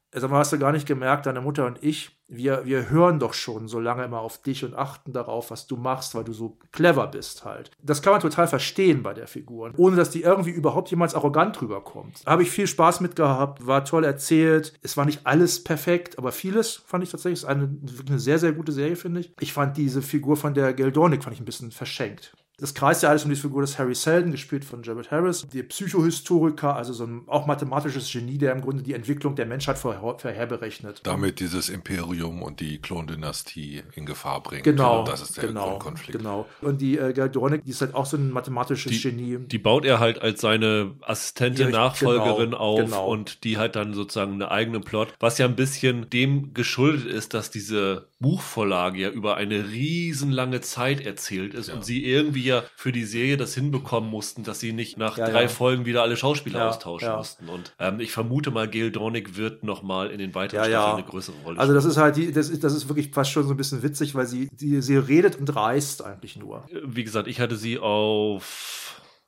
Also hast du gar nicht gemerkt, deine Mutter und ich, wir hören doch schon so lange immer auf dich und achten darauf, was du machst, weil du so clever bist halt. Das kann man total verstehen bei der Figur, ohne dass die irgendwie überhaupt jemals arrogant rüberkommt. Da habe ich viel Spaß mit gehabt, war toll erzählt. Es war nicht alles perfekt, aber vieles fand ich tatsächlich eine sehr, sehr gute Serie, finde ich. Ich fand diese Figur von der Gail Dornick ein bisschen verschenkt. Das kreist ja alles um die Figur des Harry Seldon, gespielt von Jared Harris. Der Psychohistoriker, also so ein auch mathematisches Genie, der im Grunde die Entwicklung der Menschheit vorherberechnet. Damit dieses Imperium und die Klondynastie in Gefahr bringt. Genau. Und das ist der Grundkonflikt. Genau. Und die Gail Dornick, die ist halt auch so ein mathematisches Genie. Die baut er halt als seine Assistentin, Nachfolgerin auf und die hat dann sozusagen einen eigenen Plot, was ja ein bisschen dem geschuldet ist, dass diese Buchvorlage ja über eine riesenlange Zeit erzählt ist und sie irgendwie ja für die Serie das hinbekommen mussten, dass sie nicht nach 3 Folgen wieder alle Schauspieler austauschen mussten. Und ich vermute mal, Gail Dornick wird nochmal in den weiteren Staffeln eine größere Rolle spielen. Also das ist halt, das ist wirklich fast schon so ein bisschen witzig, weil sie redet und reißt eigentlich nur. Wie gesagt, ich hatte sie auf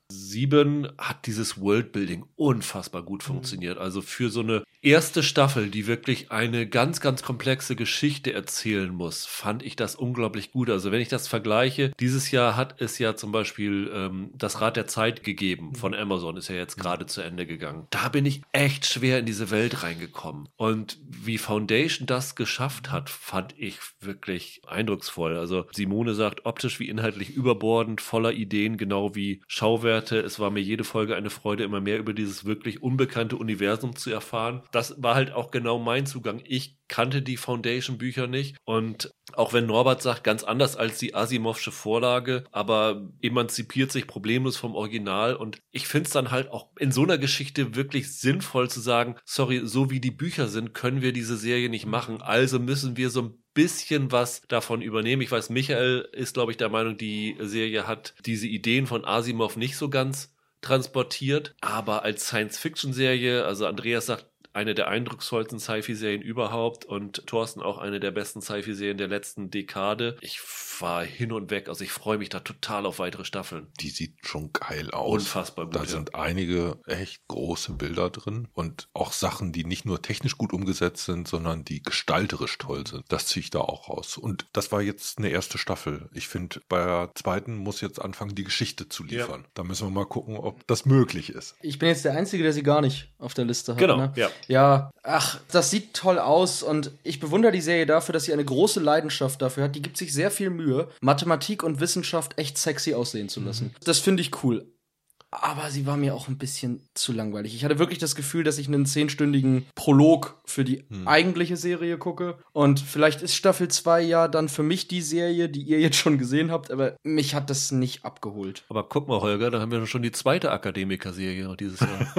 7, hat dieses Worldbuilding unfassbar gut funktioniert. Also für so eine erste Staffel, die wirklich eine ganz, ganz komplexe Geschichte erzählen muss, fand ich das unglaublich gut. Also wenn ich das vergleiche, dieses Jahr hat es ja zum Beispiel das Rad der Zeit gegeben von Amazon, ist ja jetzt gerade zu Ende gegangen. Da bin ich echt schwer in diese Welt reingekommen. Und wie Foundation das geschafft hat, fand ich wirklich eindrucksvoll. Also Simone sagt, optisch wie inhaltlich überbordend, voller Ideen, genau wie Schauwerte. Es war mir jede Folge eine Freude, immer mehr über dieses wirklich unbekannte Universum zu erfahren. Das war halt auch genau mein Zugang. Ich kannte die Foundation-Bücher nicht und auch wenn Norbert sagt, ganz anders als die Asimovsche Vorlage, aber emanzipiert sich problemlos vom Original und ich finde es dann halt auch in so einer Geschichte wirklich sinnvoll zu sagen, sorry, so wie die Bücher sind, können wir diese Serie nicht machen, also müssen wir so ein bisschen was davon übernehmen. Ich weiß, Michael ist, glaube ich, der Meinung, die Serie hat diese Ideen von Asimov nicht so ganz transportiert, aber als Science-Fiction-Serie, also Andreas sagt, eine der eindrucksvollsten Sci-Fi-Serien überhaupt und Thorsten auch eine der besten Sci-Fi-Serien der letzten Dekade. Ich war hin und weg, also ich freue mich da total auf weitere Staffeln. Die sieht schon geil aus. Unfassbar gut. Da sind einige echt große Bilder drin und auch Sachen, die nicht nur technisch gut umgesetzt sind, sondern die gestalterisch toll sind. Das ziehe ich da auch raus. Und das war jetzt eine erste Staffel. Ich finde, bei der zweiten muss jetzt anfangen, die Geschichte zu liefern. Ja. Da müssen wir mal gucken, ob das möglich ist. Ich bin jetzt der Einzige, der sie gar nicht auf der Liste hat. Genau, ne? ja. Ja, das sieht toll aus und ich bewundere die Serie dafür, dass sie eine große Leidenschaft dafür hat. Die gibt sich sehr viel Mühe, Mathematik und Wissenschaft echt sexy aussehen zu lassen. Das finde ich cool. Aber sie war mir auch ein bisschen zu langweilig. Ich hatte wirklich das Gefühl, dass ich einen 10-stündigen Prolog für die eigentliche Serie gucke. Und vielleicht ist Staffel 2 ja dann für mich die Serie, die ihr jetzt schon gesehen habt, aber mich hat das nicht abgeholt. Aber guck mal, Holger, da haben wir schon die zweite Akademiker-Serie noch dieses Jahr.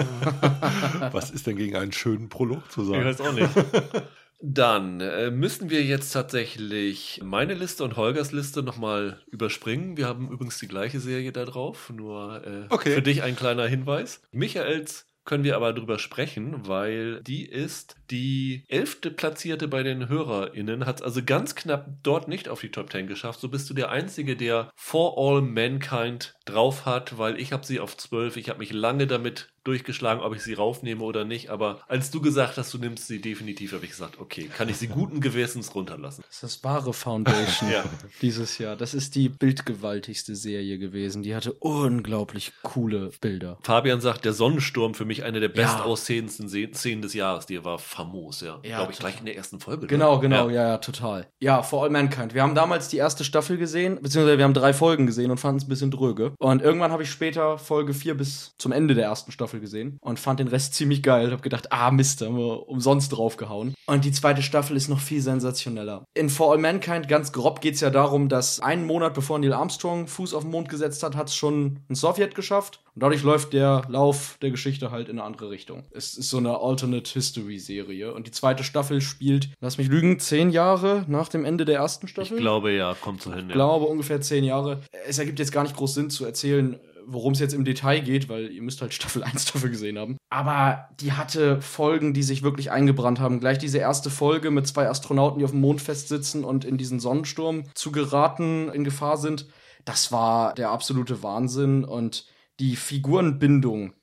Was ist denn gegen einen schönen Prolog zu sagen? Ich weiß auch nicht. Dann müssen wir jetzt tatsächlich meine Liste und Holgers Liste nochmal überspringen. Wir haben übrigens die gleiche Serie da drauf, nur für dich ein kleiner Hinweis. Michaels können wir aber drüber sprechen, weil die ist die 11. Platzierte bei den HörerInnen, hat es also ganz knapp dort nicht auf die Top 10 geschafft. So bist du der Einzige, der For All Mankind drauf hat, weil ich habe sie auf 12. Ich habe mich lange damit durchgeschlagen, ob ich sie raufnehme oder nicht, aber als du gesagt hast, du nimmst sie definitiv, habe ich gesagt, okay, kann ich sie guten Gewissens runterlassen. Das ist das wahre Foundation dieses Jahr. Das ist die bildgewaltigste Serie gewesen. Die hatte unglaublich coole Bilder. Fabian sagt, der Sonnensturm für mich eine der bestaussehendsten Szenen des Jahres. Die war famos, glaube ich, gleich in der ersten Folge. Genau, ja, total. Ja, For All Mankind. Wir haben damals die erste Staffel gesehen, beziehungsweise wir haben 3 Folgen gesehen und fanden es ein bisschen dröge. Und irgendwann habe ich später Folge 4 bis zum Ende der ersten Staffel gesehen und fand den Rest ziemlich geil. Hab gedacht, Mist, haben wir umsonst draufgehauen. Und die zweite Staffel ist noch viel sensationeller. In For All Mankind, ganz grob, geht's ja darum, dass einen Monat bevor Neil Armstrong Fuß auf den Mond gesetzt hat, hat's schon ein Sowjet geschafft. Und dadurch läuft der Lauf der Geschichte halt in eine andere Richtung. Es ist so eine Alternate-History-Serie. Und die zweite Staffel spielt, lass mich lügen, 10 Jahre nach dem Ende der ersten Staffel? Ich glaube, ja, kommt so hin. Ich glaube, ungefähr 10 Jahre. Es ergibt jetzt gar nicht groß Sinn zu erzählen, worum es jetzt im Detail geht, weil ihr müsst halt Staffel 1 dafür gesehen haben. Aber die hatte Folgen, die sich wirklich eingebrannt haben. Gleich diese erste Folge mit 2 Astronauten, die auf dem Mond festsitzen und in diesen Sonnensturm zu geraten, in Gefahr sind. Das war der absolute Wahnsinn und die Figurenbindung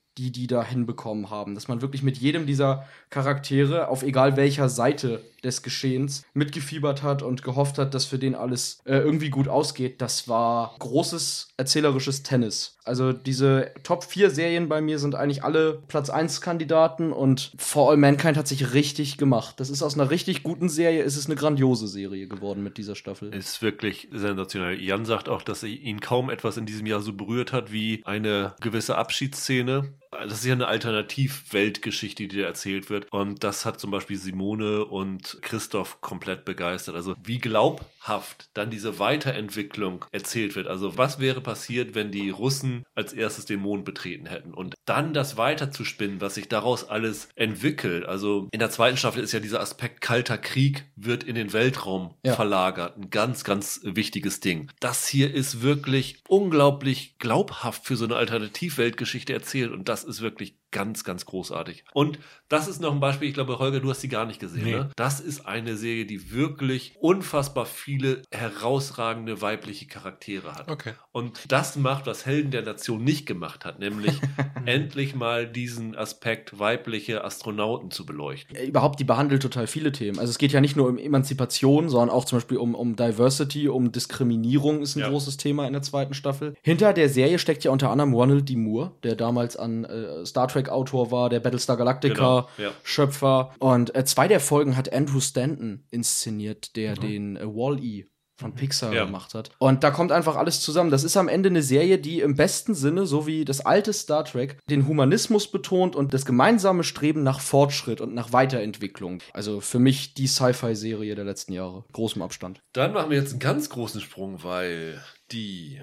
die da hinbekommen haben. Dass man wirklich mit jedem dieser Charaktere, auf egal welcher Seite des Geschehens, mitgefiebert hat und gehofft hat, dass für den alles irgendwie gut ausgeht. Das war großes erzählerisches Tennis. Also diese Top 4 Serien bei mir sind eigentlich alle Platz 1 Kandidaten und For All Mankind hat sich richtig gemacht. Das ist aus einer richtig guten Serie, ist es eine grandiose Serie geworden mit dieser Staffel. Ist wirklich sensationell. Jan sagt auch, dass ihn kaum etwas in diesem Jahr so berührt hat wie eine gewisse Abschiedsszene. Das ist ja eine Alternativ-Weltgeschichte, die da erzählt wird. Und das hat zum Beispiel Simone und Christoph komplett begeistert. Also wie glaubhaft dann diese Weiterentwicklung erzählt wird. Also was wäre passiert, wenn die Russen als erstes den Mond betreten hätten? Und dann das weiterzuspinnen, was sich daraus alles entwickelt. Also in der zweiten Staffel ist ja dieser Aspekt Kalter Krieg wird in den Weltraum verlagert. Ein ganz, ganz wichtiges Ding. Das hier ist wirklich unglaublich glaubhaft für so eine Alternativ-Weltgeschichte erzählt. Und das ist wirklich ganz, ganz großartig. Und das ist noch ein Beispiel, ich glaube, Holger, du hast die gar nicht gesehen, ne? Das ist eine Serie, die wirklich unfassbar viele herausragende weibliche Charaktere hat. Okay. Und das macht, was Helden der Nation nicht gemacht hat, nämlich endlich mal diesen Aspekt weibliche Astronauten zu beleuchten. Überhaupt, die behandelt total viele Themen. Also es geht ja nicht nur um Emanzipation, sondern auch zum Beispiel um Diversity, um Diskriminierung ist ein großes Thema in der zweiten Staffel. Hinter der Serie steckt ja unter anderem Ronald D. Moore, der damals an Star Trek Autor war, der Battlestar Galactica Schöpfer. Und 2 der Folgen hat Andrew Stanton inszeniert, der den Wall-E von Pixar gemacht hat. Und da kommt einfach alles zusammen. Das ist am Ende eine Serie, die im besten Sinne, so wie das alte Star Trek, den Humanismus betont und das gemeinsame Streben nach Fortschritt und nach Weiterentwicklung. Also für mich die Sci-Fi-Serie der letzten Jahre. Großem Abstand. Dann machen wir jetzt einen ganz großen Sprung, weil die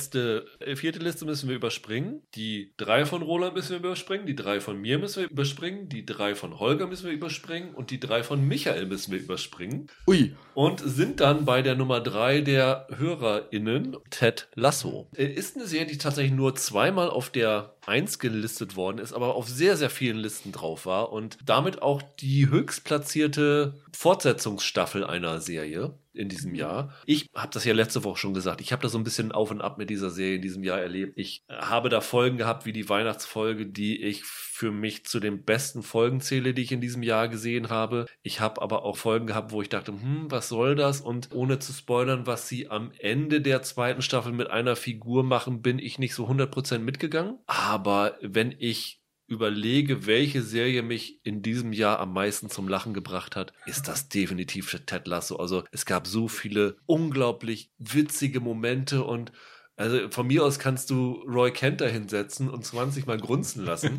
vierte Liste müssen wir überspringen. Die 3 von Roland müssen wir überspringen. Die 3 von mir müssen wir überspringen. Die 3 von Holger müssen wir überspringen. Und die 3 von Michael müssen wir überspringen. Ui. Und sind dann bei der Nummer 3 der HörerInnen, Ted Lasso. Ist eine Serie, die tatsächlich nur 2-mal auf der 1 gelistet worden ist, aber auf sehr, sehr vielen Listen drauf war und damit auch die höchstplatzierte Fortsetzungsstaffel einer Serie in diesem Jahr. Ich habe das ja letzte Woche schon gesagt. Ich habe da so ein bisschen auf und ab mit dieser Serie in diesem Jahr erlebt. Ich habe da Folgen gehabt wie die Weihnachtsfolge, die ich für mich zu den besten Folgen zähle, die ich in diesem Jahr gesehen habe. Ich habe aber auch Folgen gehabt, wo ich dachte, was soll das? Und ohne zu spoilern, was sie am Ende der zweiten Staffel mit einer Figur machen, bin ich nicht so 100% mitgegangen. Aber wenn ich überlege, welche Serie mich in diesem Jahr am meisten zum Lachen gebracht hat, ist das definitiv Ted Lasso. Also es gab so viele unglaublich witzige Momente und also von mir aus kannst du Roy Kent da hinsetzen und 20 Mal grunzen lassen.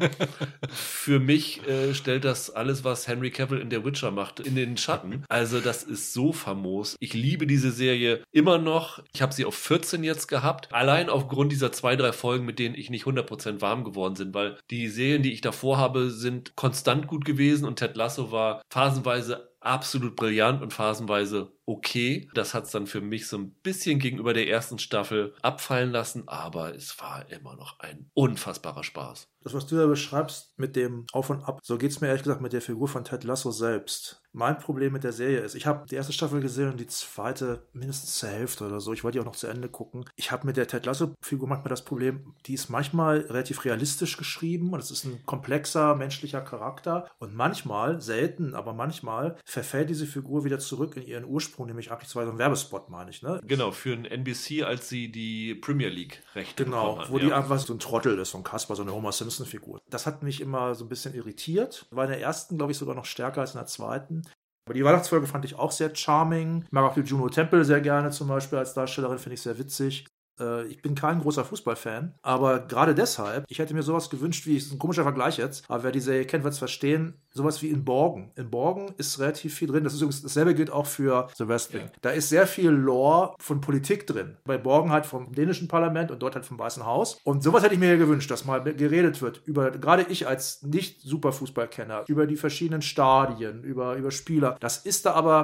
Für mich stellt das alles, was Henry Cavill in The Witcher macht, in den Schatten. Also das ist so famos. Ich liebe diese Serie immer noch. Ich habe sie auf 14 jetzt gehabt. Allein aufgrund dieser 2-3 Folgen, mit denen ich nicht 100% warm geworden bin, weil die Serien, die ich davor habe, sind konstant gut gewesen und Ted Lasso war phasenweise absolut brillant und phasenweise okay. Das hat es dann für mich so ein bisschen gegenüber der ersten Staffel abfallen lassen, aber es war immer noch ein unfassbarer Spaß. Das, was du da beschreibst mit dem Auf und Ab, so geht es mir ehrlich gesagt mit der Figur von Ted Lasso selbst. Mein Problem mit der Serie ist, ich habe die erste Staffel gesehen und die zweite mindestens zur Hälfte oder so. Ich wollte die auch noch zu Ende gucken. Ich habe mit der Ted Lasso-Figur manchmal das Problem, die ist manchmal relativ realistisch geschrieben und es ist ein komplexer menschlicher Charakter und manchmal, selten, aber manchmal verfällt diese Figur wieder zurück in ihren Ursprung, nämlich eigentlich so ein Werbespot, meine ich, ne? Genau, für ein NBC, als sie die Premier League-Rechte bekommen hat. Wo die einfach so ein Trottel ist, so ein Kasper, so eine Homer Simpson-Figur. Das hat mich immer so ein bisschen irritiert. War in der ersten, glaube ich, sogar noch stärker als in der zweiten. Aber die Weihnachtsfolge fand ich auch sehr charming. Ich mag auch die Juno Temple sehr gerne zum Beispiel als Darstellerin, finde ich sehr witzig. Ich bin kein großer Fußballfan, aber gerade deshalb, ich hätte mir sowas gewünscht, wie, ist ein komischer Vergleich jetzt, aber wer die Serie kennt, wird es verstehen, sowas wie in Borgen. In Borgen ist relativ viel drin, das ist übrigens, dasselbe gilt auch für The West Wing. Ja. Da ist sehr viel Lore von Politik drin. Bei Borgen halt vom dänischen Parlament und dort halt vom Weißen Haus. Und sowas hätte ich mir ja gewünscht, dass mal geredet wird über, gerade ich als nicht super Fußballkenner, über die verschiedenen Stadien, über Spieler. Das ist da aber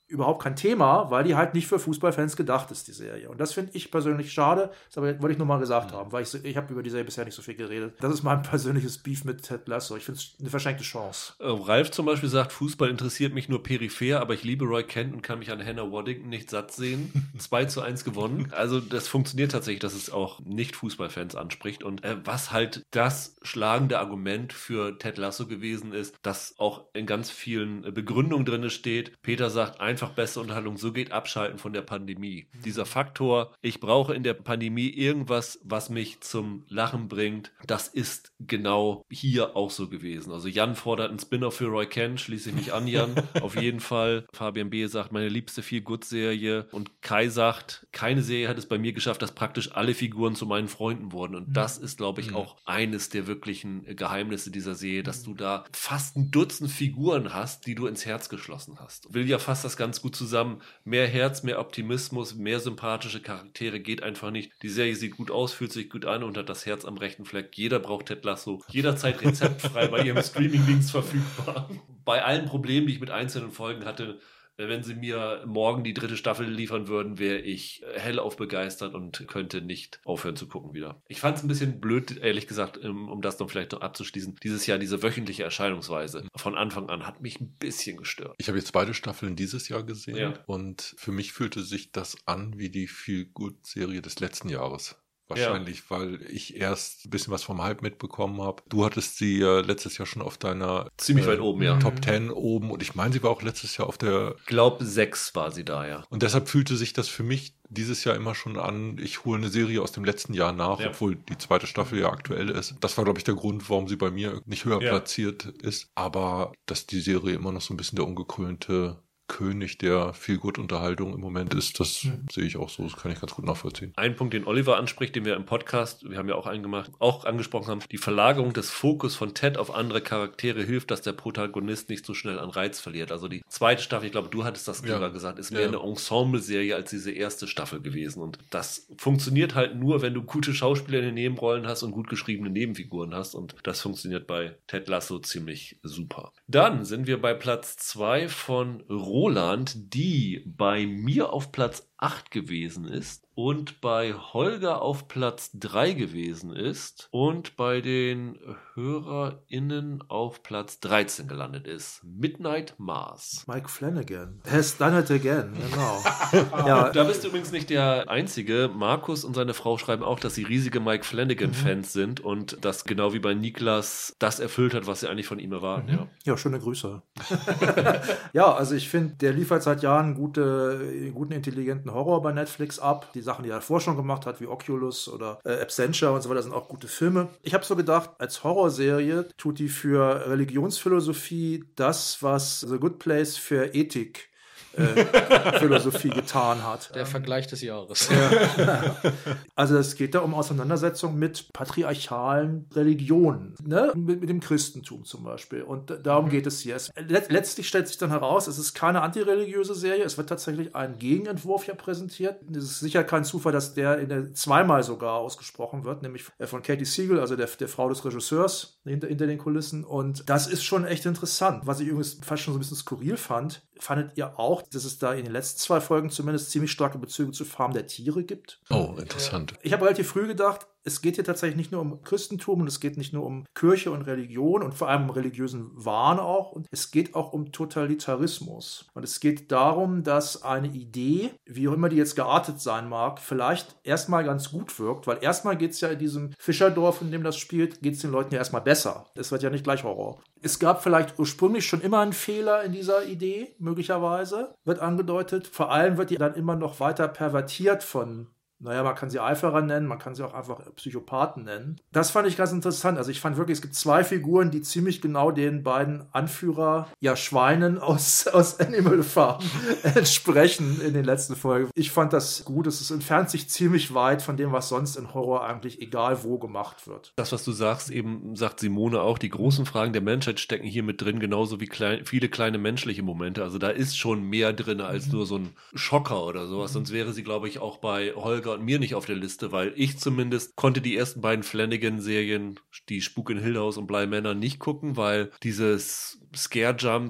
überhaupt kein Thema, weil die halt nicht für Fußballfans gedacht ist, die Serie. Und das finde ich persönlich schade, das wollte ich nur mal gesagt haben, weil ich habe über die Serie bisher nicht so viel geredet. Das ist mein persönliches Beef mit Ted Lasso. Ich finde es eine verschenkte Chance. Ralf zum Beispiel sagt, Fußball interessiert mich nur peripher, aber ich liebe Roy Kent und kann mich an Hannah Waddington nicht satt sehen. 2:1 gewonnen. Also das funktioniert tatsächlich, dass es auch Nicht-Fußballfans anspricht. Und was halt das schlagende Argument für Ted Lasso gewesen ist, dass auch in ganz vielen Begründungen drin steht, Peter sagt, einfach beste Unterhaltung, so geht Abschalten von der Pandemie. Dieser Faktor, ich brauche in der Pandemie irgendwas, was mich zum Lachen bringt, das ist genau hier auch so gewesen. Also Jan fordert einen Spin-off für Roy Kent, schließe ich mich an, Jan, auf jeden Fall. Fabian B. sagt, meine liebste Feel-Good-Serie und Kai sagt, keine Serie hat es bei mir geschafft, dass praktisch alle Figuren zu meinen Freunden wurden und das ist, glaube ich, auch eines der wirklichen Geheimnisse dieser Serie, dass du da fast ein Dutzend Figuren hast, die du ins Herz geschlossen hast. Will ja fast das ganz gut zusammen. Mehr Herz, mehr Optimismus, mehr sympathische Charaktere geht einfach nicht. Die Serie sieht gut aus, fühlt sich gut an und hat das Herz am rechten Fleck. Jeder braucht Ted Lasso. Jederzeit rezeptfrei bei ihrem Streaming-Dienst verfügbar. Bei allen Problemen, die ich mit einzelnen Folgen hatte, wenn sie mir morgen die 3. Staffel liefern würden, wäre ich hellauf begeistert und könnte nicht aufhören zu gucken wieder. Ich fand es ein bisschen blöd, ehrlich gesagt, um das noch vielleicht noch abzuschließen. Dieses Jahr diese wöchentliche Erscheinungsweise von Anfang an hat mich ein bisschen gestört. Ich habe jetzt beide Staffeln dieses Jahr gesehen und für mich fühlte sich das an wie die Feel-Good-Serie des letzten Jahres. Wahrscheinlich, weil ich erst ein bisschen was vom Hype mitbekommen habe. Du hattest sie letztes Jahr schon auf deiner ziemlich weit oben, Top 10 oben und ich meine, sie war auch letztes Jahr auf der... Ich glaube, 6 war sie da, ja. Und deshalb fühlte sich das für mich dieses Jahr immer schon an, ich hole eine Serie aus dem letzten Jahr nach, obwohl die 2. Staffel ja aktuell ist. Das war, glaube ich, der Grund, warum sie bei mir nicht höher platziert ist. Aber dass die Serie immer noch so ein bisschen der ungekrönte König der Feel-Good-Unterhaltung im Moment ist, das sehe ich auch so, das kann ich ganz gut nachvollziehen. Ein Punkt, den Oliver anspricht, den wir im Podcast, wir haben ja auch einen gemacht, auch angesprochen haben, die Verlagerung des Fokus von Ted auf andere Charaktere hilft, dass der Protagonist nicht so schnell an Reiz verliert. Also die 2. Staffel, ich glaube, du hattest das sogar gesagt, ist mehr eine Ensemble-Serie als diese 1. Staffel gewesen und das funktioniert halt nur, wenn du gute Schauspieler in den Nebenrollen hast und gut geschriebene Nebenfiguren hast und das funktioniert bei Ted Lasso ziemlich super. Dann sind wir bei Platz 2 von Roland, die bei mir auf Platz 8 gewesen ist und bei Holger auf Platz 3 gewesen ist und bei den HörerInnen auf Platz 13 gelandet ist. Midnight Mars. Mike Flanagan. Has done it again, genau. Da bist du übrigens nicht der Einzige. Markus und seine Frau schreiben auch, dass sie riesige Mike Flanagan-Fans sind und das genau wie bei Niklas das erfüllt hat, was sie eigentlich von ihm erwarten. Ja, schöne Grüße. Ja, also ich finde, der liefert seit Jahren guten, intelligenten Horror bei Netflix ab. Die Sachen, die er davor schon gemacht hat, wie Oculus oder Absentia und so weiter, sind auch gute Filme. Ich habe so gedacht, als Horrorserie tut die für Religionsphilosophie das, was The Good Place für Ethik Philosophie getan hat. Der Vergleich des Jahres. Also es geht da um Auseinandersetzung mit patriarchalen Religionen, ne? Mit dem Christentum zum Beispiel. Und darum geht es hier. Letztlich stellt sich dann heraus, es ist keine antireligiöse Serie, es wird tatsächlich ein Gegenentwurf hier präsentiert. Es ist sicher kein Zufall, dass der zweimal sogar ausgesprochen wird, nämlich von Katie Siegel, also der Frau des Regisseurs hinter den Kulissen. Und das ist schon echt interessant. Was ich übrigens fast schon so ein bisschen skurril fand, fandet ihr auch, dass es da in den letzten 2 Folgen zumindest ziemlich starke Bezüge zu Farm der Tiere gibt? Oh, interessant. Ich habe relativ früh gedacht, es geht hier tatsächlich nicht nur um Christentum und es geht nicht nur um Kirche und Religion und vor allem um religiösen Wahn auch. Und es geht auch um Totalitarismus. Und es geht darum, dass eine Idee, wie auch immer die jetzt geartet sein mag, vielleicht erstmal ganz gut wirkt, weil erstmal geht es ja in diesem Fischerdorf, in dem das spielt, geht es den Leuten ja erstmal besser. Es wird ja nicht gleich Horror. Es gab vielleicht ursprünglich schon immer einen Fehler in dieser Idee, möglicherweise, wird angedeutet. Vor allem wird die dann immer noch weiter pervertiert von, naja, man kann sie Eiferer nennen, man kann sie auch einfach Psychopathen nennen. Das fand ich ganz interessant. Also ich fand wirklich, es gibt 2 Figuren, die ziemlich genau den beiden Anführer, ja, Schweinen aus Animal Farm entsprechen in den letzten Folgen. Ich fand das gut. Es entfernt sich ziemlich weit von dem, was sonst in Horror eigentlich egal wo gemacht wird. Das, was du sagst, eben sagt Simone auch, die großen Fragen der Menschheit stecken hier mit drin, genauso wie viele kleine menschliche Momente. Also da ist schon mehr drin als nur so ein Schocker oder sowas. Sonst wäre sie, glaube ich, auch bei Holger und mir nicht auf der Liste, weil ich zumindest konnte die ersten beiden Flanagan-Serien, die Spuk in Hill House und Bly Manor, nicht gucken, weil dieses Scare-Jumps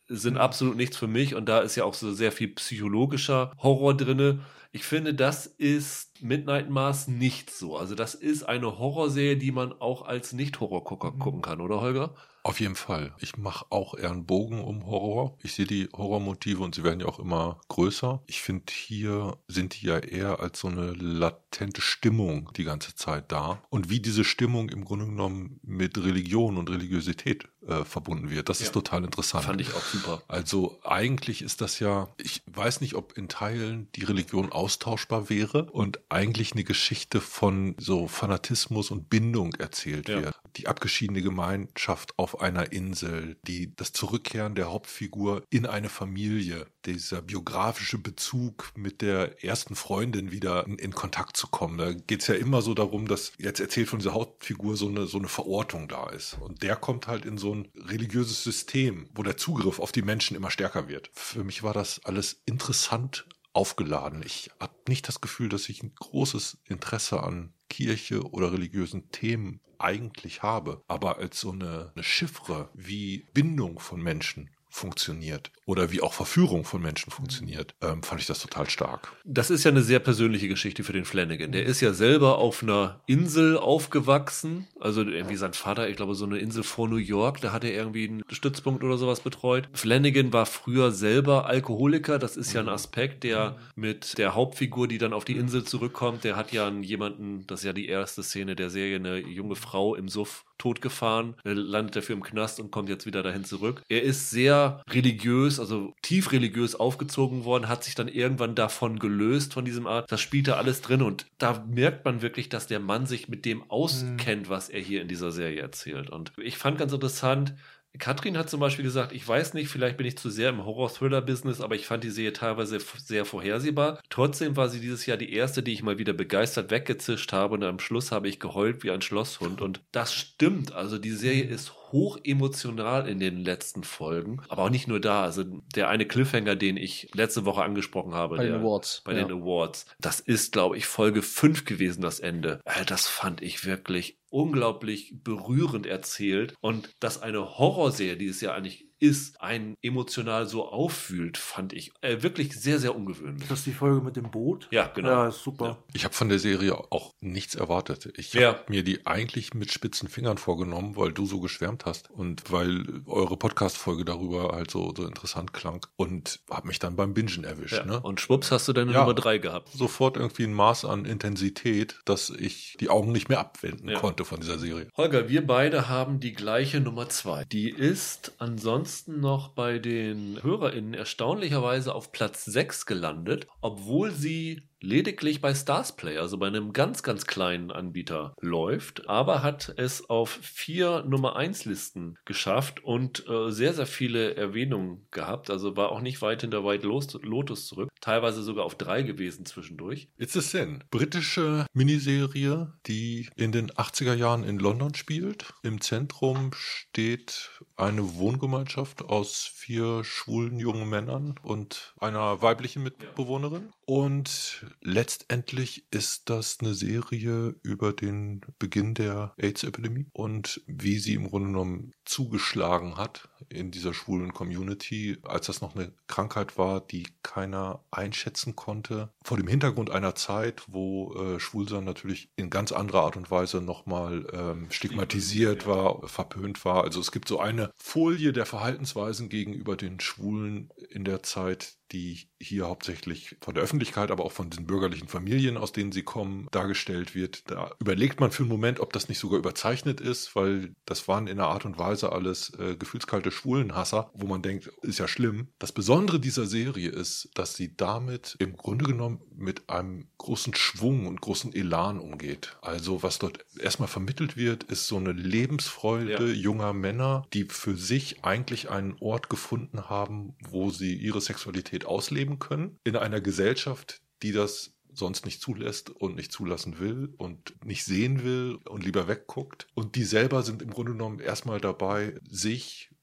sind absolut nichts für mich und da ist ja auch so sehr viel psychologischer Horror drinne. Ich finde, das ist Midnight Mass nicht so. Also das ist eine Horrorserie, die man auch als Nicht-Horror-Gucker gucken kann, oder Holger? Auf jeden Fall. Ich mache auch eher einen Bogen um Horror. Ich sehe die Horrormotive und sie werden ja auch immer größer. Ich finde, hier sind die ja eher als so eine latente Stimmung die ganze Zeit da. Und wie diese Stimmung im Grunde genommen mit Religion und Religiosität verbunden wird, das ist total interessant. Fand ich auch super. Also eigentlich ist das ja, ich weiß nicht, ob in Teilen die Religion austauschbar wäre und eigentlich eine Geschichte von so Fanatismus und Bindung erzählt wird. Die abgeschiedene Gemeinschaft auf einer Insel, das Zurückkehren der Hauptfigur in eine Familie, dieser biografische Bezug mit der ersten Freundin wieder in Kontakt zu kommen. Da geht es ja immer so darum, dass jetzt erzählt von dieser Hauptfigur so eine Verortung da ist. Und der kommt halt in so ein religiöses System, wo der Zugriff auf die Menschen immer stärker wird. Für mich war das alles interessant aufgeladen. Ich habe nicht das Gefühl, dass ich ein großes Interesse an Kirche oder religiösen Themen eigentlich habe, aber als so eine Chiffre, wie Bindung von Menschen funktioniert oder wie auch Verführung von Menschen funktioniert, fand ich das total stark. Das ist ja eine sehr persönliche Geschichte für den Flanagan. Der ist ja selber auf einer Insel aufgewachsen, also irgendwie sein Vater, ich glaube so eine Insel vor New York, da hat er irgendwie einen Stützpunkt oder sowas betreut. Flanagan war früher selber Alkoholiker, das ist ja ein Aspekt, der mit der Hauptfigur, die dann auf die Insel zurückkommt, der hat ja jemanden, das ist ja die erste Szene der Serie, eine junge Frau im Suff totgefahren, landet dafür im Knast und kommt jetzt wieder dahin zurück. Er ist sehr religiös, also tief religiös aufgezogen worden, hat sich dann irgendwann davon gelöst, von diesem Art. Das spielt da alles drin und da merkt man wirklich, dass der Mann sich mit dem auskennt, was er hier in dieser Serie erzählt. Und ich fand ganz interessant, Katrin hat zum Beispiel gesagt, ich weiß nicht, vielleicht bin ich zu sehr im Horror-Thriller-Business, aber ich fand die Serie teilweise sehr vorhersehbar. Trotzdem war sie dieses Jahr die erste, die ich mal wieder begeistert weggezischt habe und am Schluss habe ich geheult wie ein Schlosshund. Und das stimmt, also die Serie ist hoch emotional in den letzten Folgen, aber auch nicht nur da. Also der eine Cliffhanger, den ich letzte Woche angesprochen habe, bei den Awards. Bei den Awards, das ist, glaube ich, Folge 5 gewesen, das Ende. Das fand ich wirklich unglaublich berührend erzählt und dass eine Horrorserie, die es ja eigentlich ist, einen emotional so auffühlt, fand ich wirklich sehr, sehr ungewöhnlich. Ist das die Folge mit dem Boot? Ja, genau. Ja, ist super. Ja. Ich habe von der Serie auch nichts erwartet. Ich habe mir die eigentlich mit spitzen Fingern vorgenommen, weil du so geschwärmt hast und weil eure Podcast-Folge darüber halt so interessant klang und habe mich dann beim Bingen erwischt. Ja. Ne? Und schwupps hast du deine Nummer 3 gehabt. Sofort irgendwie ein Maß an Intensität, dass ich die Augen nicht mehr abwenden konnte von dieser Serie. Holger, wir beide haben die gleiche Nummer 2. Die ist ansonsten noch bei den HörerInnen erstaunlicherweise auf Platz 6 gelandet, obwohl sie lediglich bei Starzplay, also bei einem ganz, ganz kleinen Anbieter läuft, aber hat es auf 4 Nummer 1 Listen geschafft und sehr, sehr viele Erwähnungen gehabt, also war auch nicht weit hinter White Lotus zurück, teilweise sogar auf 3 gewesen zwischendurch. It's a Sin. Britische Miniserie, die in den 80er Jahren in London spielt. Im Zentrum steht eine Wohngemeinschaft aus 4 schwulen jungen Männern und einer weiblichen Mitbewohnerin. Und letztendlich ist das eine Serie über den Beginn der AIDS-Epidemie und wie sie im Grunde genommen zugeschlagen hat in dieser schwulen Community, als das noch eine Krankheit war, die keiner einschätzen konnte. Vor dem Hintergrund einer Zeit, wo Schwulsein natürlich in ganz anderer Art und Weise nochmal stigmatisiert war, verpönt war. Also es gibt so eine Folie der Verhaltensweisen gegenüber den Schwulen in der Zeit, die hier hauptsächlich von der Öffentlichkeit, aber auch von den bürgerlichen Familien, aus denen sie kommen, dargestellt wird. Da überlegt man für einen Moment, ob das nicht sogar überzeichnet ist, weil das waren in einer Art und Weise alles gefühlskalte Schwulenhasser, wo man denkt, ist ja schlimm. Das Besondere dieser Serie ist, dass sie damit im Grunde genommen mit einem großen Schwung und großen Elan umgeht. Also was dort erstmal vermittelt wird, ist so eine Lebensfreude junger Männer, die für sich eigentlich einen Ort gefunden haben, wo sie ihre Sexualität ausleben können, in einer Gesellschaft, die das sonst nicht zulässt und nicht zulassen will und nicht sehen will und lieber wegguckt. Und die selber sind im Grunde genommen erstmal dabei, sich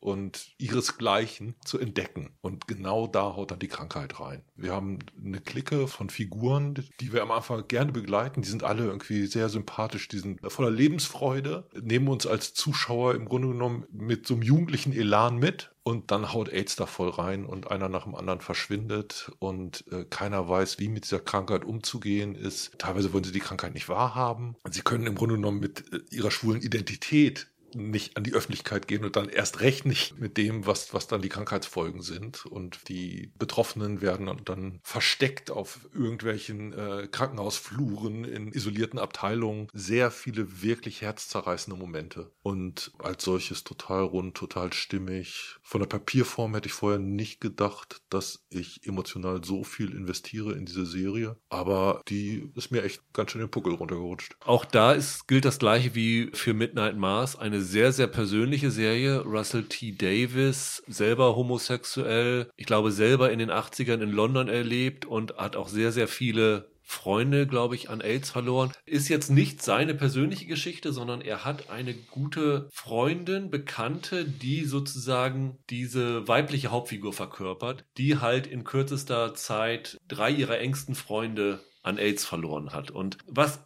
und ihresgleichen zu entdecken. Und genau da haut dann die Krankheit rein. Wir haben eine Clique von Figuren, die wir am Anfang gerne begleiten. Die sind alle irgendwie sehr sympathisch, die sind voller Lebensfreude, nehmen uns als Zuschauer im Grunde genommen mit so einem jugendlichen Elan mit. Und dann haut AIDS da voll rein und einer nach dem anderen verschwindet und keiner weiß, wie mit dieser Krankheit umzugehen ist. Teilweise wollen sie die Krankheit nicht wahrhaben. Sie können im Grunde genommen mit ihrer schwulen Identität nicht an die Öffentlichkeit gehen und dann erst recht nicht mit dem, was dann die Krankheitsfolgen sind. Und die Betroffenen werden dann versteckt auf irgendwelchen Krankenhausfluren in isolierten Abteilungen. Sehr viele wirklich herzzerreißende Momente. Und als solches total rund, total stimmig. Von der Papierform hätte ich vorher nicht gedacht, dass ich emotional so viel investiere in diese Serie. Aber die ist mir echt ganz schön den Puckel runtergerutscht. Auch da gilt das Gleiche wie für Midnight Mars. Eine sehr, sehr persönliche Serie. Russell T. Davies, selber homosexuell, ich glaube selber in den 80ern in London erlebt und hat auch sehr, sehr viele Freunde, glaube ich, an AIDS verloren. Ist jetzt nicht seine persönliche Geschichte, sondern er hat eine gute Freundin, Bekannte, die sozusagen diese weibliche Hauptfigur verkörpert, die halt in kürzester Zeit 3 ihrer engsten Freunde an AIDS verloren hat. Und was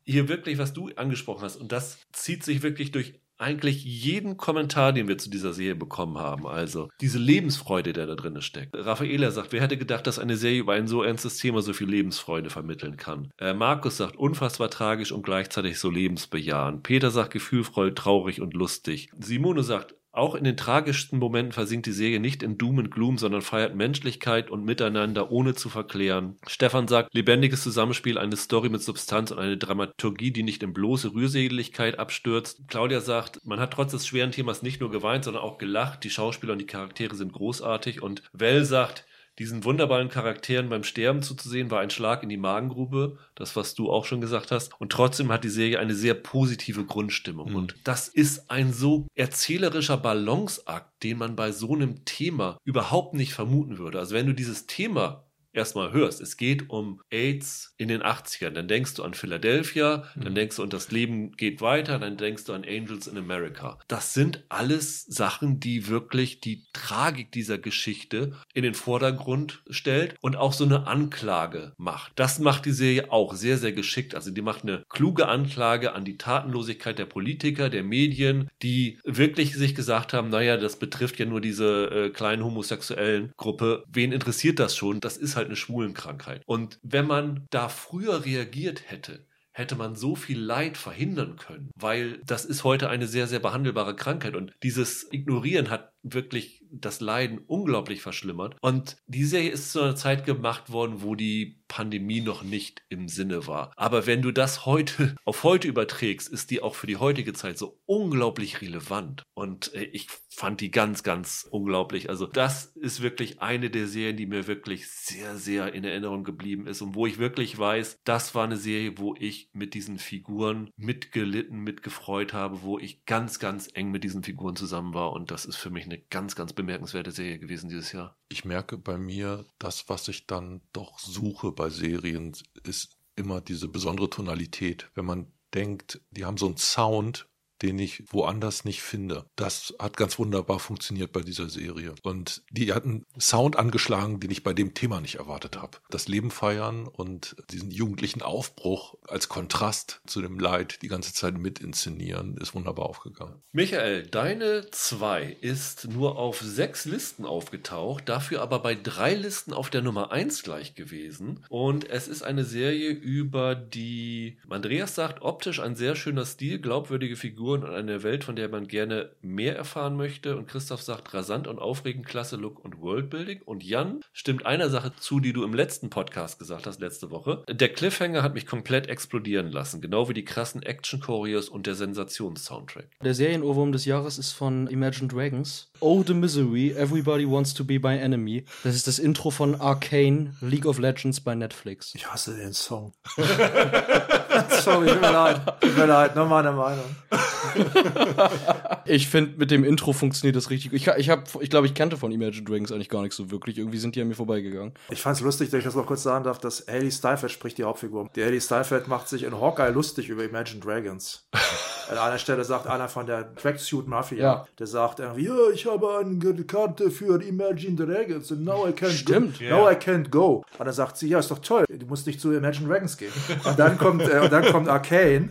du angesprochen hast, und das zieht sich wirklich durch eigentlich jeden Kommentar, den wir zu dieser Serie bekommen haben. Also diese Lebensfreude, der da drin steckt. Raffaela sagt, wer hätte gedacht, dass eine Serie über ein so ernstes Thema so viel Lebensfreude vermitteln kann. Markus sagt, unfassbar tragisch und gleichzeitig so lebensbejahend. Peter sagt, gefühlvoll, traurig und lustig. Simone sagt, auch in den tragischsten Momenten versinkt die Serie nicht in Doom und Gloom, sondern feiert Menschlichkeit und Miteinander, ohne zu verklären. Stefan sagt, lebendiges Zusammenspiel, eine Story mit Substanz und eine Dramaturgie, die nicht in bloße Rührseligkeit abstürzt. Claudia sagt, man hat trotz des schweren Themas nicht nur geweint, sondern auch gelacht. Die Schauspieler und die Charaktere sind großartig. Und Vel sagt, diesen wunderbaren Charakteren beim Sterben zuzusehen, war ein Schlag in die Magengrube, das, was du auch schon gesagt hast. Und trotzdem hat die Serie eine sehr positive Grundstimmung. Und das ist ein so erzählerischer Balanceakt, den man bei so einem Thema überhaupt nicht vermuten würde. Also wenn du dieses Thema erstmal hörst, es geht um AIDS in den 80ern, dann denkst du an Philadelphia, dann denkst du, und das Leben geht weiter, dann denkst du an Angels in America. Das sind alles Sachen, die wirklich die Tragik dieser Geschichte in den Vordergrund stellt und auch so eine Anklage macht. Das macht die Serie auch sehr, sehr geschickt. Also die macht eine kluge Anklage an die Tatenlosigkeit der Politiker, der Medien, die wirklich sich gesagt haben, naja, das betrifft ja nur diese kleinen homosexuellen Gruppe. Wen interessiert das schon? Das ist halt eine Schwulenkrankheit. Und wenn man da früher reagiert hätte, hätte man so viel Leid verhindern können, weil das ist heute eine sehr, sehr behandelbare Krankheit und dieses Ignorieren hat wirklich das Leiden unglaublich verschlimmert. Und die Serie ist zu einer Zeit gemacht worden, wo die Pandemie noch nicht im Sinne war. Aber wenn du das auf heute überträgst, ist die auch für die heutige Zeit so unglaublich relevant. Und ich fand die ganz, ganz unglaublich. Also das ist wirklich eine der Serien, die mir wirklich sehr, sehr in Erinnerung geblieben ist und wo ich wirklich weiß, das war eine Serie, wo ich mit diesen Figuren mitgelitten, mitgefreut habe, wo ich ganz, ganz eng mit diesen Figuren zusammen war. Und das ist für mich eine ganz, ganz bemerkenswerte Serie gewesen dieses Jahr. Ich merke bei mir, das, was ich dann doch suche bei Serien, ist immer diese besondere Tonalität. Wenn man denkt, die haben so einen Sound, den ich woanders nicht finde. Das hat ganz wunderbar funktioniert bei dieser Serie. Und die hatten Sound angeschlagen, den ich bei dem Thema nicht erwartet habe. Das Leben feiern und diesen jugendlichen Aufbruch als Kontrast zu dem Leid die ganze Zeit mit inszenieren, ist wunderbar aufgegangen. Michael, deine 2 ist nur auf 6 Listen aufgetaucht, dafür aber bei 3 Listen auf der Nummer 1 gleich gewesen. Und es ist eine Serie über die, Andreas sagt, optisch ein sehr schöner Stil, glaubwürdige Figuren und eine Welt, von der man gerne mehr erfahren möchte. Und Christoph sagt, rasant und aufregend, klasse Look und Worldbuilding. Und Jan stimmt einer Sache zu, die du im letzten Podcast gesagt hast, letzte Woche. Der Cliffhanger hat mich komplett explodieren lassen, genau wie die krassen Action-Choreos und der Sensations-Soundtrack. Der Serienohrwurm des Jahres ist von Imagine Dragons. Oh, the misery, everybody wants to be my enemy. Das ist das Intro von Arcane, League of Legends bei Netflix. Ich hasse den Song. Sorry, tut mir leid, nur meine Meinung. Ich finde, mit dem Intro funktioniert das richtig. Ich glaube, ich kannte von Imagine Dragons eigentlich gar nicht so wirklich. Irgendwie sind die an mir vorbeigegangen. Ich fand's lustig, dass ich das noch kurz sagen darf, dass Hailey Steinfeld spricht die Hauptfigur. Die Hailey Steinfeld macht sich in Hawkeye lustig über Imagine Dragons. An einer Stelle sagt einer von der Tracksuit Mafia, der sagt irgendwie, ja, ich habe eine Karte für Imagine Dragons und now I can't go. Und dann sagt sie, ja, ist doch toll, du musst nicht zu Imagine Dragons gehen. Und dann kommt Arcane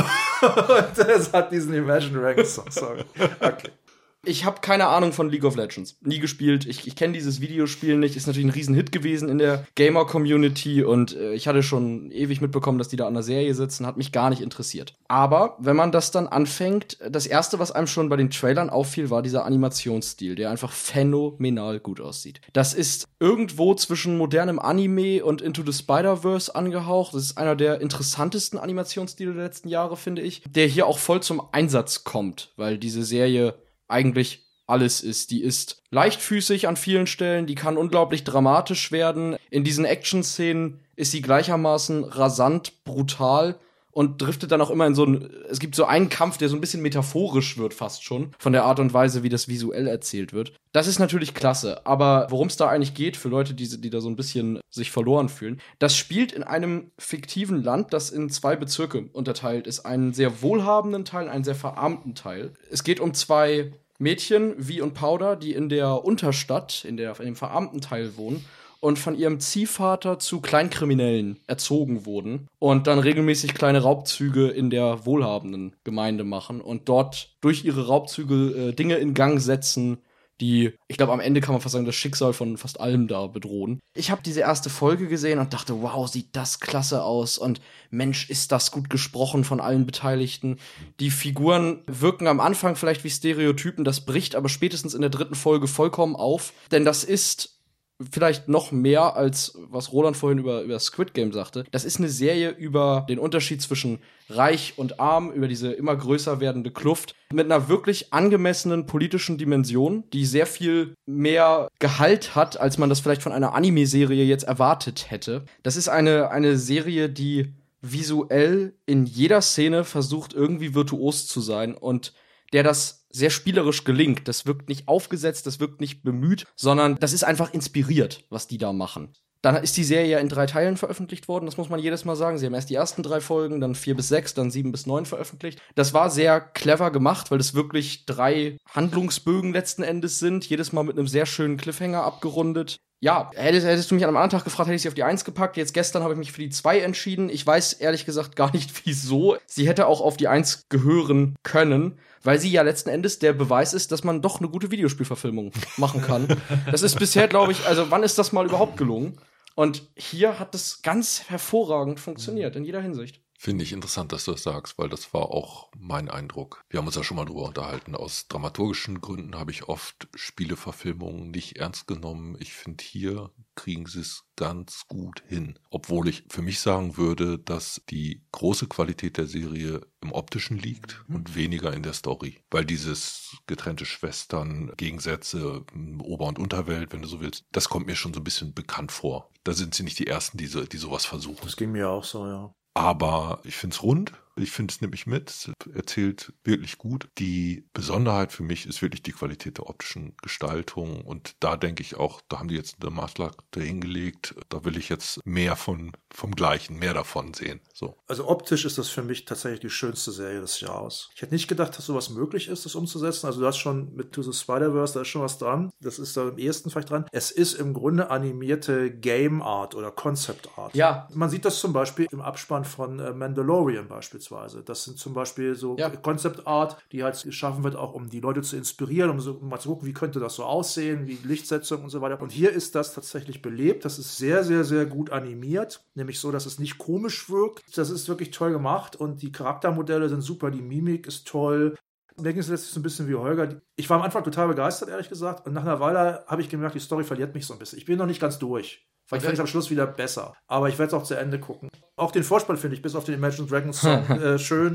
und es hat diesen Imagine Dragons Song. Okay. Ich habe keine Ahnung von League of Legends. Nie gespielt. Ich kenne dieses Videospiel nicht. Ist natürlich ein Riesenhit gewesen in der Gamer-Community und ich hatte schon ewig mitbekommen, dass die da an der Serie sitzen. Hat mich gar nicht interessiert. Aber wenn man das dann anfängt, das Erste, was einem schon bei den Trailern auffiel, war dieser Animationsstil, der einfach phänomenal gut aussieht. Das ist irgendwo zwischen modernem Anime und Into the Spider-Verse angehaucht. Das ist einer der interessantesten Animationsstile der letzten Jahre, finde ich. Der hier auch voll zum Einsatz kommt, weil diese Serie eigentlich alles ist. Die ist leichtfüßig an vielen Stellen, die kann unglaublich dramatisch werden. In diesen Action-Szenen ist sie gleichermaßen rasant, brutal und driftet dann auch immer in es gibt so einen Kampf, der so ein bisschen metaphorisch wird fast schon, von der Art und Weise, wie das visuell erzählt wird. Das ist natürlich klasse, aber worum es da eigentlich geht, für Leute, die da so ein bisschen sich verloren fühlen, das spielt in einem fiktiven Land, das in 2 Bezirke unterteilt ist. Einen sehr wohlhabenden Teil, einen sehr verarmten Teil. Es geht um 2 Mädchen, Vi und Powder, die in der Unterstadt, in dem verarmten Teil wohnen und von ihrem Ziehvater zu Kleinkriminellen erzogen wurden und dann regelmäßig kleine Raubzüge in der wohlhabenden Gemeinde machen und dort durch ihre Raubzüge Dinge in Gang setzen, die, ich glaube, am Ende kann man fast sagen, das Schicksal von fast allem da bedrohen. Ich habe diese erste Folge gesehen und dachte, wow, sieht das klasse aus und Mensch, ist das gut gesprochen von allen Beteiligten. Die Figuren wirken am Anfang vielleicht wie Stereotypen, das bricht aber spätestens in der 3. Folge vollkommen auf, denn das ist vielleicht noch mehr als was Roland vorhin über Squid Game sagte. Das ist eine Serie über den Unterschied zwischen reich und arm, über diese immer größer werdende Kluft, mit einer wirklich angemessenen politischen Dimension, die sehr viel mehr Gehalt hat, als man das vielleicht von einer Anime-Serie jetzt erwartet hätte. Das ist eine Serie, die visuell in jeder Szene versucht, irgendwie virtuos zu sein und der das sehr spielerisch gelingt. Das wirkt nicht aufgesetzt, das wirkt nicht bemüht, sondern das ist einfach inspiriert, was die da machen. Dann ist die Serie ja in 3 Teilen veröffentlicht worden, das muss man jedes Mal sagen. Sie haben erst die ersten 3 Folgen, dann 4 bis 6, dann 7 bis 9 veröffentlicht. Das war sehr clever gemacht, weil es wirklich 3 Handlungsbögen letzten Endes sind, jedes Mal mit einem sehr schönen Cliffhanger abgerundet. Ja, hättest du mich an einem anderen Tag gefragt, hätte ich sie auf die 1 gepackt. Jetzt gestern habe ich mich für die 2 entschieden. Ich weiß ehrlich gesagt gar nicht, wieso. Sie hätte auch auf die 1 gehören können, weil sie ja letzten Endes der Beweis ist, dass man doch eine gute Videospielverfilmung machen kann. Das ist bisher, glaube ich, also wann ist das mal überhaupt gelungen? Und hier hat es ganz hervorragend funktioniert, in jeder Hinsicht. Finde ich interessant, dass du das sagst, weil das war auch mein Eindruck. Wir haben uns ja schon mal drüber unterhalten. Aus dramaturgischen Gründen habe ich oft Spieleverfilmungen nicht ernst genommen. Ich finde, hier kriegen sie es ganz gut hin. Obwohl ich für mich sagen würde, dass die große Qualität der Serie im Optischen liegt und weniger in der Story. Weil dieses getrennte Schwestern, Gegensätze, Ober- und Unterwelt, wenn du so willst, das kommt mir schon so ein bisschen bekannt vor. Da sind sie nicht die Ersten, die sowas versuchen. Das ging mir auch so, ja. Aber ich finde es rund. Ich finde, es nimmt mich mit. Es erzählt wirklich gut. Die Besonderheit für mich ist wirklich die Qualität der optischen Gestaltung. Und da denke ich auch, da haben die jetzt eine Maßlage hingelegt. Da will ich jetzt mehr vom Gleichen, mehr davon sehen. So. Also optisch ist das für mich tatsächlich die schönste Serie des Jahres. Ich hätte nicht gedacht, dass sowas möglich ist, das umzusetzen. Also du hast schon mit To the Spider-Verse, da ist schon was dran. Das ist da am ehesten vielleicht dran. Es ist im Grunde animierte Game Art oder Concept Art. Ja. Man sieht das zum Beispiel im Abspann von Mandalorian beispielsweise. Das sind zum Beispiel so Concept Art, die halt geschaffen wird, auch um die Leute zu inspirieren, um mal zu gucken, wie könnte das so aussehen, wie Lichtsetzung und so weiter. Und hier ist das tatsächlich belebt. Das ist sehr, sehr, sehr gut animiert. Nämlich so, dass es nicht komisch wirkt. Das ist wirklich toll gemacht und die Charaktermodelle sind super, die Mimik ist toll. Mir ging es letztlich so ein bisschen wie Holger. Ich war am Anfang total begeistert, ehrlich gesagt. Und nach einer Weile habe ich gemerkt, die Story verliert mich so ein bisschen. Ich bin noch nicht ganz durch. Vielleicht fände ich es am Schluss wieder besser. Aber ich werde es auch zu Ende gucken. Auch den Vorspann finde ich, bis auf den Imagine Dragons Song, schön.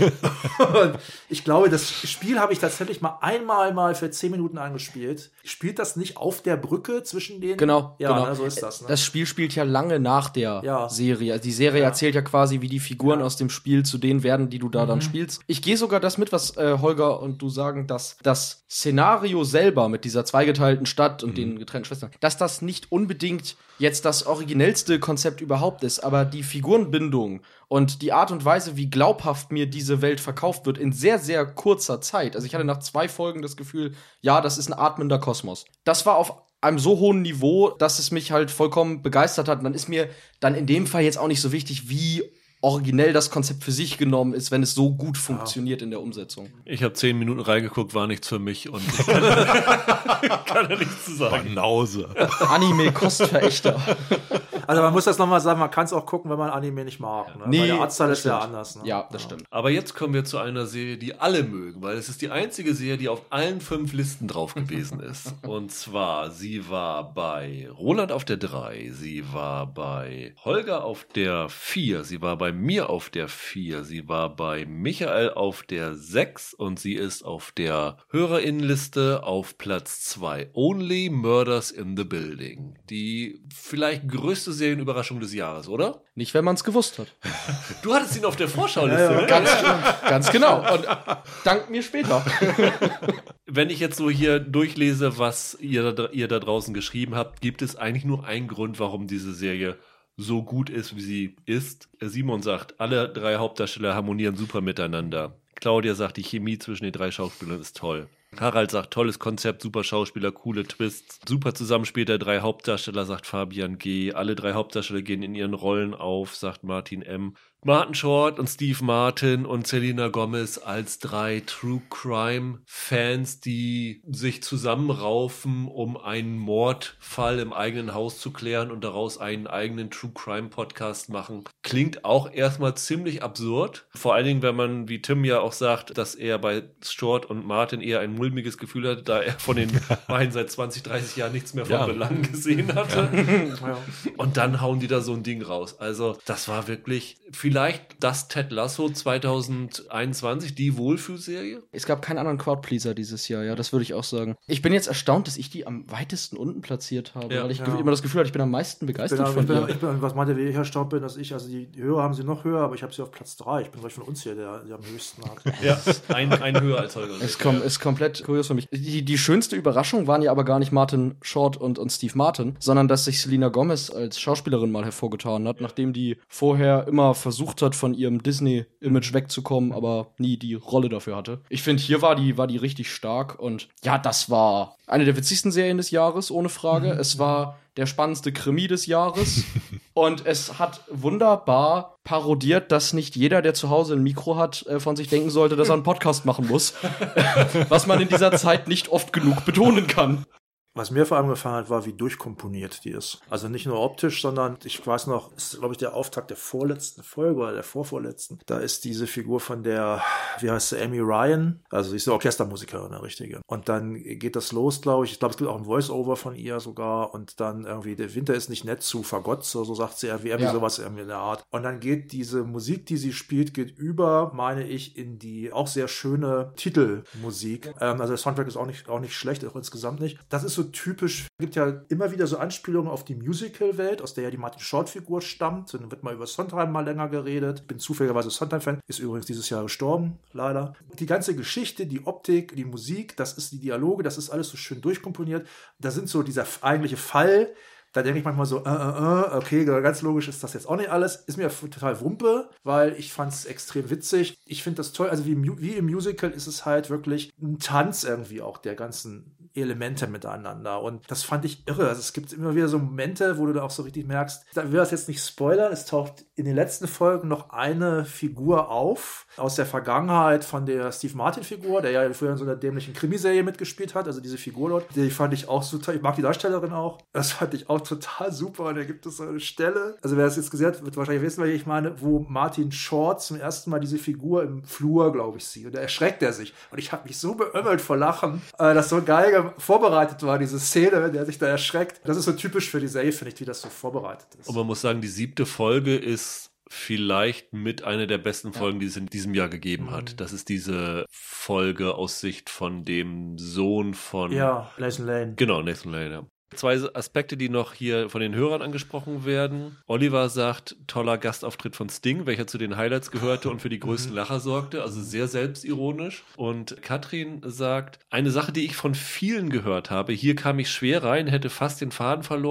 Und ich glaube, das Spiel habe ich tatsächlich einmal für 10 Minuten angespielt. Spielt das nicht auf der Brücke zwischen den? Genau. Ja, genau. So ist das. Ne? Das Spiel spielt ja lange nach der Serie. Also die Serie erzählt ja quasi, wie die Figuren aus dem Spiel zu denen werden, die du da dann spielst. Ich gehe sogar das mit, was Holger und du sagen, dass das Szenario selber mit dieser zweigeteilten Stadt und den getrennten Schwestern, dass das nicht unbedingt jetzt das originellste Konzept überhaupt ist, aber die Figuren Figurenbindung und die Art und Weise, wie glaubhaft mir diese Welt verkauft wird, in sehr, sehr kurzer Zeit. Also ich hatte nach 2 Folgen das Gefühl, ja, das ist ein atmender Kosmos. Das war auf einem so hohen Niveau, dass es mich halt vollkommen begeistert hat. Und dann ist mir dann in dem Fall jetzt auch nicht so wichtig, wie originell das Konzept für sich genommen ist, wenn es so gut funktioniert in der Umsetzung. Ich habe 10 Minuten reingeguckt, war nichts für mich und ich kann da nichts zu sagen. Banause. Anime-Kostverächter. Also man muss das nochmal sagen, man kann es auch gucken, wenn man Anime nicht mag. Ne? Nee, weil der Artstyle das ist ja stimmt. anders. Ne? Ja, das stimmt. Aber jetzt kommen wir zu einer Serie, die alle mögen, weil es ist die einzige Serie, die auf allen 5 Listen drauf gewesen ist. Und zwar, sie war bei Roland auf der 3, sie war bei Holger auf der 4, sie war bei mir auf der 4, sie war bei Michael auf der 6 und sie ist auf der HörerInnenliste auf Platz 2. Only Murders in the Building. Die vielleicht größte Serienüberraschung des Jahres, oder? Nicht, wenn man es gewusst hat. Du hattest ihn auf der Vorschauliste, ne? Ganz genau. Und dank mir später. Wenn ich jetzt so hier durchlese, was ihr da draußen geschrieben habt, gibt es eigentlich nur einen Grund, warum diese Serie so gut ist, wie sie ist. Simon sagt, alle 3 Hauptdarsteller harmonieren super miteinander. Claudia sagt, die Chemie zwischen den 3 Schauspielern ist toll. Harald sagt, tolles Konzept, super Schauspieler, coole Twists, super Zusammenspiel der 3 Hauptdarsteller, sagt Fabian G. Alle 3 Hauptdarsteller gehen in ihren Rollen auf, sagt Martin M. Martin Short und Steve Martin und Selena Gomez als 3 True Crime Fans, die sich zusammenraufen, um einen Mordfall im eigenen Haus zu klären und daraus einen eigenen True Crime Podcast machen. Klingt auch erstmal ziemlich absurd. Vor allen Dingen, wenn man, wie Tim ja auch sagt, dass er bei Short und Martin eher ein mulmiges Gefühl hat, da er von den beiden seit 20, 30 Jahren nichts mehr von Belang gesehen hatte. Ja. Und dann hauen die da so ein Ding raus. Also das war wirklich vielleicht das Ted Lasso 2021, die Wohlfühlserie. Es gab keinen anderen Crowdpleaser dieses Jahr, ja, das würde ich auch sagen. Ich bin jetzt erstaunt, dass ich die am weitesten unten platziert habe, weil ich immer das Gefühl hatte, ich bin am meisten begeistert von ihr. Was meinte, wie ich erstaunt bin, dass ich, also die Hörer haben sie noch höher, aber ich habe sie auf Platz 3. Ich bin gleich von uns hier, der am höchsten hat. Ja, ein höher als Holger. Ist komplett kurios für mich. Die schönste Überraschung waren ja aber gar nicht Martin Short und Steve Martin, sondern dass sich Selena Gomez als Schauspielerin mal hervorgetan hat, nachdem die vorher immer versucht hat, von ihrem Disney-Image wegzukommen, aber nie die Rolle dafür hatte. Ich finde, hier war die richtig stark und ja, das war eine der witzigsten Serien des Jahres, ohne Frage. Es war der spannendste Krimi des Jahres und es hat wunderbar parodiert, dass nicht jeder, der zu Hause ein Mikro hat, von sich denken sollte, dass er einen Podcast machen muss, was man in dieser Zeit nicht oft genug betonen kann. Was mir vor allem gefallen hat, war, wie durchkomponiert die ist. Also nicht nur optisch, sondern ich weiß noch, ist, glaube ich, der Auftakt der vorletzten Folge oder der vorvorletzten. Da ist diese Figur von der, wie heißt sie, Amy Ryan. Also sie ist eine Orchestermusikerin, eine richtige. Und dann geht das los, glaube ich. Ich glaube, es gibt auch ein Voice-Over von ihr sogar. Und dann irgendwie, der Winter ist nicht nett zu Fagott, so sagt sie irgendwie sowas irgendwie in der Art. Und dann geht diese Musik, die sie spielt, geht über, meine ich, in die auch sehr schöne Titelmusik. Also der Soundtrack ist auch nicht schlecht, auch insgesamt nicht. Das ist so typisch, es gibt ja immer wieder so Anspielungen auf die Musical-Welt, aus der ja die Martin Short-Figur stammt. Dann wird mal über Sondheim mal länger geredet. Ich bin zufälligerweise Sondheim-Fan, ist übrigens dieses Jahr gestorben, leider. Die ganze Geschichte, die Optik, die Musik, das ist die Dialoge, das ist alles so schön durchkomponiert. Da sind so dieser eigentliche Fall. Da denke ich manchmal so, okay, ganz logisch ist das jetzt auch nicht alles. Ist mir total Wumpe, weil ich fand es extrem witzig. Ich finde das toll, also wie im Musical ist es halt wirklich ein Tanz irgendwie auch der ganzen Elemente miteinander. Und das fand ich irre. Also es gibt immer wieder so Momente, wo du da auch so richtig merkst, da will das jetzt nicht spoilern, es taucht in den letzten Folgen noch eine Figur auf, aus der Vergangenheit von der Steve Martin-Figur, der ja früher in so einer dämlichen Krimiserie mitgespielt hat, also diese Figur dort, die fand ich auch so toll. Ich mag die Darstellerin auch. Das fand ich auch total super. Und da gibt es so eine Stelle, also wer das jetzt gesehen hat, wird wahrscheinlich wissen, was ich meine, wo Martin Short zum ersten Mal diese Figur im Flur, glaube ich, sieht. Und da erschreckt er sich. Und ich habe mich so beömmelt vor Lachen, dass so geil vorbereitet war, diese Szene, der sich da erschreckt. Das ist so typisch für die Serie, finde ich, wie das so vorbereitet ist. Und man muss sagen, die 7. Folge ist vielleicht mit einer der besten Folgen, die es in diesem Jahr gegeben hat. Das ist diese Folge aus Sicht von dem Sohn von... Ja, Nathan Lane. Genau, Nathan Lane, ja. 2 Aspekte, die noch hier von den Hörern angesprochen werden. Oliver sagt, toller Gastauftritt von Sting, welcher zu den Highlights gehörte und für die größten Lacher sorgte, also sehr selbstironisch. Und Katrin sagt, eine Sache, die ich von vielen gehört habe, hier kam ich schwer rein, hätte fast den Faden verloren.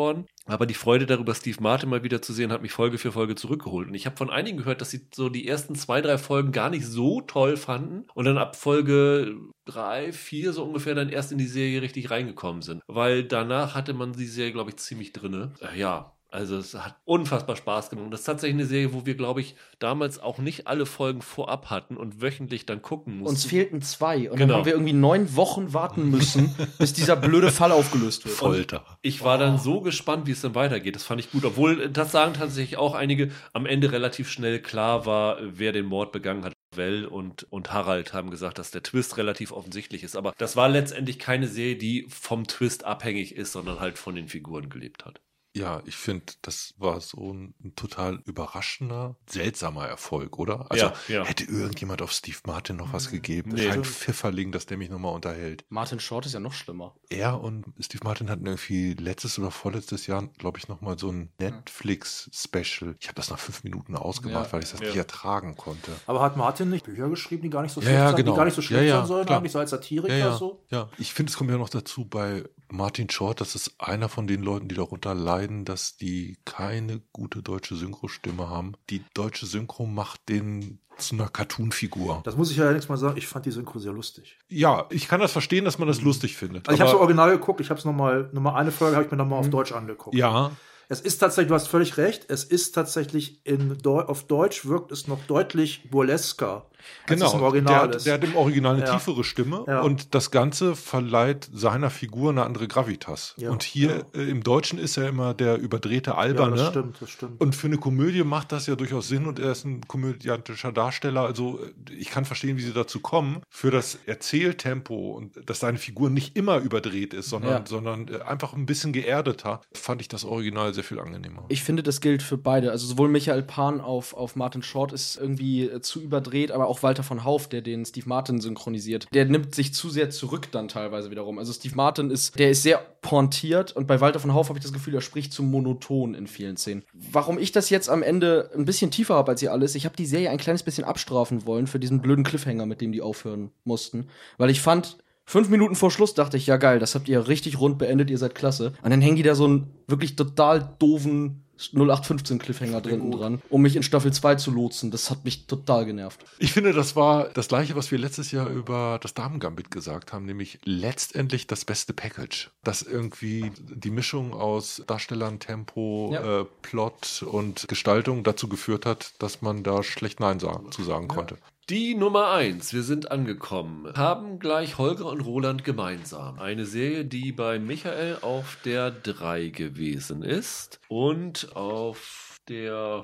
Aber die Freude darüber, Steve Martin mal wieder zu sehen, hat mich Folge für Folge zurückgeholt. Und ich habe von einigen gehört, dass sie so die ersten 2, 3 Folgen gar nicht so toll fanden und dann ab Folge 3, 4 so ungefähr dann erst in die Serie richtig reingekommen sind. Weil danach hatte man die Serie, glaube ich, ziemlich drinne. Ja. Also es hat unfassbar Spaß gemacht. Das ist tatsächlich eine Serie, wo wir, glaube ich, damals auch nicht alle Folgen vorab hatten und wöchentlich dann gucken mussten. Uns fehlten 2 und dann haben wir irgendwie 9 Wochen warten müssen, bis dieser blöde Fall aufgelöst wird. Folter. Ich war dann so gespannt, wie es dann weitergeht. Das fand ich gut. Obwohl, das sagen tatsächlich auch einige, am Ende relativ schnell klar war, wer den Mord begangen hat. Well und Harald haben gesagt, dass der Twist relativ offensichtlich ist. Aber das war letztendlich keine Serie, die vom Twist abhängig ist, sondern halt von den Figuren gelebt hat. Ja, ich finde, das war so ein total überraschender, seltsamer Erfolg, oder? Also hätte irgendjemand auf Steve Martin noch was gegeben? Nee. Kein Pfifferling, dass der mich nochmal unterhält. Martin Short ist ja noch schlimmer. Er und Steve Martin hatten irgendwie letztes oder vorletztes Jahr, glaube ich, nochmal so ein Netflix-Special. Ich habe das nach 5 Minuten ausgemacht, weil ich das nicht ertragen konnte. Aber hat Martin nicht Bücher geschrieben, die gar nicht so schlecht Ja, sind, genau. die gar nicht so schlecht sein sollen, klar. eigentlich so als Satiriker so? Ja, ich finde, es kommt ja noch dazu bei Martin Short, das ist einer von den Leuten, die darunter leiden, dass die keine gute deutsche Synchrostimme haben. Die deutsche Synchro macht den zu einer Cartoon-Figur. Das muss ich allerdings mal sagen, ich fand die Synchro sehr lustig. Ja, ich kann das verstehen, dass man das lustig findet. Also ich habe es original geguckt, ich habe es nochmal eine Folge habe ich mir nochmal auf Deutsch angeguckt. Ja. Es ist tatsächlich, du hast völlig recht, es ist tatsächlich auf Deutsch wirkt es noch deutlich burlesker. Als es im Original ist. Der hat im Original eine tiefere Stimme Ja. und das Ganze verleiht seiner Figur eine andere Gravitas. Ja. Und hier im Deutschen ist er immer der überdrehte Alberne. Ja, das stimmt. Und für eine Komödie macht das ja durchaus Sinn und er ist ein komödiantischer Darsteller. Also ich kann verstehen, wie sie dazu kommen. Für das Erzähltempo und dass seine Figur nicht immer überdreht ist, sondern einfach ein bisschen geerdeter, fand ich das Original sehr viel angenehmer. Ich finde, das gilt für beide. Also sowohl Michael Pan auf Martin Short ist irgendwie zu überdreht, aber auch Walter von Hauff, der den Steve Martin synchronisiert, der nimmt sich zu sehr zurück dann teilweise wiederum. Also Steve Martin ist sehr pointiert und bei Walter von Hauff habe ich das Gefühl, er spricht zu monoton in vielen Szenen. Warum ich das jetzt am Ende ein bisschen tiefer habe als ihr alles, ich habe die Serie ein kleines bisschen abstrafen wollen für diesen blöden Cliffhanger, mit dem die aufhören mussten, weil ich fand, 5 Minuten vor Schluss dachte ich, ja geil, das habt ihr richtig rund beendet, ihr seid klasse. Und dann hängen die da so einen wirklich total doofen 0815 Cliffhanger dran, um mich in Staffel 2 zu lotsen. Das hat mich total genervt. Ich finde, das war das Gleiche, was wir letztes Jahr über das Damen-Gambit gesagt haben, nämlich letztendlich das beste Package. Dass irgendwie die Mischung aus Darstellern, Tempo, Plot und Gestaltung dazu geführt hat, dass man da schlecht Nein zu sagen konnte. Die Nummer 1, wir sind angekommen, haben gleich Holger und Roland gemeinsam. Eine Serie, die bei Michael auf der 3 gewesen ist und auf der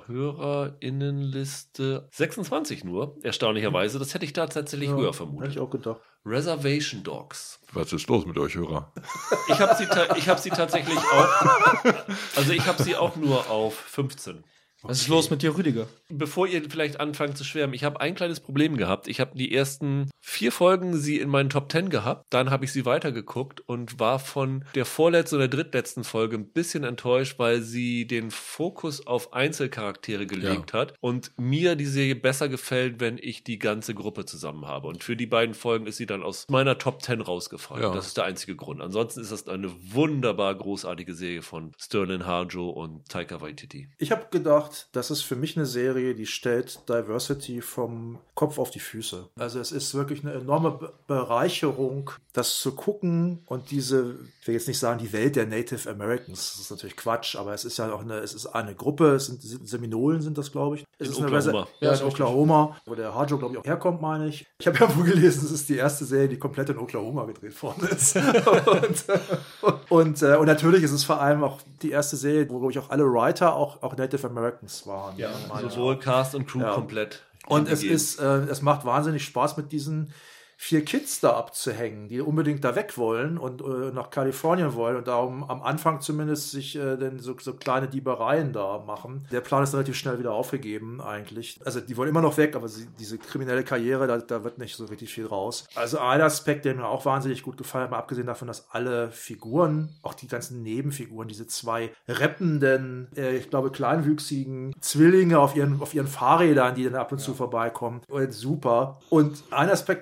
HörerInnenliste 26 nur, erstaunlicherweise. Das hätte ich da tatsächlich höher vermutet. Hätte ich auch gedacht. Reservation Dogs. Was ist los mit euch, Hörer? Ich habe sie tatsächlich auch, also ich habe sie auch nur auf 15. Was ist los mit dir, Rüdiger? Bevor ihr vielleicht anfangt zu schwärmen, ich habe ein kleines Problem gehabt. Ich habe die ersten 4 Folgen sie in meinen Top 10 gehabt. Dann habe ich sie weitergeguckt und war von der vorletzten oder drittletzten Folge ein bisschen enttäuscht, weil sie den Fokus auf Einzelcharaktere gelegt hat und mir die Serie besser gefällt, wenn ich die ganze Gruppe zusammen habe. Und für die beiden Folgen ist sie dann aus meiner Top 10 rausgefallen. Ja. Das ist der einzige Grund. Ansonsten ist das eine wunderbar großartige Serie von Sterling Harjo und Taika Waititi. Ich habe gedacht, das ist für mich eine Serie, die stellt Diversity vom Kopf auf die Füße. Also es ist wirklich eine enorme Bereicherung, das zu gucken und diese, ich will jetzt nicht sagen, die Welt der Native Americans, das ist natürlich Quatsch, aber es ist ja auch eine Gruppe, es sind Seminolen sind das, glaube ich. Es ist Oklahoma. In Oklahoma, wo der Harjo, glaube ich, auch herkommt, meine ich. Ich habe ja wohl gelesen, es ist die erste Serie, die komplett in Oklahoma gedreht worden ist. und natürlich ist es vor allem auch die erste Serie, wo, glaube ich, auch alle Writer auch Native Americans waren. Ja, sowohl Cast und Crew komplett. Und es macht wahnsinnig Spaß, mit diesen 4 Kids da abzuhängen, die unbedingt da weg wollen und nach Kalifornien wollen und darum am Anfang zumindest sich denn so kleine Diebereien da machen. Der Plan ist relativ schnell wieder aufgegeben eigentlich. Also die wollen immer noch weg, aber diese kriminelle Karriere, da wird nicht so richtig viel raus. Also ein Aspekt, der mir auch wahnsinnig gut gefallen hat, mal abgesehen davon, dass alle Figuren, auch die ganzen Nebenfiguren, diese 2 rappenden, ich glaube kleinwüchsigen Zwillinge auf ihren Fahrrädern, die dann ab und zu vorbeikommen, super. Und ein Aspekt, der mir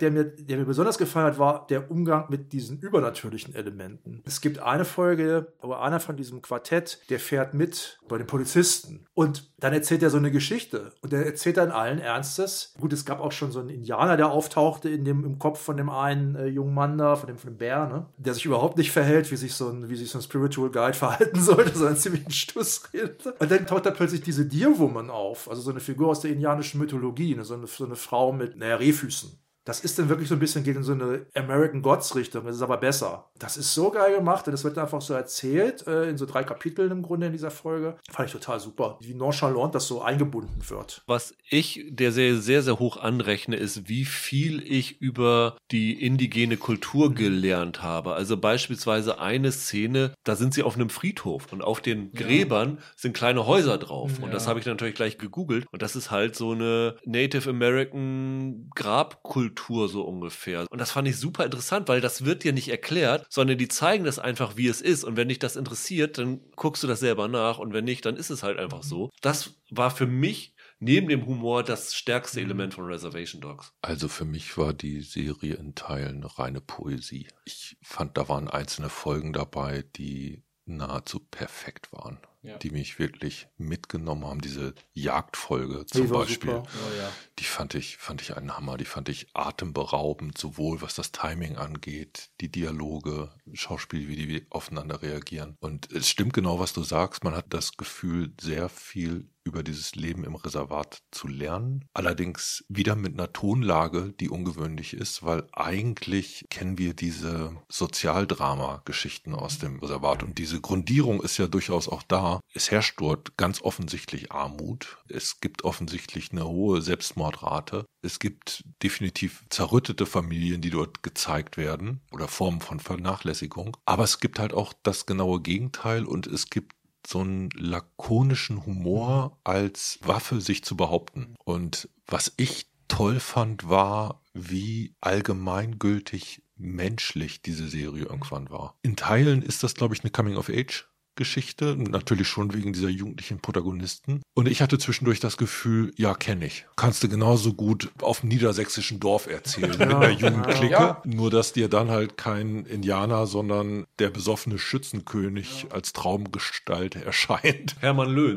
der mir besonders gefallen hat, war der Umgang mit diesen übernatürlichen Elementen. Es gibt eine Folge, wo einer von diesem Quartett, der fährt mit bei den Polizisten und dann erzählt er so eine Geschichte und der erzählt dann allen Ernstes. Gut, es gab auch schon so einen Indianer, der auftauchte im Kopf von dem einen jungen Mann da, von dem Bär, ne? Der sich überhaupt nicht verhält, wie sich so ein Spiritual Guide verhalten sollte, sondern ziemlich einen Stuss redet. Und dann taucht da plötzlich diese Deer Woman auf, also so eine Figur aus der indianischen Mythologie, ne? So eine Frau mit Rehfüßen. Das ist dann wirklich so ein bisschen, geht in so eine American Gods Richtung, das ist aber besser. Das ist so geil gemacht und das wird dann einfach so erzählt, in so 3 Kapiteln im Grunde in dieser Folge. Fand ich total super, wie nonchalant das so eingebunden wird. Was ich der Serie sehr, sehr hoch anrechne, ist, wie viel ich über die indigene Kultur gelernt habe. Also beispielsweise eine Szene, da sind sie auf einem Friedhof und auf den Gräbern sind kleine Häuser drauf. Ja. Und das habe ich natürlich gleich gegoogelt. Und das ist halt so eine Native American Grabkultur so ungefähr. Und das fand ich super interessant, weil das wird dir nicht erklärt, sondern die zeigen das einfach, wie es ist. Und wenn dich das interessiert, dann guckst du das selber nach. Und wenn nicht, dann ist es halt einfach so. Das war für mich neben dem Humor das stärkste Element von Reservation Dogs. Also für mich war die Serie in Teilen reine Poesie. Ich fand, da waren einzelne Folgen dabei, die nahezu perfekt waren. Ja. Die mich wirklich mitgenommen haben. Diese Jagdfolge zum Beispiel, die fand ich einen Hammer. Die fand ich atemberaubend, sowohl was das Timing angeht, die Dialoge, Schauspiel, wie die aufeinander reagieren. Und es stimmt genau, was du sagst. Man hat das Gefühl, sehr viel über dieses Leben im Reservat zu lernen. Allerdings wieder mit einer Tonlage, die ungewöhnlich ist, weil eigentlich kennen wir diese Sozialdrama-Geschichten aus dem Reservat und diese Grundierung ist ja durchaus auch da. Es herrscht dort ganz offensichtlich Armut. Es gibt offensichtlich eine hohe Selbstmordrate. Es gibt definitiv zerrüttete Familien, die dort gezeigt werden oder Formen von Vernachlässigung. Aber es gibt halt auch das genaue Gegenteil und es gibt so einen lakonischen Humor als Waffe, sich zu behaupten. Und was ich toll fand, war, wie allgemeingültig menschlich diese Serie irgendwann war. In Teilen ist das, glaube ich, eine Coming-of-Age-Geschichte, natürlich schon wegen dieser jugendlichen Protagonisten. Und ich hatte zwischendurch das Gefühl, ja, kenne ich. Kannst du genauso gut auf dem niedersächsischen Dorf erzählen mit einer Jugendklicke. Nur, dass dir dann halt kein Indianer, sondern der besoffene Schützenkönig als Traumgestalt erscheint. Hermann Löhn.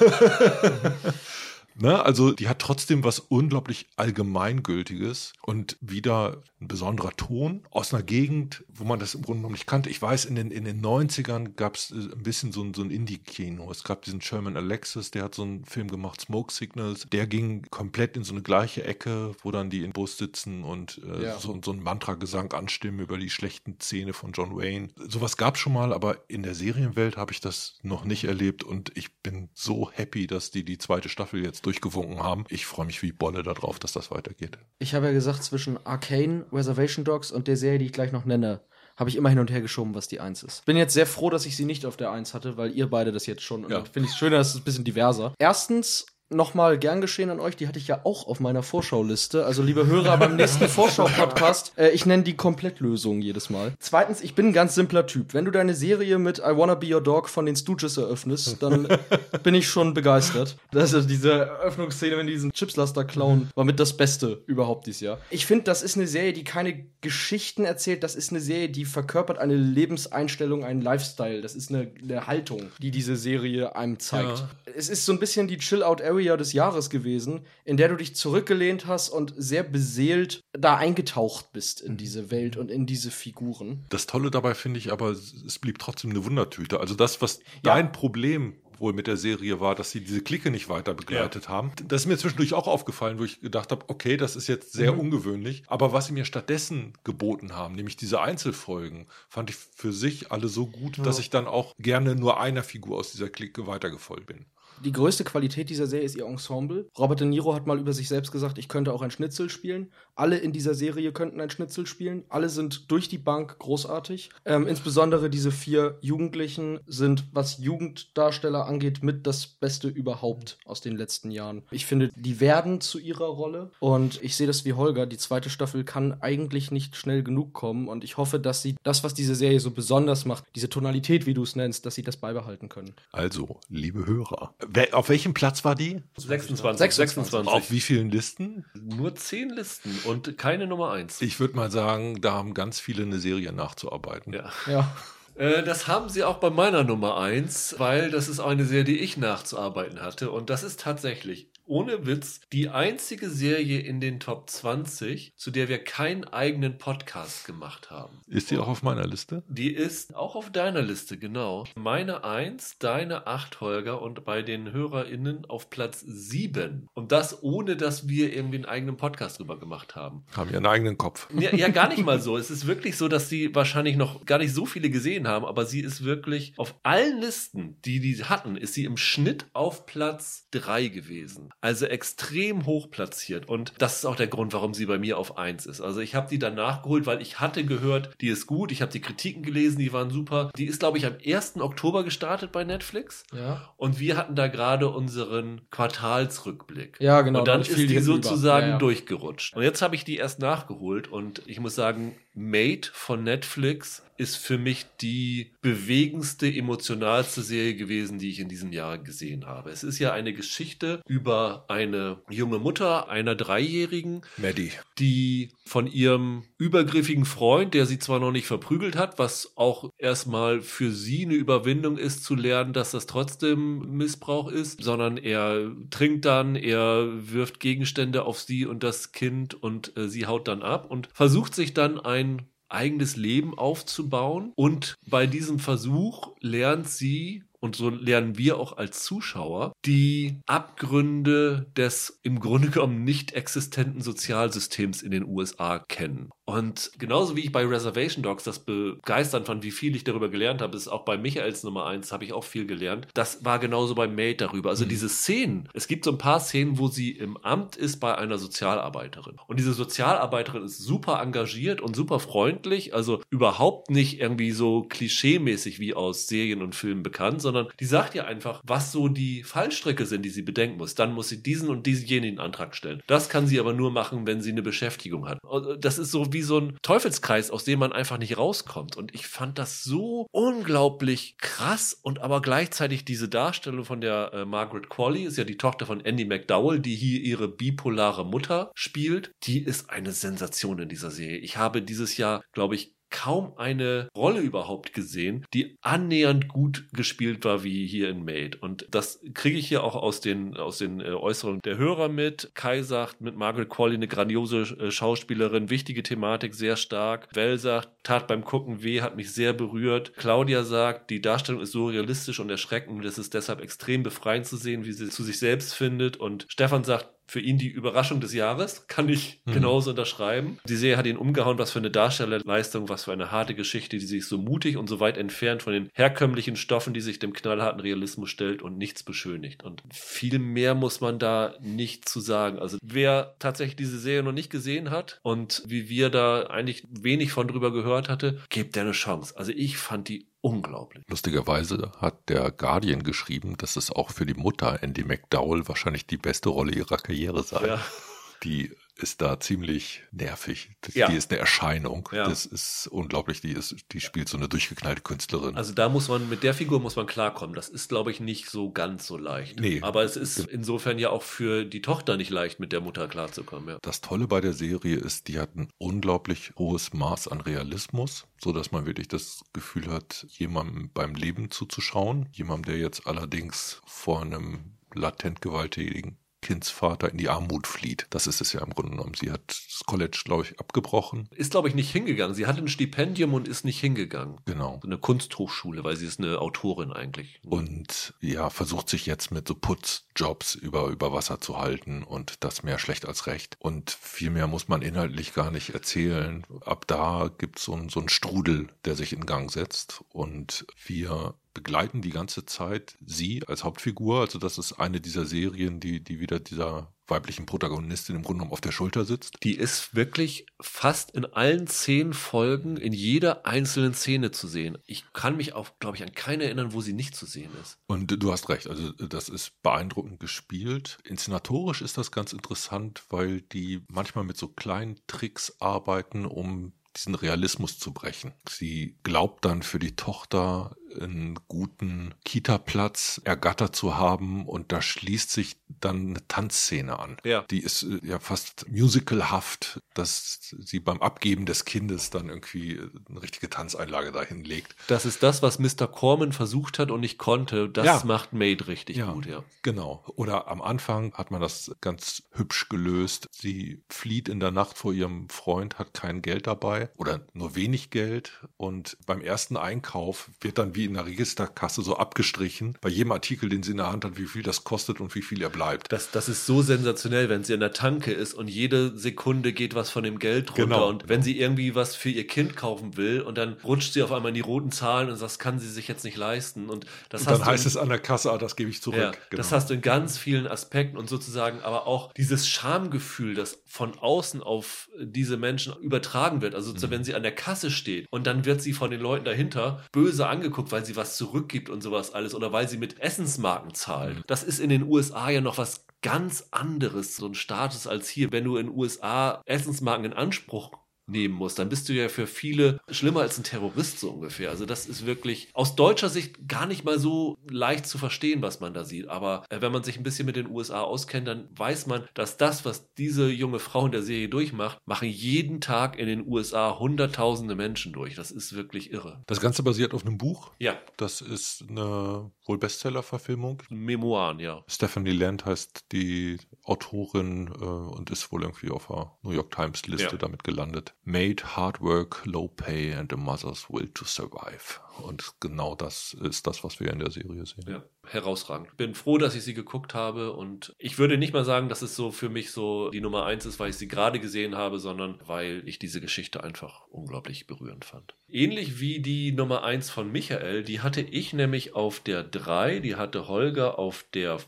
Ne, also die hat trotzdem was unglaublich Allgemeingültiges und wieder ein besonderer Ton aus einer Gegend, wo man das im Grunde noch nicht kannte. Ich weiß, in den 90ern gab es ein bisschen so ein Indie-Kino. Es gab diesen Sherman Alexis, der hat so einen Film gemacht, Smoke Signals. Der ging komplett in so eine gleiche Ecke, wo dann die im Bus sitzen und so ein Mantra-Gesang anstimmen über die schlechten Szene von John Wayne. Sowas gab es schon mal, aber in der Serienwelt habe ich das noch nicht erlebt und ich bin so happy, dass die zweite Staffel jetzt durchgewunken haben. Ich freue mich wie Bolle darauf, dass das weitergeht. Ich habe ja gesagt, zwischen Arcane, Reservation Dogs und der Serie, die ich gleich noch nenne, habe ich immer hin und her geschoben, was die 1 ist. Bin jetzt sehr froh, dass ich sie nicht auf der 1 hatte, weil ihr beide das jetzt schon. Und finde ich es schöner, dass es ein bisschen diverser. Erstens, nochmal gern geschehen an euch, die hatte ich ja auch auf meiner Vorschauliste. Also liebe Hörer, beim nächsten Vorschau-Podcast, ich nenne die Komplettlösung jedes Mal. Zweitens, ich bin ein ganz simpler Typ. Wenn du deine Serie mit I Wanna Be Your Dog von den Stooges eröffnest, dann bin ich schon begeistert. Das ist diese Eröffnungsszene, wenn die diesen Chipslaster klauen, war mit das Beste überhaupt dieses Jahr. Ich finde, das ist eine Serie, die keine Geschichten erzählt. Das ist eine Serie, die verkörpert eine Lebenseinstellung, einen Lifestyle. Das ist eine Haltung, die diese Serie einem zeigt. Ja. Es ist so ein bisschen die Chill-Out-Area des Jahres gewesen, in der du dich zurückgelehnt hast und sehr beseelt da eingetaucht bist in diese Welt und in diese Figuren. Das Tolle dabei finde ich aber, es blieb trotzdem eine Wundertüte. Also das, was dein Problem wohl mit der Serie war, dass sie diese Clique nicht weiter begleitet haben. Das ist mir zwischendurch auch aufgefallen, wo ich gedacht habe, okay, das ist jetzt sehr ungewöhnlich. Aber was sie mir stattdessen geboten haben, nämlich diese Einzelfolgen, fand ich für sich alle so gut, dass ich dann auch gerne nur einer Figur aus dieser Clique weitergefolgt bin. Die größte Qualität dieser Serie ist ihr Ensemble. Robert De Niro hat mal über sich selbst gesagt, ich könnte auch ein Schnitzel spielen. Alle in dieser Serie könnten ein Schnitzel spielen. Alle sind durch die Bank großartig. Insbesondere diese 4 Jugendlichen sind, was Jugenddarsteller angeht, mit das Beste überhaupt aus den letzten Jahren. Ich finde, die werden zu ihrer Rolle. Und ich sehe das wie Holger. Die 2. Staffel kann eigentlich nicht schnell genug kommen. Und ich hoffe, dass sie das, was diese Serie so besonders macht, diese Tonalität, wie du es nennst, dass sie das beibehalten können. Also, liebe Hörer, Auf welchem Platz war die? 26. Auf wie vielen Listen? Nur 10 Listen und keine Nummer 1. Ich würde mal sagen, da haben ganz viele eine Serie nachzuarbeiten. Ja. Das haben sie auch bei meiner Nummer 1, weil das ist eine Serie, die ich nachzuarbeiten hatte. Und das ist tatsächlich, ohne Witz, die einzige Serie in den Top 20, zu der wir keinen eigenen Podcast gemacht haben. Ist die auch auf meiner Liste? Die ist auch auf deiner Liste, genau. Meine 1, deine 8, Holger, und bei den HörerInnen auf Platz 7. Und das ohne, dass wir irgendwie einen eigenen Podcast drüber gemacht haben. Haben ja einen eigenen Kopf. Ja, gar nicht mal so. Es ist wirklich so, dass sie wahrscheinlich noch gar nicht so viele gesehen haben, aber sie ist wirklich auf allen Listen, die hatten, ist sie im Schnitt auf Platz 3 gewesen. Also extrem hoch platziert. Und das ist auch der Grund, warum sie bei mir auf 1 ist. Also ich habe die dann nachgeholt, weil ich hatte gehört, die ist gut. Ich habe die Kritiken gelesen, die waren super. Die ist, glaube ich, am 1. Oktober gestartet bei Netflix. Ja. Und wir hatten da gerade unseren Quartalsrückblick. Ja, genau. Und dann ist die sozusagen über. durchgerutscht. Und jetzt habe ich die erst nachgeholt und ich muss sagen, Made von Netflix ist für mich die bewegendste, emotionalste Serie gewesen, die ich in diesem Jahr gesehen habe. Es ist ja eine Geschichte über eine junge Mutter einer 3-Jährigen, Maddie, die von ihrem übergriffigen Freund, der sie zwar noch nicht verprügelt hat, was auch erstmal für sie eine Überwindung ist, zu lernen, dass das trotzdem Missbrauch ist, sondern er trinkt dann, er wirft Gegenstände auf sie und das Kind und sie haut dann ab und versucht sich dann ein eigenes Leben aufzubauen. Und bei diesem Versuch lernt sie, und so lernen wir auch als Zuschauer, die Abgründe des im Grunde genommen nicht existenten Sozialsystems in den USA kennen. Und genauso wie ich bei Reservation Dogs das begeisternd fand, wie viel ich darüber gelernt habe, ist auch bei Michaels Nummer 1 habe ich auch viel gelernt. Das war genauso bei Made darüber. Also diese Szenen, es gibt so ein paar Szenen, wo sie im Amt ist bei einer Sozialarbeiterin. Und diese Sozialarbeiterin ist super engagiert und super freundlich, also überhaupt nicht irgendwie so klischeemäßig wie aus Serien und Filmen bekannt, sondern die sagt ihr einfach, was so die Fallstricke sind, die sie bedenken muss. Dann muss sie diesen und jenen Antrag stellen. Das kann sie aber nur machen, wenn sie eine Beschäftigung hat. Und das ist so wie so ein Teufelskreis, aus dem man einfach nicht rauskommt. Und ich fand das so unglaublich krass und aber gleichzeitig diese Darstellung von der Margaret Qualley, ist ja die Tochter von Andie McDowell, die hier ihre bipolare Mutter spielt, die ist eine Sensation in dieser Serie. Ich habe dieses Jahr, glaube ich, kaum eine Rolle überhaupt gesehen, die annähernd gut gespielt war wie hier in Made. Und das kriege ich hier auch aus den Äußerungen der Hörer mit. Kai sagt, mit Margaret Qualley eine grandiose Schauspielerin, wichtige Thematik, sehr stark. Well sagt, tat beim Gucken weh, hat mich sehr berührt. Claudia sagt, die Darstellung ist so realistisch und erschreckend, es ist deshalb extrem befreiend zu sehen, wie sie zu sich selbst findet. Und Stefan sagt, für ihn die Überraschung des Jahres, kann ich genauso unterschreiben. Die Serie hat ihn umgehauen, was für eine Darstellerleistung, was für eine harte Geschichte, die sich so mutig und so weit entfernt von den herkömmlichen Stoffen, die sich dem knallharten Realismus stellt und nichts beschönigt. Und viel mehr muss man da nicht zu sagen. Also wer tatsächlich diese Serie noch nicht gesehen hat und wie wir da eigentlich wenig von drüber gehört hatte, gebt der eine Chance. Also ich fand die unglaublich. Lustigerweise hat der Guardian geschrieben, dass es auch für die Mutter Andie McDowell wahrscheinlich die beste Rolle ihrer Karriere sei. Ja. Die ist da ziemlich nervig. Die ist eine Erscheinung. Ja. Das ist unglaublich. Die spielt so eine durchgeknallte Künstlerin. Also da mit der Figur muss man klarkommen. Das ist, glaube ich, nicht so ganz so leicht. Nee. Aber es ist insofern ja auch für die Tochter nicht leicht, mit der Mutter klarzukommen. Ja. Das Tolle bei der Serie ist, die hat ein unglaublich hohes Maß an Realismus, so dass man wirklich das Gefühl hat, jemandem beim Leben zuzuschauen. Jemandem, der jetzt allerdings vor einem latent gewalttätigen Kindsvater in die Armut flieht. Das ist es ja im Grunde genommen. Sie hat das College, glaube ich, abgebrochen. Ist, glaube ich, nicht hingegangen. Sie hatte ein Stipendium und ist nicht hingegangen. Genau. Eine Kunsthochschule, weil sie ist eine Autorin eigentlich. Und ja, versucht sich jetzt mit so Putzjobs über Wasser zu halten und das mehr schlecht als recht. Und viel mehr muss man inhaltlich gar nicht erzählen. Ab da gibt es so einen Strudel, der sich in Gang setzt und wir begleiten die ganze Zeit sie als Hauptfigur. Also das ist eine dieser Serien, die wieder dieser weiblichen Protagonistin im Grunde genommen auf der Schulter sitzt. Die ist wirklich fast in allen 10 Folgen in jeder einzelnen Szene zu sehen. Ich kann mich auch, glaube ich, an keine erinnern, wo sie nicht zu sehen ist. Und du hast recht, also das ist beeindruckend gespielt. Inszenatorisch ist das ganz interessant, weil die manchmal mit so kleinen Tricks arbeiten, um diesen Realismus zu brechen. Sie glaubt dann für die Tochter einen guten Kita-Platz ergattert zu haben und da schließt sich dann eine Tanzszene an. Ja. Die ist ja fast musicalhaft, dass sie beim Abgeben des Kindes dann irgendwie eine richtige Tanzeinlage dahin legt. Das ist das, was Mr. Corman versucht hat und nicht konnte. Das macht Maid richtig gut, ja. Genau. Oder am Anfang hat man das ganz hübsch gelöst. Sie flieht in der Nacht vor ihrem Freund, hat kein Geld dabei oder nur wenig Geld und beim ersten Einkauf wird dann wie in der Registerkasse so abgestrichen, bei jedem Artikel, den sie in der Hand hat, wie viel das kostet und wie viel er bleibt. Das ist so sensationell, wenn sie in der Tanke ist und jede Sekunde geht was von dem Geld runter. Genau. Und wenn sie irgendwie was für ihr Kind kaufen will und dann rutscht sie auf einmal in die roten Zahlen und das kann sie sich jetzt nicht leisten. Und dann heißt es an der Kasse, das gebe ich zurück. Ja, genau. Das hast du in ganz vielen Aspekten und sozusagen aber auch dieses Schamgefühl, das von außen auf diese Menschen übertragen wird. Also wenn sie an der Kasse steht und dann wird sie von den Leuten dahinter böse angeguckt, weil sie was zurückgibt und sowas alles oder weil sie mit Essensmarken zahlt. Das ist in den USA ja noch was ganz anderes, so ein Status als hier. Wenn du in den USA Essensmarken in Anspruch nehmen musst, dann bist du ja für viele schlimmer als ein Terrorist so ungefähr. Also das ist wirklich aus deutscher Sicht gar nicht mal so leicht zu verstehen, was man da sieht. Aber wenn man sich ein bisschen mit den USA auskennt, dann weiß man, dass das, was diese junge Frau in der Serie durchmacht, machen jeden Tag in den USA hunderttausende Menschen durch. Das ist wirklich irre. Das Ganze basiert auf einem Buch. Ja. Das ist eine wohl Bestseller-Verfilmung. Memoiren, ja. Stephanie Land heißt die Autorin und ist wohl irgendwie auf der New York Times Liste damit gelandet. Made, Hard Work, Low Pay and a Mother's Will to Survive. Und genau das ist das, was wir in der Serie sehen. Ja, herausragend. Bin froh, dass ich sie geguckt habe und ich würde nicht mal sagen, dass es so für mich so die Nummer 1 ist, weil ich sie gerade gesehen habe, sondern weil ich diese Geschichte einfach unglaublich berührend fand. Ähnlich wie die Nummer 1 von Michael, die hatte ich nämlich auf der 3, die hatte Holger auf der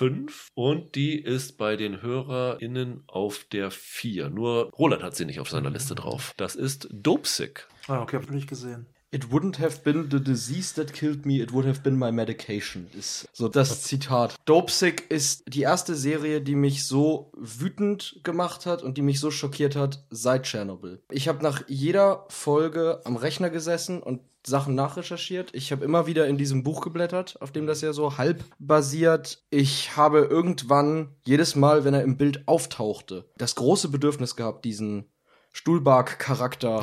5 und die ist bei den HörerInnen auf der 4. Nur Roland hat sie nicht auf seiner Liste drauf. Das ist Dopesick. Ah, okay, hab ich nicht gesehen. It wouldn't have been the disease that killed me, it would have been my medication, ist so das Zitat. Dopesick ist die erste Serie, die mich so wütend gemacht hat und die mich so schockiert hat seit Tschernobyl. Ich habe nach jeder Folge am Rechner gesessen und Sachen nachrecherchiert. Ich habe immer wieder in diesem Buch geblättert, auf dem das ja so halb basiert. Ich habe irgendwann, jedes Mal, wenn er im Bild auftauchte, das große Bedürfnis gehabt, diesen Stuhlbarg-Charakter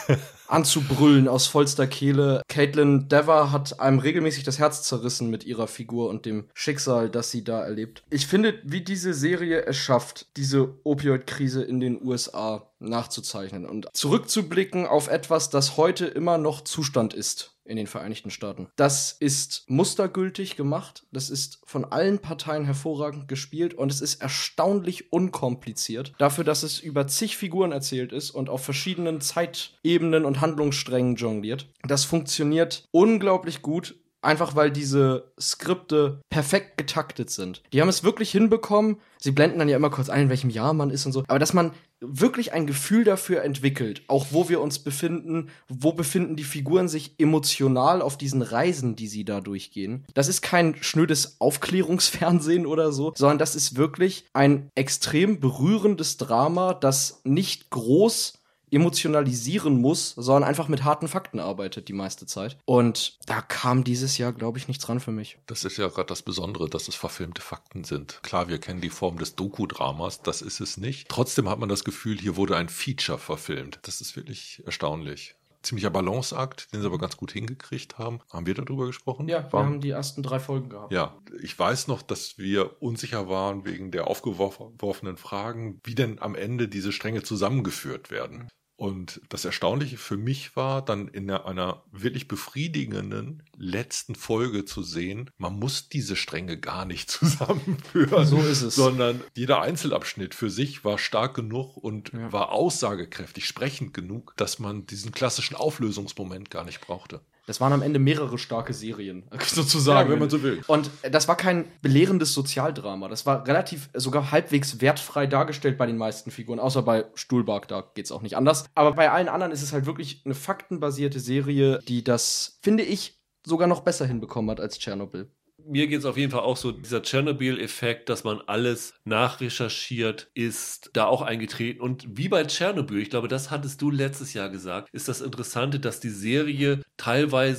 anzubrüllen aus vollster Kehle. Caitlin Dever hat einem regelmäßig das Herz zerrissen mit ihrer Figur und dem Schicksal, das sie da erlebt. Ich finde, wie diese Serie es schafft, diese Opioid-Krise in den USA nachzuzeichnen und zurückzublicken auf etwas, das heute immer noch Zustand ist in den Vereinigten Staaten. Das ist mustergültig gemacht, das ist von allen Parteien hervorragend gespielt und es ist erstaunlich unkompliziert. Dafür, dass es über zig Figuren erzählt ist und auf verschiedenen Zeitebenen und Handlungssträngen jongliert. Das funktioniert unglaublich gut. Einfach weil diese Skripte perfekt getaktet sind. Die haben es wirklich hinbekommen. Sie blenden dann ja immer kurz ein, in welchem Jahr man ist und so. Aber dass man wirklich ein Gefühl dafür entwickelt, auch wo wir uns befinden, wo befinden die Figuren sich emotional auf diesen Reisen, die sie da durchgehen. Das ist kein schnödes Aufklärungsfernsehen oder so, sondern das ist wirklich ein extrem berührendes Drama, das nicht groß emotionalisieren muss, sondern einfach mit harten Fakten arbeitet die meiste Zeit. Und da kam dieses Jahr, glaube ich, nichts ran für mich. Das ist ja gerade das Besondere, dass es verfilmte Fakten sind. Klar, wir kennen die Form des Doku-Dramas, das ist es nicht. Trotzdem hat man das Gefühl, hier wurde ein Feature verfilmt. Das ist wirklich erstaunlich. Ziemlicher Balanceakt, den sie aber ganz gut hingekriegt haben. Haben wir darüber gesprochen? Ja, wir haben die ersten 3 Folgen gehabt. Ja, ich weiß noch, dass wir unsicher waren wegen der aufgeworfenen Fragen, wie denn am Ende diese Stränge zusammengeführt werden. Und das Erstaunliche für mich war, dann in einer wirklich befriedigenden letzten Folge zu sehen, man muss diese Stränge gar nicht zusammenführen. So ist es. Sondern jeder Einzelabschnitt für sich war stark genug und war aussagekräftig, sprechend genug, dass man diesen klassischen Auflösungsmoment gar nicht brauchte. Das waren am Ende mehrere starke Serien, sozusagen. Ja, wenn man so will. Und das war kein belehrendes Sozialdrama. Das war relativ, sogar halbwegs wertfrei dargestellt bei den meisten Figuren. Außer bei Stuhlbarg, da geht's auch nicht anders. Aber bei allen anderen ist es halt wirklich eine faktenbasierte Serie, die das, finde ich, sogar noch besser hinbekommen hat als Tschernobyl. Mir geht es auf jeden Fall auch so, dieser Tschernobyl-Effekt, dass man alles nachrecherchiert, ist da auch eingetreten. Und wie bei Tschernobyl, ich glaube, das hattest du letztes Jahr gesagt, ist das Interessante, dass die Serie teilweise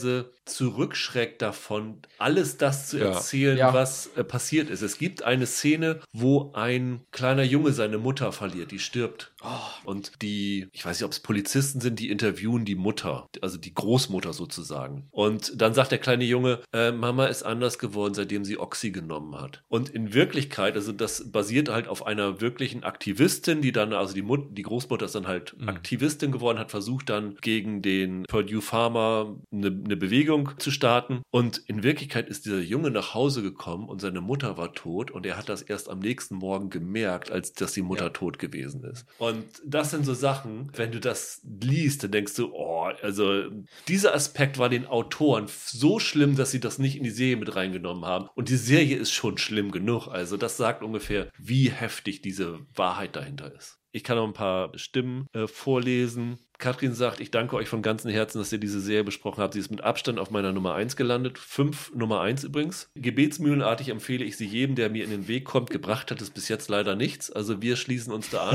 zurückschreckt davon, alles das zu erzählen, was passiert ist. Es gibt eine Szene, wo ein kleiner Junge seine Mutter verliert, die stirbt. Und ich weiß nicht, ob es Polizisten sind, die interviewen die Mutter, also die Großmutter sozusagen. Und dann sagt der kleine Junge, Mama ist anders geworden, seitdem sie Oxy genommen hat. Und in Wirklichkeit, also das basiert halt auf einer wirklichen Aktivistin, die dann, also die Großmutter ist dann halt Aktivistin geworden, hat versucht dann gegen den Purdue Pharma eine Bewegung zu starten. Und in Wirklichkeit ist dieser Junge nach Hause gekommen und seine Mutter war tot und er hat das erst am nächsten Morgen gemerkt, als dass die Mutter tot gewesen ist. Und das sind so Sachen, wenn du das liest, dann denkst du, also dieser Aspekt war den Autoren so schlimm, dass sie das nicht in die Serie mit reingenommen haben. Und die Serie ist schon schlimm genug. Also das sagt ungefähr, wie heftig diese Wahrheit dahinter ist. Ich kann noch ein paar Stimmen vorlesen. Katrin sagt, ich danke euch von ganzem Herzen, dass ihr diese Serie besprochen habt. Sie ist mit Abstand auf meiner Nummer 1 gelandet. 5 Nummer 1 übrigens. Gebetsmühlenartig empfehle ich sie jedem, der mir in den Weg kommt. Gebracht hat es bis jetzt leider nichts. Also wir schließen uns da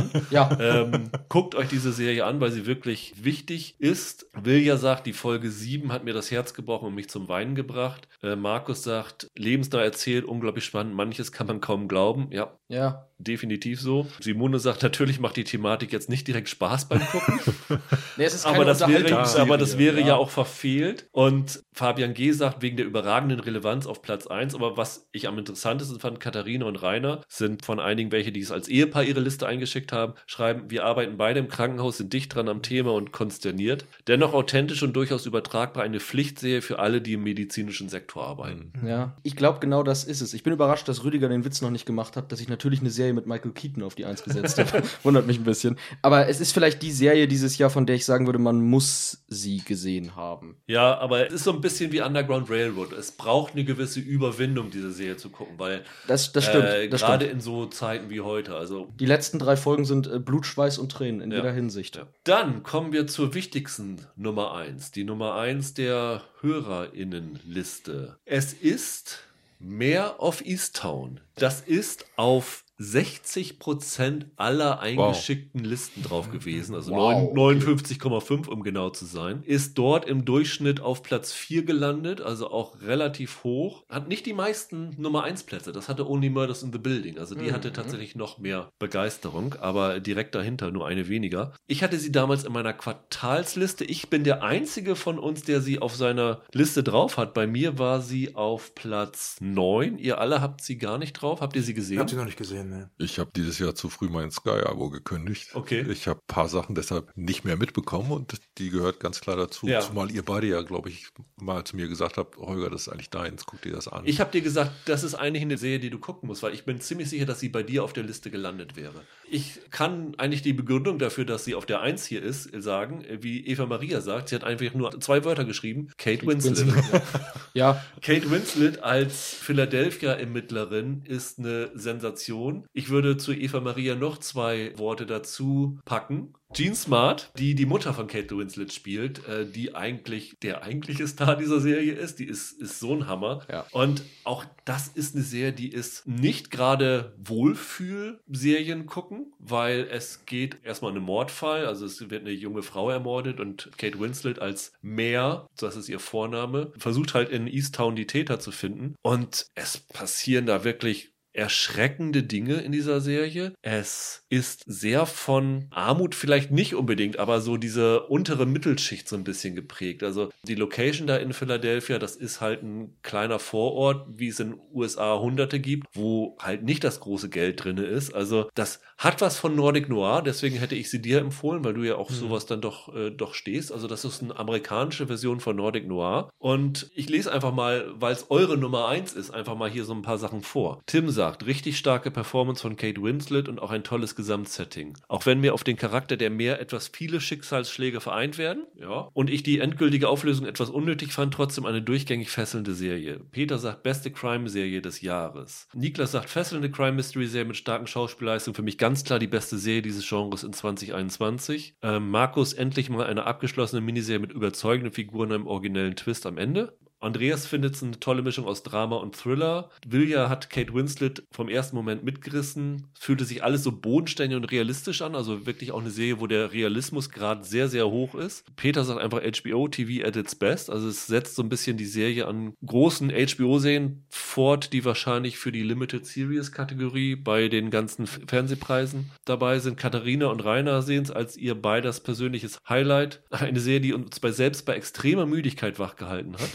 an. Guckt euch diese Serie an, weil sie wirklich wichtig ist. Vilja sagt, die Folge 7 hat mir das Herz gebrochen und mich zum Weinen gebracht. Markus sagt, lebensnah erzählt, unglaublich spannend. Manches kann man kaum glauben. Ja. Definitiv so. Simone sagt, natürlich macht die Thematik jetzt nicht direkt Spaß beim Gucken. Nee, es ist aber das wäre ja auch verfehlt. Und Fabian G. sagt, wegen der überragenden Relevanz auf Platz 1. Aber was ich am interessantesten fand, Katharina und Rainer sind von einigen welche, die es als Ehepaar ihre Liste eingeschickt haben, schreiben, wir arbeiten beide im Krankenhaus, sind dicht dran am Thema und konsterniert. Dennoch authentisch und durchaus übertragbar, eine Pflichtserie für alle, die im medizinischen Sektor arbeiten. Ja, ich glaube, genau das ist es. Ich bin überrascht, dass Rüdiger den Witz noch nicht gemacht hat, dass ich natürlich eine Serie mit Michael Keaton auf die 1 gesetzt habe. Wundert mich ein bisschen. Aber es ist vielleicht die Serie dieses Jahr, von der ich sagen würde, man muss sie gesehen haben. Ja, aber es ist so ein bisschen wie Underground Railroad. Es braucht eine gewisse Überwindung, diese Serie zu gucken, weil das stimmt. Gerade in so Zeiten wie heute. Also die letzten 3 Folgen sind Blut, Schweiß und Tränen in jeder Hinsicht. Ja. Dann kommen wir zur wichtigsten Nummer 1. Die Nummer 1 der HörerInnenliste. Es ist Mare of Easttown. Das ist auf 60% aller eingeschickten Listen drauf gewesen, also 59,5 um genau zu sein, ist dort im Durchschnitt auf Platz 4 gelandet, also auch relativ hoch. Hat nicht die meisten Nummer 1 Plätze, das hatte Only Murders in the Building, also die hatte tatsächlich noch mehr Begeisterung, aber direkt dahinter nur eine weniger. Ich hatte sie damals in meiner Quartalsliste, ich bin der einzige von uns, der sie auf seiner Liste drauf hat. Bei mir war sie auf Platz 9, ihr alle habt sie gar nicht drauf, habt ihr sie gesehen? Ich habe sie noch nicht gesehen. Ich habe dieses Jahr zu früh mein Sky-Abo gekündigt. Okay. Ich habe ein paar Sachen deshalb nicht mehr mitbekommen und die gehört ganz klar dazu. Ja. Zumal ihr beide ja, glaube ich, mal zu mir gesagt habt, Holger, das ist eigentlich deins, guck dir das an. Ich habe dir gesagt, das ist eigentlich eine Serie, die du gucken musst, weil ich bin ziemlich sicher, dass sie bei dir auf der Liste gelandet wäre. Ich kann eigentlich die Begründung dafür, dass sie auf der 1 hier ist, sagen, wie Eva Maria sagt, sie hat einfach nur 2 Wörter geschrieben, Kate Winslet. Ja. Kate Winslet als Philadelphia-Ermittlerin ist eine Sensation. Ich würde zu Eva Maria noch 2 Worte dazu packen. Jean Smart, die Mutter von Kate Winslet spielt, die eigentlich der eigentliche Star dieser Serie ist, die ist so ein Hammer. Ja. Und auch das ist eine Serie, die ist nicht gerade Wohlfühl-Serien gucken, weil es geht erstmal um einen Mordfall, also es wird eine junge Frau ermordet und Kate Winslet als Mare, das ist ihr Vorname, versucht halt in Easttown die Täter zu finden und es passieren da wirklich erschreckende Dinge in dieser Serie. Es ist sehr von Armut vielleicht nicht unbedingt, aber so diese untere Mittelschicht so ein bisschen geprägt. Also die Location da in Philadelphia, das ist halt ein kleiner Vorort, wie es in den USA Hunderte gibt, wo halt nicht das große Geld drin ist. Also das hat was von Nordic Noir, deswegen hätte ich sie dir empfohlen, weil du ja auch sowas dann doch stehst. Also das ist eine amerikanische Version von Nordic Noir. Und ich lese einfach mal, weil es eure Nummer 1 ist, einfach mal hier so ein paar Sachen vor. Tim sagt, richtig starke Performance von Kate Winslet und auch ein tolles Gesamtsetting. Auch wenn mir auf den Charakter der Mare etwas viele Schicksalsschläge vereint werden, und ich die endgültige Auflösung etwas unnötig fand, trotzdem eine durchgängig fesselnde Serie. Peter sagt, beste Crime-Serie des Jahres. Niklas sagt, fesselnde Crime-Mystery-Serie mit starken Schauspielleistungen, für mich ganz klar die beste Serie dieses Genres in 2021. Markus, endlich mal eine abgeschlossene Miniserie mit überzeugenden Figuren und einem originellen Twist am Ende. Andreas findet es eine tolle Mischung aus Drama und Thriller. Vilja hat Kate Winslet vom ersten Moment mitgerissen. Fühlte sich alles so bodenständig und realistisch an. Also wirklich auch eine Serie, wo der Realismusgrad sehr, sehr hoch ist. Peter sagt einfach HBO TV at its best. Also es setzt so ein bisschen die Serie an großen HBO-Serien fort, die wahrscheinlich für die Limited Series-Kategorie bei den ganzen Fernsehpreisen dabei sind. Katharina und Rainer sehen es als ihr beides persönliches Highlight. Eine Serie, die uns selbst bei extremer Müdigkeit wachgehalten hat.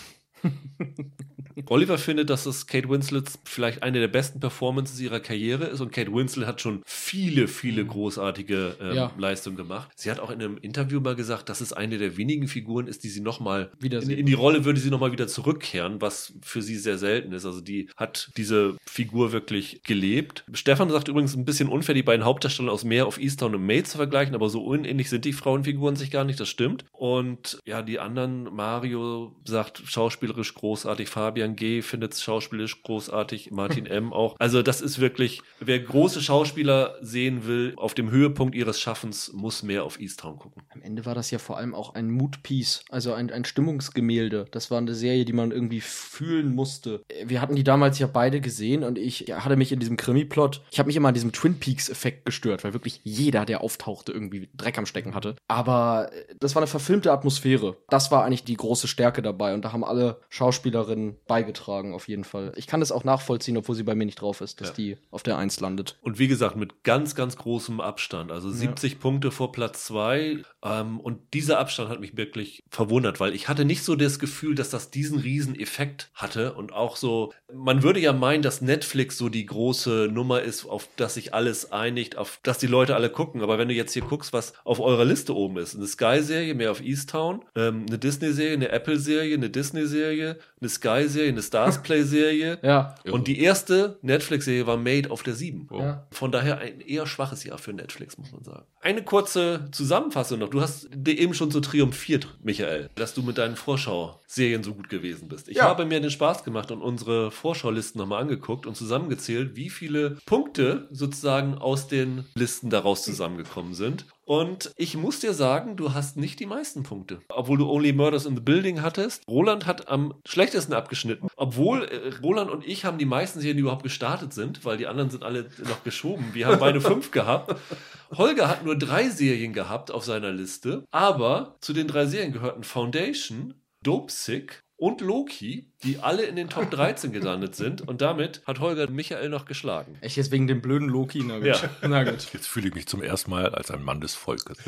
Oliver findet, dass es Kate Winslets vielleicht eine der besten Performances ihrer Karriere ist und Kate Winslet hat schon viele großartige Leistungen gemacht. Sie hat auch in einem Interview mal gesagt, dass es eine der wenigen Figuren ist, die sie nochmal in die Rolle würde sie nochmal wieder zurückkehren, was für sie sehr selten ist. Also die hat diese Figur wirklich gelebt. Stefan sagt übrigens ein bisschen unfair, die beiden Hauptdarsteller aus Mare of Easttown und Maid zu vergleichen, aber so unähnlich sind die Frauenfiguren sich gar nicht, das stimmt. Und ja, die anderen, Mario sagt schauspielerisch großartig, Fabian G. findet es schauspielerisch großartig, Martin M. auch. Also das ist wirklich, wer große Schauspieler sehen will, auf dem Höhepunkt ihres Schaffens, muss mehr auf Easttown gucken. Am Ende war das ja vor allem auch ein Mood-Piece, also ein Stimmungsgemälde. Das war eine Serie, die man irgendwie fühlen musste. Wir hatten die damals ja beide gesehen und ich hatte mich in diesem Krimi-Plot, ich habe mich immer an diesem Twin Peaks-Effekt gestört, weil wirklich jeder, der auftauchte, irgendwie Dreck am Stecken hatte. Aber das war eine verfilmte Atmosphäre. Das war eigentlich die große Stärke dabei und da haben alle Schauspielerinnen beigetragen, auf jeden Fall. Ich kann das auch nachvollziehen, obwohl sie bei mir nicht drauf ist, dass die auf der 1 landet. Und wie gesagt, mit ganz großem Abstand. Also 70 Punkte vor Platz 2. Und dieser Abstand hat mich wirklich verwundert, weil ich hatte nicht so das Gefühl, dass das diesen riesen Effekt hatte. Und auch so, man würde ja meinen, dass Netflix so die große Nummer ist, auf das sich alles einigt, auf das die Leute alle gucken. Aber wenn du jetzt hier guckst, was auf eurer Liste oben ist, eine Sky-Serie, Mare of Easttown, eine Disney-Serie, eine Apple-Serie, eine Disney-Serie, eine Sky-Serie, eine Stars-Play-Serie. Ja. Und die erste Netflix-Serie war Made auf der 7. Oh. Ja. Von daher ein eher schwaches Jahr für Netflix, muss man sagen. Eine kurze Zusammenfassung noch. Du hast eben schon so triumphiert, Michael, dass du mit deinen Vorschau-Serien so gut gewesen bist. Ich habe mir den Spaß gemacht und unsere Vorschau-Listen nochmal angeguckt und zusammengezählt, wie viele Punkte sozusagen aus den Listen daraus zusammengekommen sind. Und ich muss dir sagen, du hast nicht die meisten Punkte. Obwohl du Only Murders in the Building hattest. Roland hat am schlechtesten abgeschnitten. Obwohl Roland und ich haben die meisten Serien, die überhaupt gestartet sind, weil die anderen sind alle noch geschoben. Wir haben beide 5 gehabt. Holger hat nur 3 Serien gehabt auf seiner Liste. Aber zu den 3 Serien gehörten Foundation, Dopesick und Loki, die alle in den Top 13 gelandet sind. Und damit hat Holger Michael noch geschlagen. Echt jetzt wegen dem blöden Loki? Na gut. Ja. Na gut. Jetzt fühle ich mich zum ersten Mal als ein Mann des Volkes.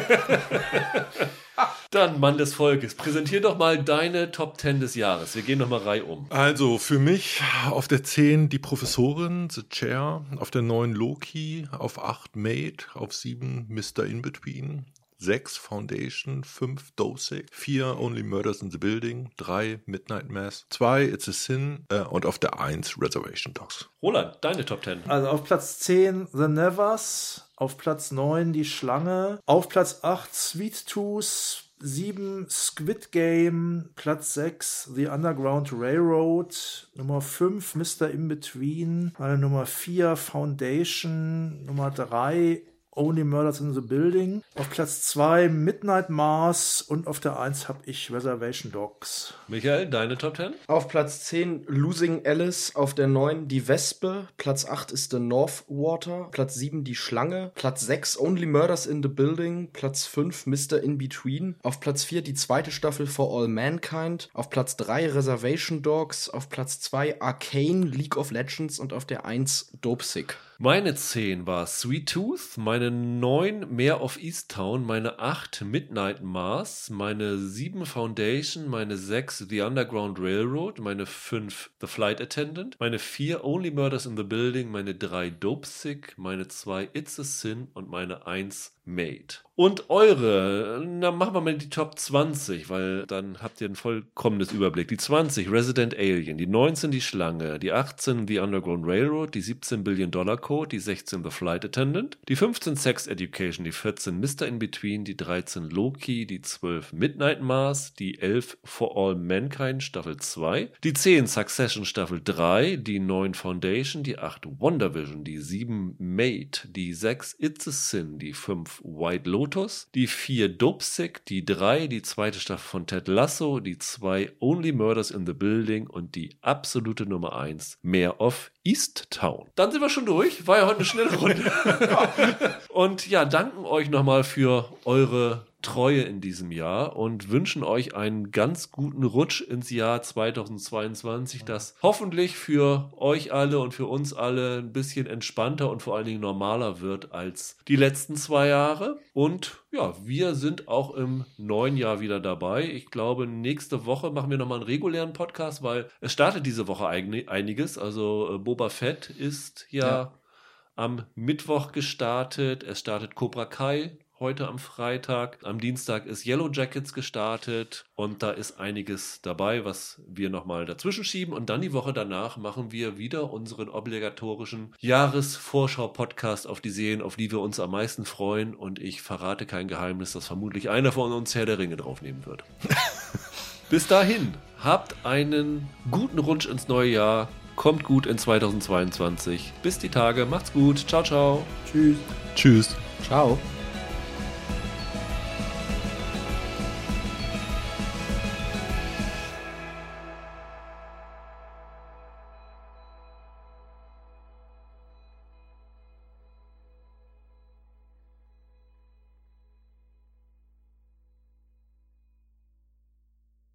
Dann, Mann des Volkes, präsentier doch mal deine Top 10 des Jahres. Wir gehen noch mal reihum. Also für mich auf der 10 die Professorin, The Chair, auf der 9 Loki, auf 8 Maid, auf 7 Mr. In-Between, 6 Foundation, 5 Dosek, 4 Only Murders in the Building, 3 Midnight Mass, 2 It's a Sin und auf der 1 Reservation Dogs. Roland, deine Top 10. Also auf Platz 10 The Nevers, auf Platz 9 Die Schlange, auf Platz 8 Sweet Tooth, 7 Squid Game, Platz 6 The Underground Railroad, Nummer 5 Mr. In-Between, meine Nummer 4 Foundation, Nummer 3 Only Murders in the Building, auf Platz 2 Midnight Mars und auf der 1 habe ich Reservation Dogs. Michael, deine Top 10? Auf Platz 10 Losing Alice, auf der 9 Die Wespe, Platz 8 ist The Northwater, Platz 7 Die Schlange, Platz 6 Only Murders in the Building, Platz 5 Mr. In-Between, auf Platz 4 die zweite Staffel For All Mankind, auf Platz 3 Reservation Dogs, auf Platz 2 Arcane, League of Legends und auf der 1 Dopesick. Meine 10 war Sweet Tooth, meine 9 Mare of Easttown, meine 8 Midnight Mars, meine 7 Foundation, meine 6 The Underground Railroad, meine 5 The Flight Attendant, meine 4 Only Murders in the Building, meine 3 Dopesick, meine 2 It's a Sin und meine 1 Made. Und eure, na machen wir mal die Top 20, weil dann habt ihr ein vollkommenes Überblick. Die 20 Resident Alien, die 19 Die Schlange, die 18 The Underground Railroad, die 17 Billion Dollar Code, die 16 The Flight Attendant, die 15 Sex Education, die 14 Mr. In-Between, die 13 Loki, die 12 Midnight Mars, die 11 For All Mankind Staffel 2, die 10 Succession Staffel 3, die 9 Foundation, die 8 WandaVision, die 7 Made, die 6 It's a Sin, die 5 5 White Lotus, die 4 Dopesick, die 3 die zweite Staffel von Ted Lasso, die 2 Only Murders in the Building und die absolute Nummer 1 Mare of Easttown. Dann sind wir schon durch. War ja heute eine schnelle Runde. Und ja, danken euch nochmal für eure Treue in diesem Jahr und wünschen euch einen ganz guten Rutsch ins Jahr 2022, das hoffentlich für euch alle und für uns alle ein bisschen entspannter und vor allen Dingen normaler wird als die letzten 2 Jahre. Und ja, wir sind auch im neuen Jahr wieder dabei. Ich glaube, nächste Woche machen wir nochmal einen regulären Podcast, weil es startet diese Woche einiges. Also Boba Fett ist ja am Mittwoch gestartet. Es startet Cobra Kai heute am Freitag. Am Dienstag ist Yellow Jackets gestartet und da ist einiges dabei, was wir nochmal dazwischen schieben. Und dann die Woche danach machen wir wieder unseren obligatorischen Jahresvorschau-Podcast auf die Serien, auf die wir uns am meisten freuen. Und ich verrate kein Geheimnis, dass vermutlich einer von uns Herr der Ringe draufnehmen wird. Bis dahin, habt einen guten Rutsch ins neue Jahr. Kommt gut in 2022. Bis die Tage. Macht's gut. Ciao, ciao. Tschüss. Tschüss. Ciao.